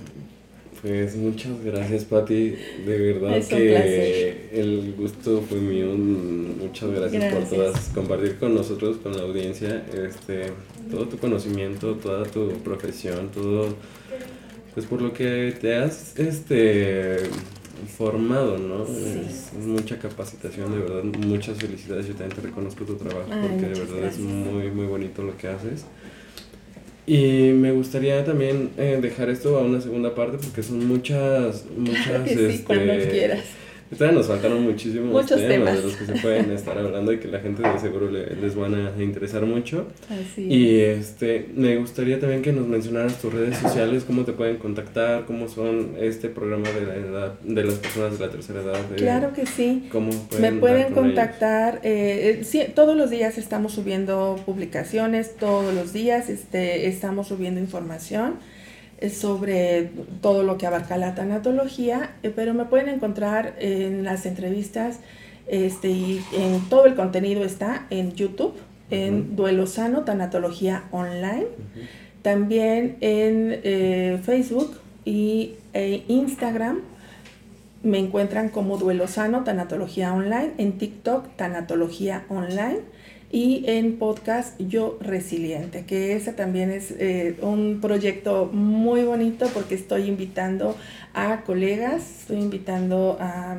Pues muchas gracias, Pati, de verdad es que placer. El gusto fue mío, muchas gracias, gracias por todas, compartir con nosotros, con la audiencia, este, todo tu conocimiento, toda tu profesión, todo, pues por lo que te has, este, formado, ¿no? Sí. Es, es mucha capacitación, de verdad, muchas felicidades, yo también te reconozco tu trabajo. Ay, porque de verdad gracias. Es muy, muy bonito lo que haces. Y me gustaría también eh, dejar esto a una segunda parte porque son muchas, muchas, sí, este, cuando quieras. Todavía nos faltaron muchísimos Muchos temas, temas de los que se pueden estar hablando y que la gente de seguro le, les van a interesar mucho. Así y es. este, me gustaría también que nos mencionaras tus redes sociales, cómo te pueden contactar, cómo son este programa de la edad, de las personas de la tercera edad. De, claro que sí. ¿Cómo pueden me pueden contactar. Eh, sí, todos los días estamos subiendo publicaciones, todos los días este, estamos subiendo información sobre todo lo que abarca la tanatología, eh, pero me pueden encontrar en las entrevistas este, y en todo el contenido está en YouTube, en uh-huh. Duelo Sano, Tanatología Online, uh-huh. También en eh, Facebook y eh, Instagram me encuentran como Duelo Sano, Tanatología Online, en TikTok, Tanatología Online, y en podcast Yo Resiliente, que ese también es eh, un proyecto muy bonito porque estoy invitando a colegas, estoy invitando a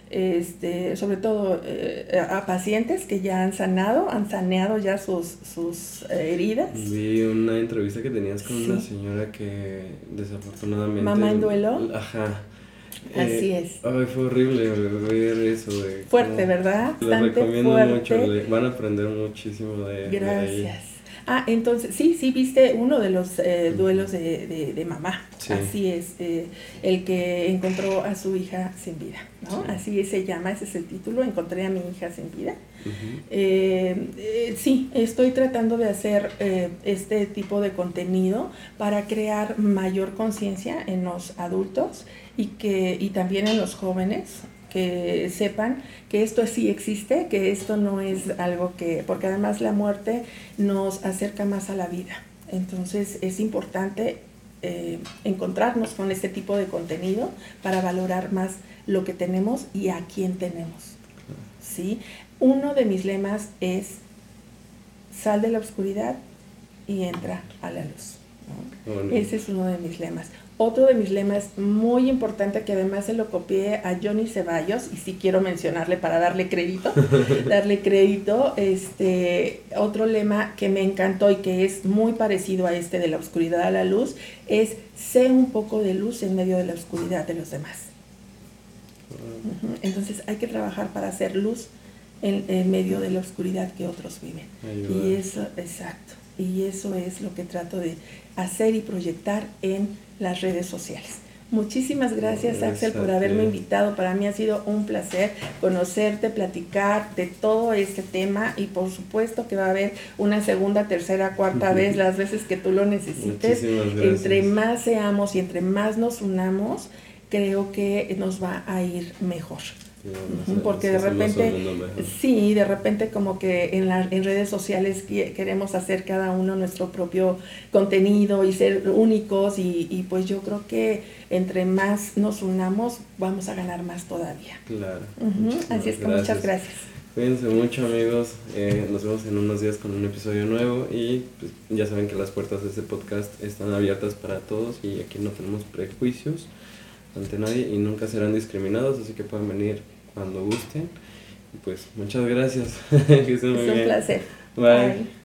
este, sobre todo eh, a pacientes que ya han sanado, han saneado ya sus, sus eh, heridas. Vi una entrevista que tenías con sí. una señora que desafortunadamente... Mamá en duelo. Ajá. Así eh, es. Ay, fue horrible ver eso. De fuerte, cómo... ¿verdad? Les Bastante recomiendo fuerte. mucho, le, van a aprender muchísimo de, Gracias. de ahí. Ah, entonces, sí, sí, viste uno de los eh, duelos de, de, de mamá. Sí. Así es, eh, el que encontró a su hija sin vida, ¿no? Sí. Así se llama, ese es el título, encontré a mi hija sin vida. Uh-huh. eh, eh, sí, estoy tratando de hacer eh, este tipo de contenido para crear mayor conciencia en los adultos y, que, y también en los jóvenes, que sepan que esto sí existe, que esto no es algo que, porque además la muerte nos acerca más a la vida. Entonces es importante eh, encontrarnos con este tipo de contenido para valorar más lo que tenemos y a quién tenemos. ¿Sí? Uno de mis lemas es: sal de la oscuridad y entra a la luz, ¿no? Bueno. Ese es uno de mis lemas. Otro de mis lemas muy importante, que además se lo copié a Johnny Ceballos, y sí quiero mencionarle para darle crédito, darle crédito, este, otro lema que me encantó y que es muy parecido a este de la oscuridad a la luz, es: sé un poco de luz en medio de la oscuridad de los demás. Uh-huh. Entonces hay que trabajar para hacer luz en, en medio de la oscuridad que otros viven. Ayuda. Y eso, exacto, y eso es lo que trato de hacer y proyectar en las redes sociales. Muchísimas gracias, no, Axel, por haberme invitado. Para mí ha sido un placer conocerte, platicar de todo este tema, y por supuesto que va a haber una segunda, tercera, cuarta vez, las veces que tú lo necesites. Entre más seamos y entre más nos unamos, creo que nos va a ir mejor. Sí, no, porque de repente, sí, de repente como que en, la, en redes sociales queremos hacer cada uno nuestro propio contenido y ser únicos, y, y pues yo creo que entre más nos unamos vamos a ganar más todavía. Claro. Uh-huh. Así es que gracias. Muchas gracias. Cuídense mucho, amigos. Eh, nos vemos en unos días con un episodio nuevo, y pues, ya saben que las puertas de este podcast están abiertas para todos, y aquí no tenemos prejuicios ante nadie y nunca serán discriminados, así que pueden venir cuando gusten. Y pues muchas gracias. Que estén muy bien. Es un placer. Bye. Bye.